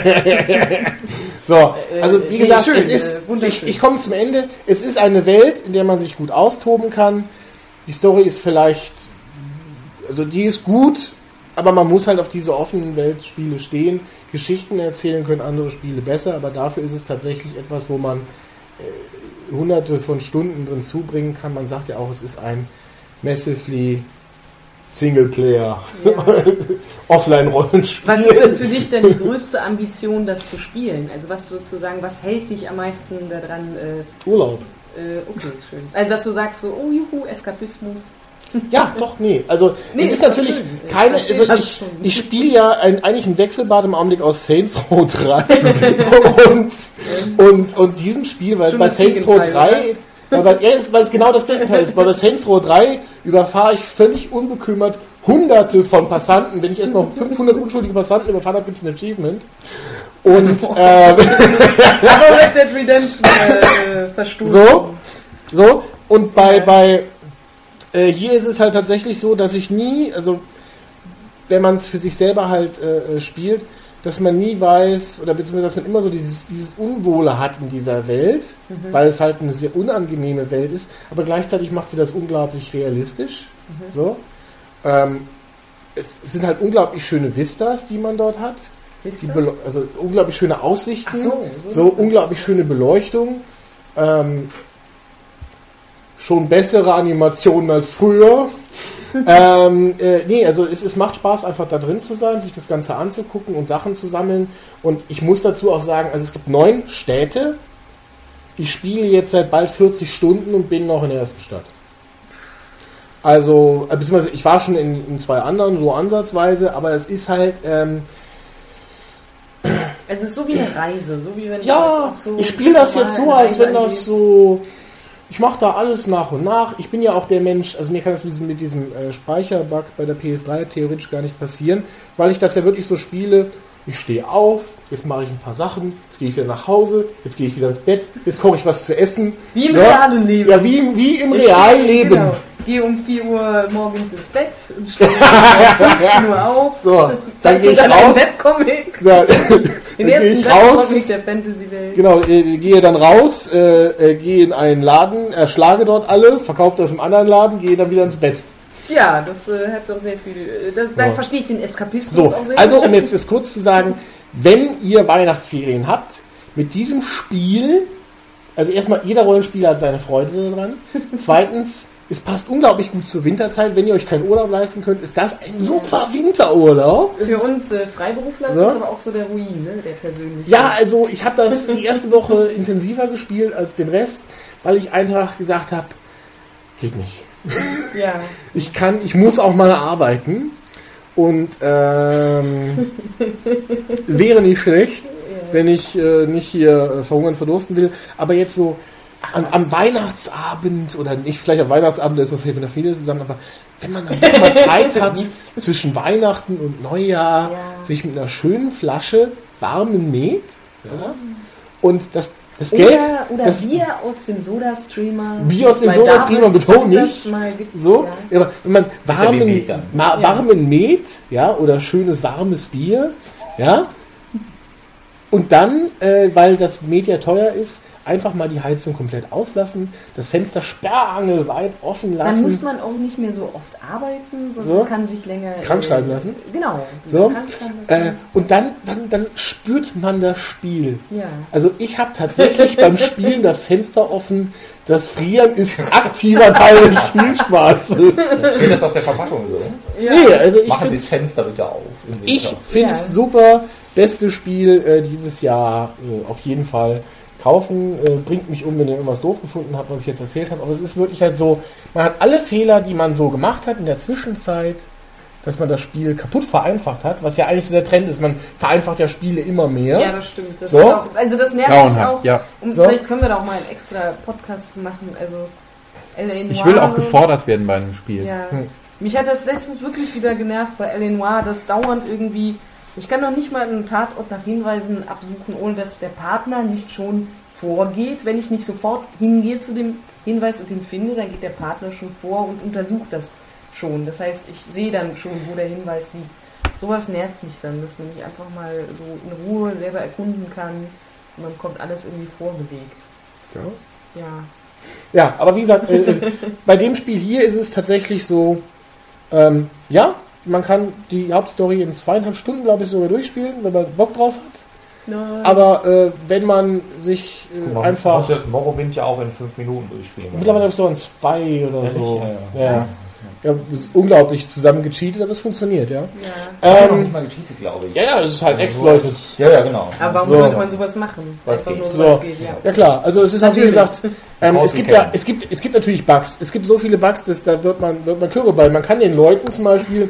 So, also wie nee, gesagt, schön, es ist, äh, ich, wunderschön. ich komme zum Ende. Es ist eine Welt, in der man sich gut austoben kann. Die Story ist vielleicht, also die ist gut, aber man muss halt auf diese offenen Weltspiele stehen. Geschichten erzählen können andere Spiele besser, aber dafür ist es tatsächlich etwas, wo man äh, hunderte von Stunden drin zubringen kann. Man sagt ja auch, es ist ein massively Singleplayer Ja. Offline-Rollenspiel. Was ist denn für dich denn die größte Ambition, das zu spielen? Also was würdest du sagen, was hält dich am meisten daran? Äh, Urlaub. äh, okay, schön. Also dass du sagst so, oh juhu, Eskapismus. Ja, doch, nee. Also Nee, es ist ist doch natürlich schön. Ich keine. verstehe Also das ich, schon. ich spiele ja ein, eigentlich ein Wechselbad im Augenblick aus Saints Row drei und, und, und diesem Spiel, weil Schon bei das Saints Row Gegenteil, drei, weil, weil, ja, ist, weil es genau das Gegenteil ist. Weil bei Saints Row drei überfahre ich völlig unbekümmert Hunderte von Passanten. Wenn ich erst noch fünfhundert unschuldige Passanten überfahren habe, gibt es ein Achievement. Und ähm, Aber Red Dead Redemption äh, verstoßen. So. So, und bei, bei äh, hier ist es halt tatsächlich so, dass ich nie, also wenn man es für sich selber halt äh, spielt, dass man nie weiß, oder beziehungsweise dass man immer so dieses, dieses Unwohle hat in dieser Welt, mhm. weil es halt eine sehr unangenehme Welt ist, aber gleichzeitig macht sie das unglaublich realistisch. Mhm. So. Ähm, es sind halt unglaublich schöne Vistas, die man dort hat. Die Bele- also unglaublich schöne Aussichten, Ach so, so, so unglaublich schöne Beleuchtung, ähm, schon bessere Animationen als früher. ähm, äh, nee, also es, es macht Spaß, einfach da drin zu sein, sich das Ganze anzugucken und Sachen zu sammeln. Und ich muss dazu auch sagen, also es gibt neun Städte. Ich spiele jetzt seit bald vierzig Stunden und bin noch in der ersten Stadt. Also, beziehungsweise ich war schon in, in zwei anderen, so ansatzweise, aber es ist halt... Ähm, Also es ist so wie eine Reise, so wie wenn ja, auch so ich spiele das jetzt so, als wenn das so, ich mache da alles nach und nach. Ich bin ja auch der Mensch, also mir kann das mit diesem, mit diesem äh, Speicherbug bei der P S drei theoretisch gar nicht passieren, weil ich das ja wirklich so spiele, ich stehe auf, jetzt mache ich ein paar Sachen, jetzt gehe ich wieder nach Hause, jetzt gehe ich wieder ins Bett, jetzt koche ich was zu essen. Wie im so. realen Leben. Ja, wie, wie im ich realen Leben. Genau. Gehe um vier Uhr morgens ins Bett und stehe um fünfzehn Uhr auf. So, dann gehe ich dann raus. Webcomic. So, den ersten Webcomic der Fantasy-Welt. Genau, äh, gehe dann raus, äh, äh, gehe in einen Laden, erschlage dort alle, verkaufe das im anderen Laden, gehe dann wieder ins Bett. Ja, das äh, hat doch sehr viel. Äh, das, da ja. verstehe ich den Eskapismus so, auch sehr. Also, um jetzt das kurz zu sagen, wenn ihr Weihnachtsferien habt, mit diesem Spiel, also erstmal, jeder Rollenspieler hat seine Freude daran. Zweitens, es passt unglaublich gut zur Winterzeit. Wenn ihr euch keinen Urlaub leisten könnt, ist das ein super Winterurlaub. Für uns äh, Freiberufler ist ja. das aber auch so der Ruin, ne? Der persönliche. Ja, also ich habe das die erste Woche intensiver gespielt als den Rest, weil ich einfach gesagt habe, geht nicht. Ja. Ich kann, ich muss auch mal arbeiten und ähm, wäre nicht schlecht, ja. wenn ich äh, nicht hier äh, verhungern, verdursten will. Aber jetzt so Am, am Weihnachtsabend oder nicht vielleicht am Weihnachtsabend, da ist man vielleicht mit der Familie zusammen, aber wenn man dann wirklich mal Zeit hat zwischen Weihnachten und Neujahr, ja. sich mit einer schönen Flasche warmen Met ja, und das, das oder, Geld... Oder das Bier aus dem Soda-Streamer. Bier aus dem Soda-Streamer, betone nicht. So, ja. Aber wenn man warmen, ja ma, warmen Met, ja, oder schönes warmes Bier, ja, und dann, äh, weil das Met ja teuer ist, einfach mal die Heizung komplett auslassen, das Fenster sperrangelweit offen lassen. Dann muss man auch nicht mehr so oft arbeiten, sondern so. man kann sich länger... Krank schreiben lassen. Genau. So. Äh, und dann, dann, dann spürt man das Spiel. Ja. Also ich habe tatsächlich beim Spielen das Fenster offen. Das Frieren ist ein aktiver Teil des Spielspaßes. Steht das auf der Verpackung so? Ja. Nee, also ich Machen Sie das Fenster bitte auf. Ich finde es ja. super. Beste Spiel äh, dieses Jahr äh, auf jeden Fall. Kaufen, äh, bringt mich um, wenn ihr irgendwas doof gefunden habt, was ich jetzt erzählt habe. Aber es ist wirklich halt so, man hat alle Fehler, die man so gemacht hat in der Zwischenzeit, dass man das Spiel kaputt vereinfacht hat, was ja eigentlich so der Trend ist. Man vereinfacht ja Spiele immer mehr. Ja, das stimmt. Das so. ist auch, also das nervt mich auch. Ja. Und so. vielleicht können wir da auch mal einen extra Podcast machen. Also L A Noire, ich will auch gefordert werden bei einem Spiel. Ja. Hm. Mich hat das letztens wirklich wieder genervt bei L A Noire, dass dauernd irgendwie... Ich kann noch nicht mal einen Tatort nach Hinweisen absuchen, ohne dass der Partner nicht schon vorgeht. Wenn ich nicht sofort hingehe zu dem Hinweis und den finde, dann geht der Partner schon vor und untersucht das schon. Das heißt, ich sehe dann schon, wo der Hinweis liegt. Sowas nervt mich dann, dass man nicht einfach mal so in Ruhe selber erkunden kann und dann kommt alles irgendwie vorgelegt. Ja. Ja, ja, aber wie gesagt, äh, bei dem Spiel hier ist es tatsächlich so, ähm, ja, man kann die Hauptstory in zweieinhalb Stunden, glaube ich, sogar durchspielen, wenn man Bock drauf hat. Nein. Aber äh, wenn man sich äh, man einfach... Morrowind ja auch in fünf Minuten durchspielen. Mittlerweile habe ich so in zwei oder Ehrlich? so. Ja, ja. Ja. Ja, das ist unglaublich zusammen gecheatet, aber es funktioniert, ja. Ja. Ich habe noch Ähm, nicht mal gecheatet, glaube ich. ja, ja, es ist halt exploited. Ja, ja, genau. Aber warum So. sollte man sowas machen? Weil's Einfach geht. nur so, So. was geht, ja. Ja klar, also es ist halt wie Natürlich. gesagt, ähm, es Draußen gibt ja, kennen. es gibt, es gibt natürlich Bugs. Es gibt so viele Bugs, dass da wird man, wird man Kürbe bei. Man kann den Leuten zum Beispiel,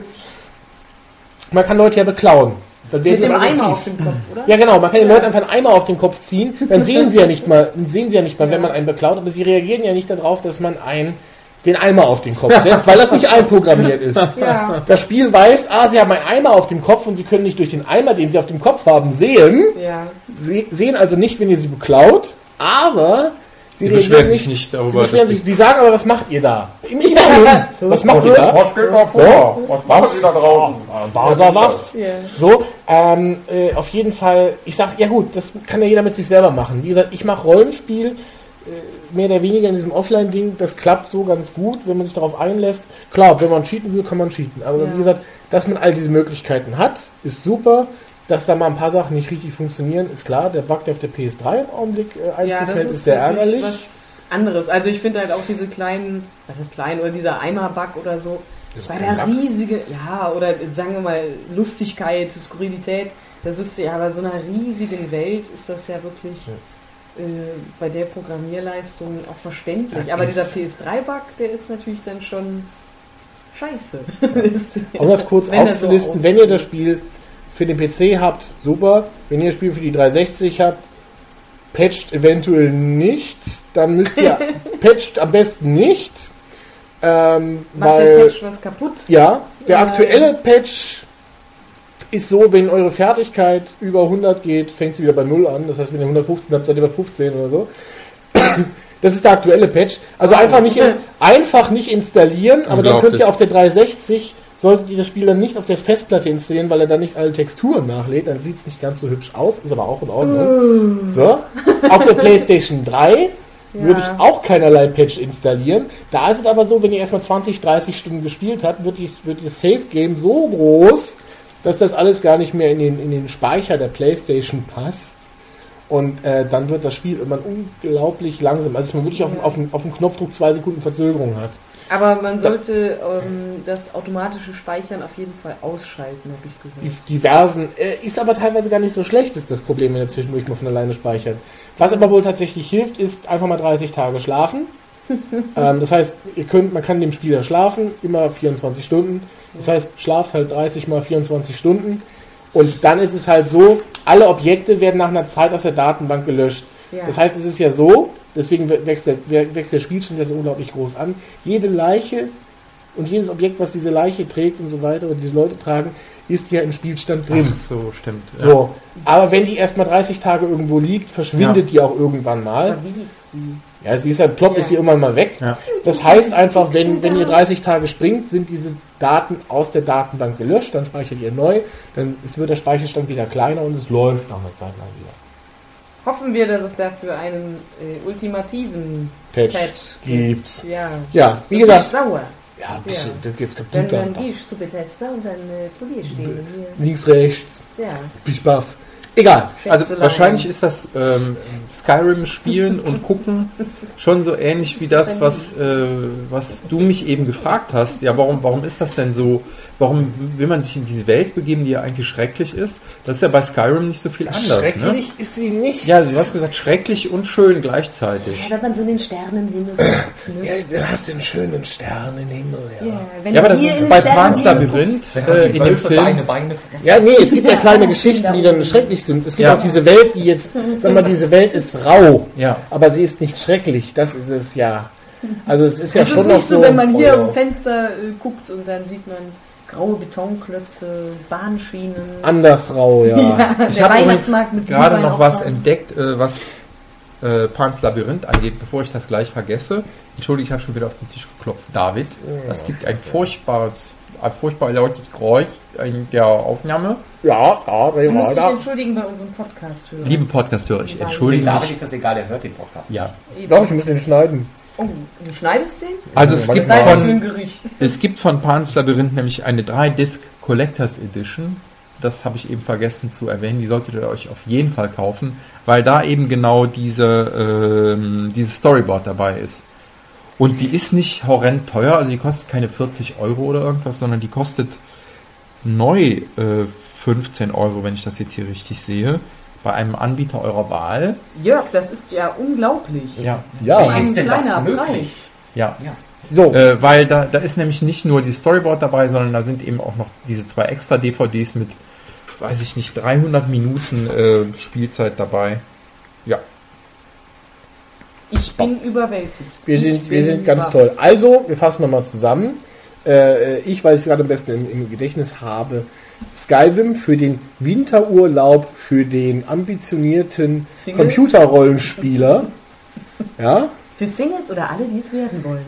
man kann Leute ja beklauen. Dann werden Mit die dem aggressiv. Eimer auf dem Kopf, oder? Ja genau, man kann den Ja. Leuten einfach einen Eimer auf den Kopf ziehen, dann sehen sie ja nicht mal, sehen sie ja nicht mal, wenn man einen beklaut, aber sie reagieren ja nicht darauf, dass man einen den Eimer auf den Kopf setzt, weil das nicht einprogrammiert ist. Ja. Das Spiel weiß, ah, sie haben einen Eimer auf dem Kopf und sie können nicht durch den Eimer, den sie auf dem Kopf haben, sehen. Ja. Sie sehen also nicht, wenn ihr sie beklaut, aber Sie, Sie reagieren beschweren sich nicht darüber. Sie, beschweren sich, dass sie sagen aber, was macht ihr da? Im Italien. Was macht ihr da? Was geht da vor? Was macht ihr da draußen? War da was? Ja. So, ähm, äh, auf jeden Fall, ich sag, ja gut, das kann ja jeder mit sich selber machen. Wie gesagt, ich mache Rollenspiel, äh, mehr oder weniger in diesem Offline-Ding, das klappt so ganz gut, wenn man sich darauf einlässt. Klar, wenn man cheaten will, kann man cheaten. Aber Ja. wie gesagt, dass man all diese Möglichkeiten hat, ist super. Dass da mal ein paar Sachen nicht richtig funktionieren, ist klar. Der Bug, der auf der P S drei im Augenblick äh, Ja, einzeln das fällt, ist, ist sehr wirklich ärgerlich. was anderes. Also ich finde halt auch diese kleinen, was ist klein, oder dieser Eimer-Bug oder so, ist bei kein der Bug. riesige, ja, oder sagen wir mal Lustigkeit, Skurrilität, das ist ja bei so einer riesigen Welt ist das ja wirklich Ja. äh, bei der Programmierleistung auch verständlich. Das Aber ist- dieser P S drei Bug, der ist natürlich dann schon scheiße. Um das kurz Wenn er so aufzulisten, wenn ihr das Spiel für den P C habt, super. Wenn ihr das Spiel für die dreihundertsechzig habt, patcht eventuell nicht. Dann müsst ihr patcht am besten nicht. Ähm, Macht der weil, Patch was kaputt? ja, der Ja. aktuelle Patch ist so, wenn eure Fertigkeit über hundert geht, fängt sie wieder bei null an. Das heißt, wenn ihr hundertfünfzehn habt, seid ihr bei fünfzehn oder so. Das ist der aktuelle Patch. Also einfach nicht, einfach nicht installieren, aber dann könnt ihr auf der dreihundertsechzig, solltet ihr das Spiel dann nicht auf der Festplatte installieren, weil er dann nicht alle Texturen nachlädt, dann sieht es nicht ganz so hübsch aus, ist aber auch in Ordnung. So. Auf der PlayStation drei würde ich auch keinerlei Patch installieren. Da ist es aber so, wenn ihr erstmal zwanzig, dreißig Stunden gespielt habt, wird, die, wird das Save-Game so groß, dass das alles gar nicht mehr in den, in den Speicher der PlayStation passt. Und äh, dann wird das Spiel irgendwann unglaublich langsam. Also dass man wirklich auf, Ja. auf, auf, auf den Knopfdruck zwei Sekunden Verzögerung hat. Aber man sollte ähm, das automatische Speichern auf jeden Fall ausschalten, habe ich Die gehört. diversen, äh, ist aber teilweise gar nicht so schlecht, ist das Problem, wenn er zwischendurch mal von alleine speichert. Was aber wohl tatsächlich hilft, ist einfach mal dreißig Tage schlafen. ähm, das heißt, ihr könnt, man kann dem Spieler schlafen, immer vierundzwanzig Stunden. Das heißt, schlaft halt dreißig mal vierundzwanzig Stunden. Und dann ist es halt so, alle Objekte werden nach einer Zeit aus der Datenbank gelöscht. Ja. Das heißt, es ist ja so, deswegen wächst der, wächst der Spielstand ja so unglaublich groß an. Jede Leiche und jedes Objekt, was diese Leiche trägt und so weiter, oder diese Leute tragen, ist ja im Spielstand drin. Ach, so, stimmt. Ja. So, aber wenn die erstmal dreißig Tage irgendwo liegt, verschwindet Ja. die auch irgendwann mal. Verwies die. Ja, sie ist halt plopp, Ja. ist sie irgendwann mal weg. Ja. Das heißt einfach, wenn, wenn ihr dreißig Tage springt, sind diese Daten aus der Datenbank gelöscht, dann speichert ihr neu, dann ist, wird der Speicherstand wieder kleiner und es läuft nach einer Zeit lang wieder. Hoffen wir, dass es dafür einen äh, ultimativen Patch, Patch gibt. Ja. Ja, wie Ich bin gesagt, sauer. ja, das, Ja. das geht's Dann, kaputt dann einfach. gehe ich zu Bethesda und dann äh, probiere ich den hier. Links, rechts, Ja. bis baff. Egal. Also Schätzelein. wahrscheinlich ist das ähm, Skyrim spielen und gucken schon so ähnlich wie das, was, äh, was du mich eben gefragt hast. Ja, warum, warum ist das denn so? Warum will man sich in diese Welt begeben, die ja eigentlich schrecklich ist? Das ist ja bei Skyrim nicht so viel anders. Ne? Schrecklich ist sie nicht. Ja, du hast gesagt, schrecklich und schön gleichzeitig. Wenn man so den Sternenhimmel guckt. Ne? Ja, du hast den schönen Sternenhimmel. Ja. Ja, wenn Ja, aber du das hier ist ins bei Sternenhimmel Pan's Labyrinth Wenn äh, die in dem Wölfe Film. deine Beine fressen. Ja, nee, es gibt ja kleine Ja, Geschichten, die da dann oben. schrecklich sind. Es gibt Ja. auch diese Welt, die jetzt, sag mal, diese Welt ist rau, Ja. aber sie ist nicht schrecklich. Das ist es ja. Also es ist ja Das schon ist noch nicht so, so. wenn man hier oh, aus dem Fenster äh, guckt und dann sieht man graue Betonklötze, Bahnschienen. anders rau, ja. Ja, Ich der habe übrigens Weihnachtsmarkt mit gerade Glühwein noch was aufmachen. entdeckt, äh, was äh, Pan's Labyrinth angeht, bevor ich das gleich vergesse. Entschuldige, ich habe schon wieder auf den Tisch geklopft. David, es gibt ein furchtbares, ein furchtbar lautes Geräusch in der Aufnahme. Ja, da, Du musst dich da. entschuldigen bei unserem Podcast-Hörer. Liebe Podcast-Hörer, ich Nein. entschuldige David mich. ist das egal, der hört den Podcast. Ja. Doch, ich muss den schneiden. Oh, du schneidest den? Also es Ja, gibt, Seid ihr für ein von, Gericht? es gibt von Pan's Labyrinth nämlich eine drei Disc Collectors Edition. Das habe ich eben vergessen zu erwähnen. Die solltet ihr euch auf jeden Fall kaufen, weil da eben genau diese, ähm, dieses Storyboard dabei ist. Und die ist nicht horrend teuer, also die kostet keine vierzig Euro oder irgendwas, sondern die kostet neu äh, fünfzehn Euro, wenn ich das jetzt hier richtig sehe, bei einem Anbieter eurer Wahl. Jörg, das ist ja unglaublich. Ja, Ja, Wie ist denn das kleiner möglich? Preis. ja. Ja. so. Äh, weil da, da ist nämlich nicht nur die Storyboard dabei, sondern da sind eben auch noch diese zwei extra D V Ds mit, weiß ich nicht, dreihundert Minuten äh, Spielzeit dabei. Ja. Ich bin überwältigt. Wir Ich sind, wir bin sind ganz baff. toll. Also, wir fassen nochmal zusammen. Äh, ich, weil ich es gerade am besten im, im Gedächtnis habe, Skyrim für den Winterurlaub, für den ambitionierten Single? Computerrollenspieler. Ja? Für Singles oder alle, die es werden wollen.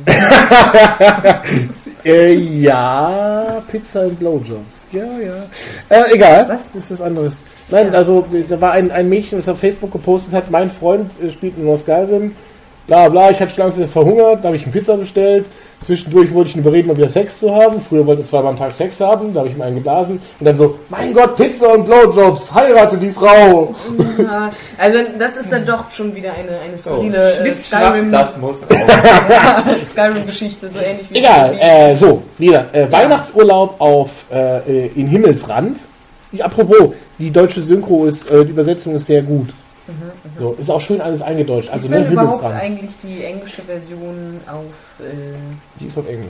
Äh, ja, Pizza und Blowjobs. Ja, ja. Äh, egal. Was? Das ist was anderes. Nein, also da war ein, ein Mädchen, das auf Facebook gepostet hat, mein Freund äh, spielt nur Skyrim, bla bla, ich hatte schon Angst, verhungert, da habe ich eine Pizza bestellt. Zwischendurch wollte ich ihn überreden, mal wieder Sex zu haben. Früher wollte er zweimal am Tag Sex haben, da habe ich ihm einen geblasen. Und dann so, mein Gott, Pizza und Blowjobs, heirate die Frau. Ja, also das ist dann doch schon wieder eine, eine So, skurrile äh, Schnipp, schnapp, Skyrim, das muss raus. Skyrim-Geschichte, so ähnlich wie Egal, wie- äh, so, wieder, äh, Weihnachtsurlaub auf, äh, in Himmelsrand. Ja, apropos, die deutsche Synchro ist, äh, die Übersetzung ist sehr gut. So, ist auch schön alles eingedeutscht. Also Ist ne, denn überhaupt Himmelsrand. eigentlich die englische Version auf... Äh, Die ist auf Englisch.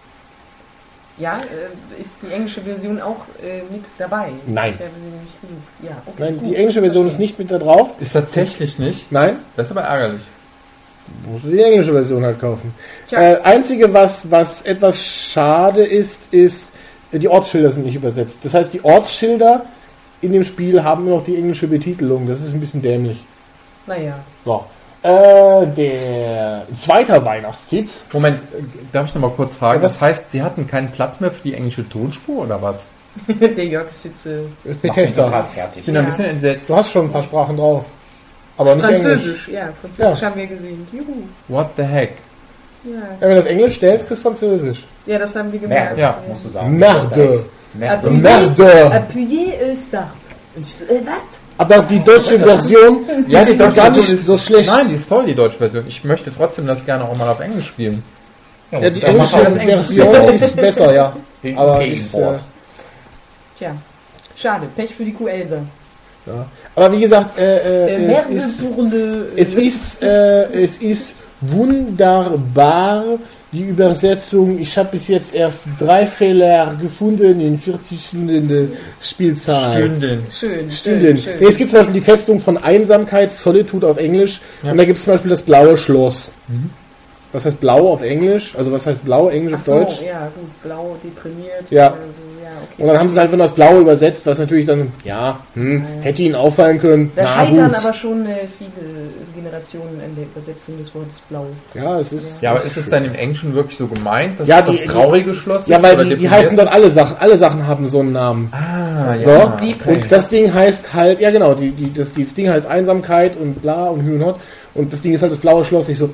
ja, äh, ist die englische Version auch äh, mit dabei? Nein. Ich habe sie nämlich gesucht. Ja, okay, Nein, gut, die englische Version ist verstehe. nicht mit da drauf. Ist tatsächlich nicht. Nein, Das ist aber ärgerlich. musst du die englische Version halt kaufen. Tja. Äh, einzige, was, was etwas schade ist, ist, äh, die Ortsschilder sind nicht übersetzt. Das heißt, die Ortsschilder in dem Spiel haben immer noch die englische Betitelung. Das ist ein bisschen dämlich. Naja. So. Äh, der zweite Weihnachtstipp. Moment, äh, darf ich noch mal kurz fragen? Ja, was- das heißt, Sie hatten keinen Platz mehr für die englische Tonspur oder was? Der Jörg ist jetzt... Äh, Bethesda. Gerade fertig. Ich bin Ja. ein bisschen entsetzt. Du hast schon ein paar Sprachen drauf. Aber nicht Englisch. Französisch, ja, Französisch Ja. haben wir gesehen. Juhu. What the heck? Ja. Ja, wenn du auf Englisch stellst, kriegst du Französisch. ja, das haben wir gemerkt. Ja, Musst du sagen. Merde. Merde. Merde. Appuyez äh, Start. Und ich so, äh, was? Aber die deutsche Version Ja, ist die deutsche gar nicht Version ist so schlecht. Nein, die ist toll, die deutsche Version. Ich möchte trotzdem das gerne auch mal auf Englisch spielen. Ja, die musst du englische machen. das Englisch Version ist besser, ja. Den Aber Gegenwort. ist, äh, Tja, schade. Pech für die Kuh Elsa. ja. Aber wie gesagt, äh, Äh, äh, es Merde ist, pour le... es ist, äh, es ist wunderbar. Die Übersetzung, ich habe bis jetzt erst drei Fehler gefunden in vierzig Stunden der Spielzeit. Stunden. Schön, Stunden. schön, schön. Nee, es gibt zum Beispiel die Festung von Einsamkeit, Solitude auf Englisch. Und da gibt es zum Beispiel das blaue Schloss. Was heißt blau auf Englisch? Also was heißt blau, Englisch Ach auf so, Deutsch? ja, gut, blau, deprimiert. Ja. Also, ja, okay. Und dann haben sie es halt von das Blaue übersetzt, was natürlich dann, ja, hm, hätte ihnen auffallen können. Da Na scheitern gut. aber schon äh, viele Generationen an der Übersetzung des Wortes blau. Ja, es ist. Ja, aber ist es dann im Englischen wirklich so gemeint, dass Ja, es das die- traurige Schloss Ja, ist? weil oder die, die deprimiert? heißen dort alle Sachen. Alle Sachen haben so einen Namen. Ah, So. ja. Die- okay. Und das Ding heißt halt, ja genau, die, die, das, das Ding heißt Einsamkeit und bla und Hü und Hot. Und das Ding ist halt das blaue Schloss. Ich so.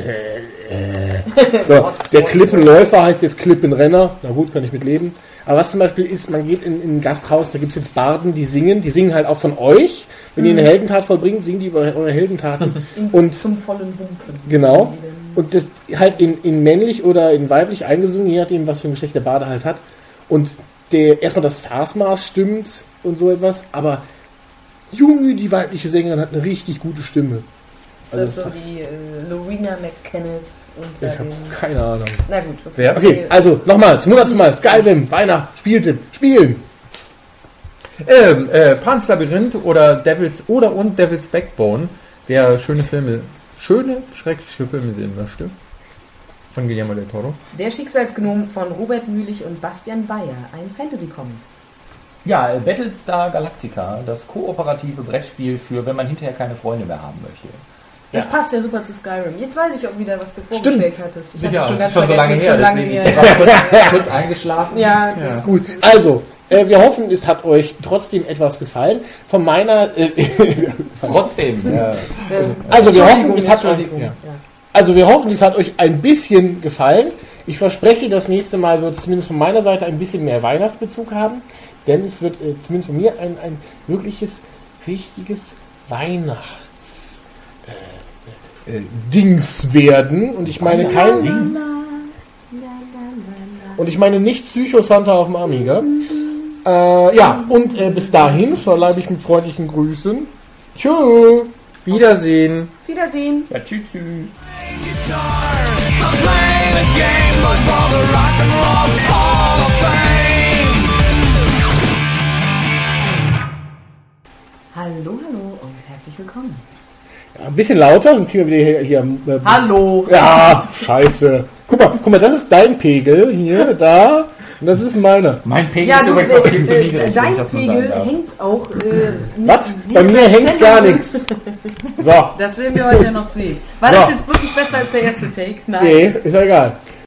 so, der Klippenläufer heißt jetzt Klippenrenner. Na gut, kann ich mit leben. Aber was zum Beispiel ist, man geht in, in ein Gasthaus, da gibt es jetzt Barden, die singen. Die singen halt auch von euch. Wenn ihr eine Heldentat vollbringt, singen die über eure Heldentaten. Und Zum vollen Humpfen. genau. Und das halt in, in männlich oder in weiblich eingesungen, je nachdem, was für ein Geschlecht der Bade halt hat. Und der erstmal das Versmaß stimmt und so etwas, aber Junge, die weibliche Sängerin hat eine richtig gute Stimme. Ist das so wie äh, Lorena McKennitt unter Ich habe den... keine Ahnung. Na gut, okay. Wer? Okay, also nochmal, zum hundertsten Mal, Skyrim, Weihnacht, Spieltipp, Spielen. Ähm, äh, Pan's Labyrinth oder Devil's oder und Devil's Backbone, wer schöne Filme, schöne, schreckliche Filme sehen möchte. Von Guillermo del Toro. Der Schicksalsgnom von Robert Mühlich und Bastian Bayer, ein Fantasy-Comic. Ja, äh, Battlestar Galactica, das kooperative Brettspiel für, wenn man hinterher keine Freunde mehr haben möchte. Das Ja. passt ja super zu Skyrim. Jetzt weiß ich auch wieder, was du vorgestellt Stimmt. hattest. Ich Ja, hatte das ist schon so lange ist her, schon lange deswegen her. ich war kurz, kurz eingeschlafen. Ja, Gut, also, äh, wir hoffen, es hat euch trotzdem etwas gefallen. Von meiner, äh, Trotzdem. Ja. also wir hoffen, Entschuldigung, es hat euch, Entschuldigung. ja. Ja. Also wir hoffen, es hat euch ein bisschen gefallen. Ich verspreche, das nächste Mal wird es zumindest von meiner Seite ein bisschen mehr Weihnachtsbezug haben, denn es wird äh, zumindest von mir ein, ein wirkliches, richtiges Weihnachts äh, äh, Dings werden. Und ich meine kein Dings. Und ich meine nicht Psycho Santa auf dem Amiga. Äh, ja, und äh, bis dahin verbleibe ich mit freundlichen Grüßen. Tschüss. Wiedersehen. Wiedersehen. Ja, tschüss, tschüss. I'm playing a game, but for the rock and roll Hall of Fame. Hallo, hallo und herzlich willkommen. Ja, ein bisschen lauter, dann kriegen wir wieder hier. hier äh, Hallo. Ja, scheiße. Guck mal, guck mal, das ist dein Pegel hier, da. Und das ist meine. Mein Pegel Ja, ist du, übrigens noch viel zu äh, niedrig, wenn dein ich das mal sagen Pegel darf. hängt auch. Äh, Was? mit Bei dieser mir hängt Stellung. gar nichts. So, Das werden wir heute noch sehen. War So. das jetzt wirklich besser als der erste Take? Nein. nee, ist ja egal.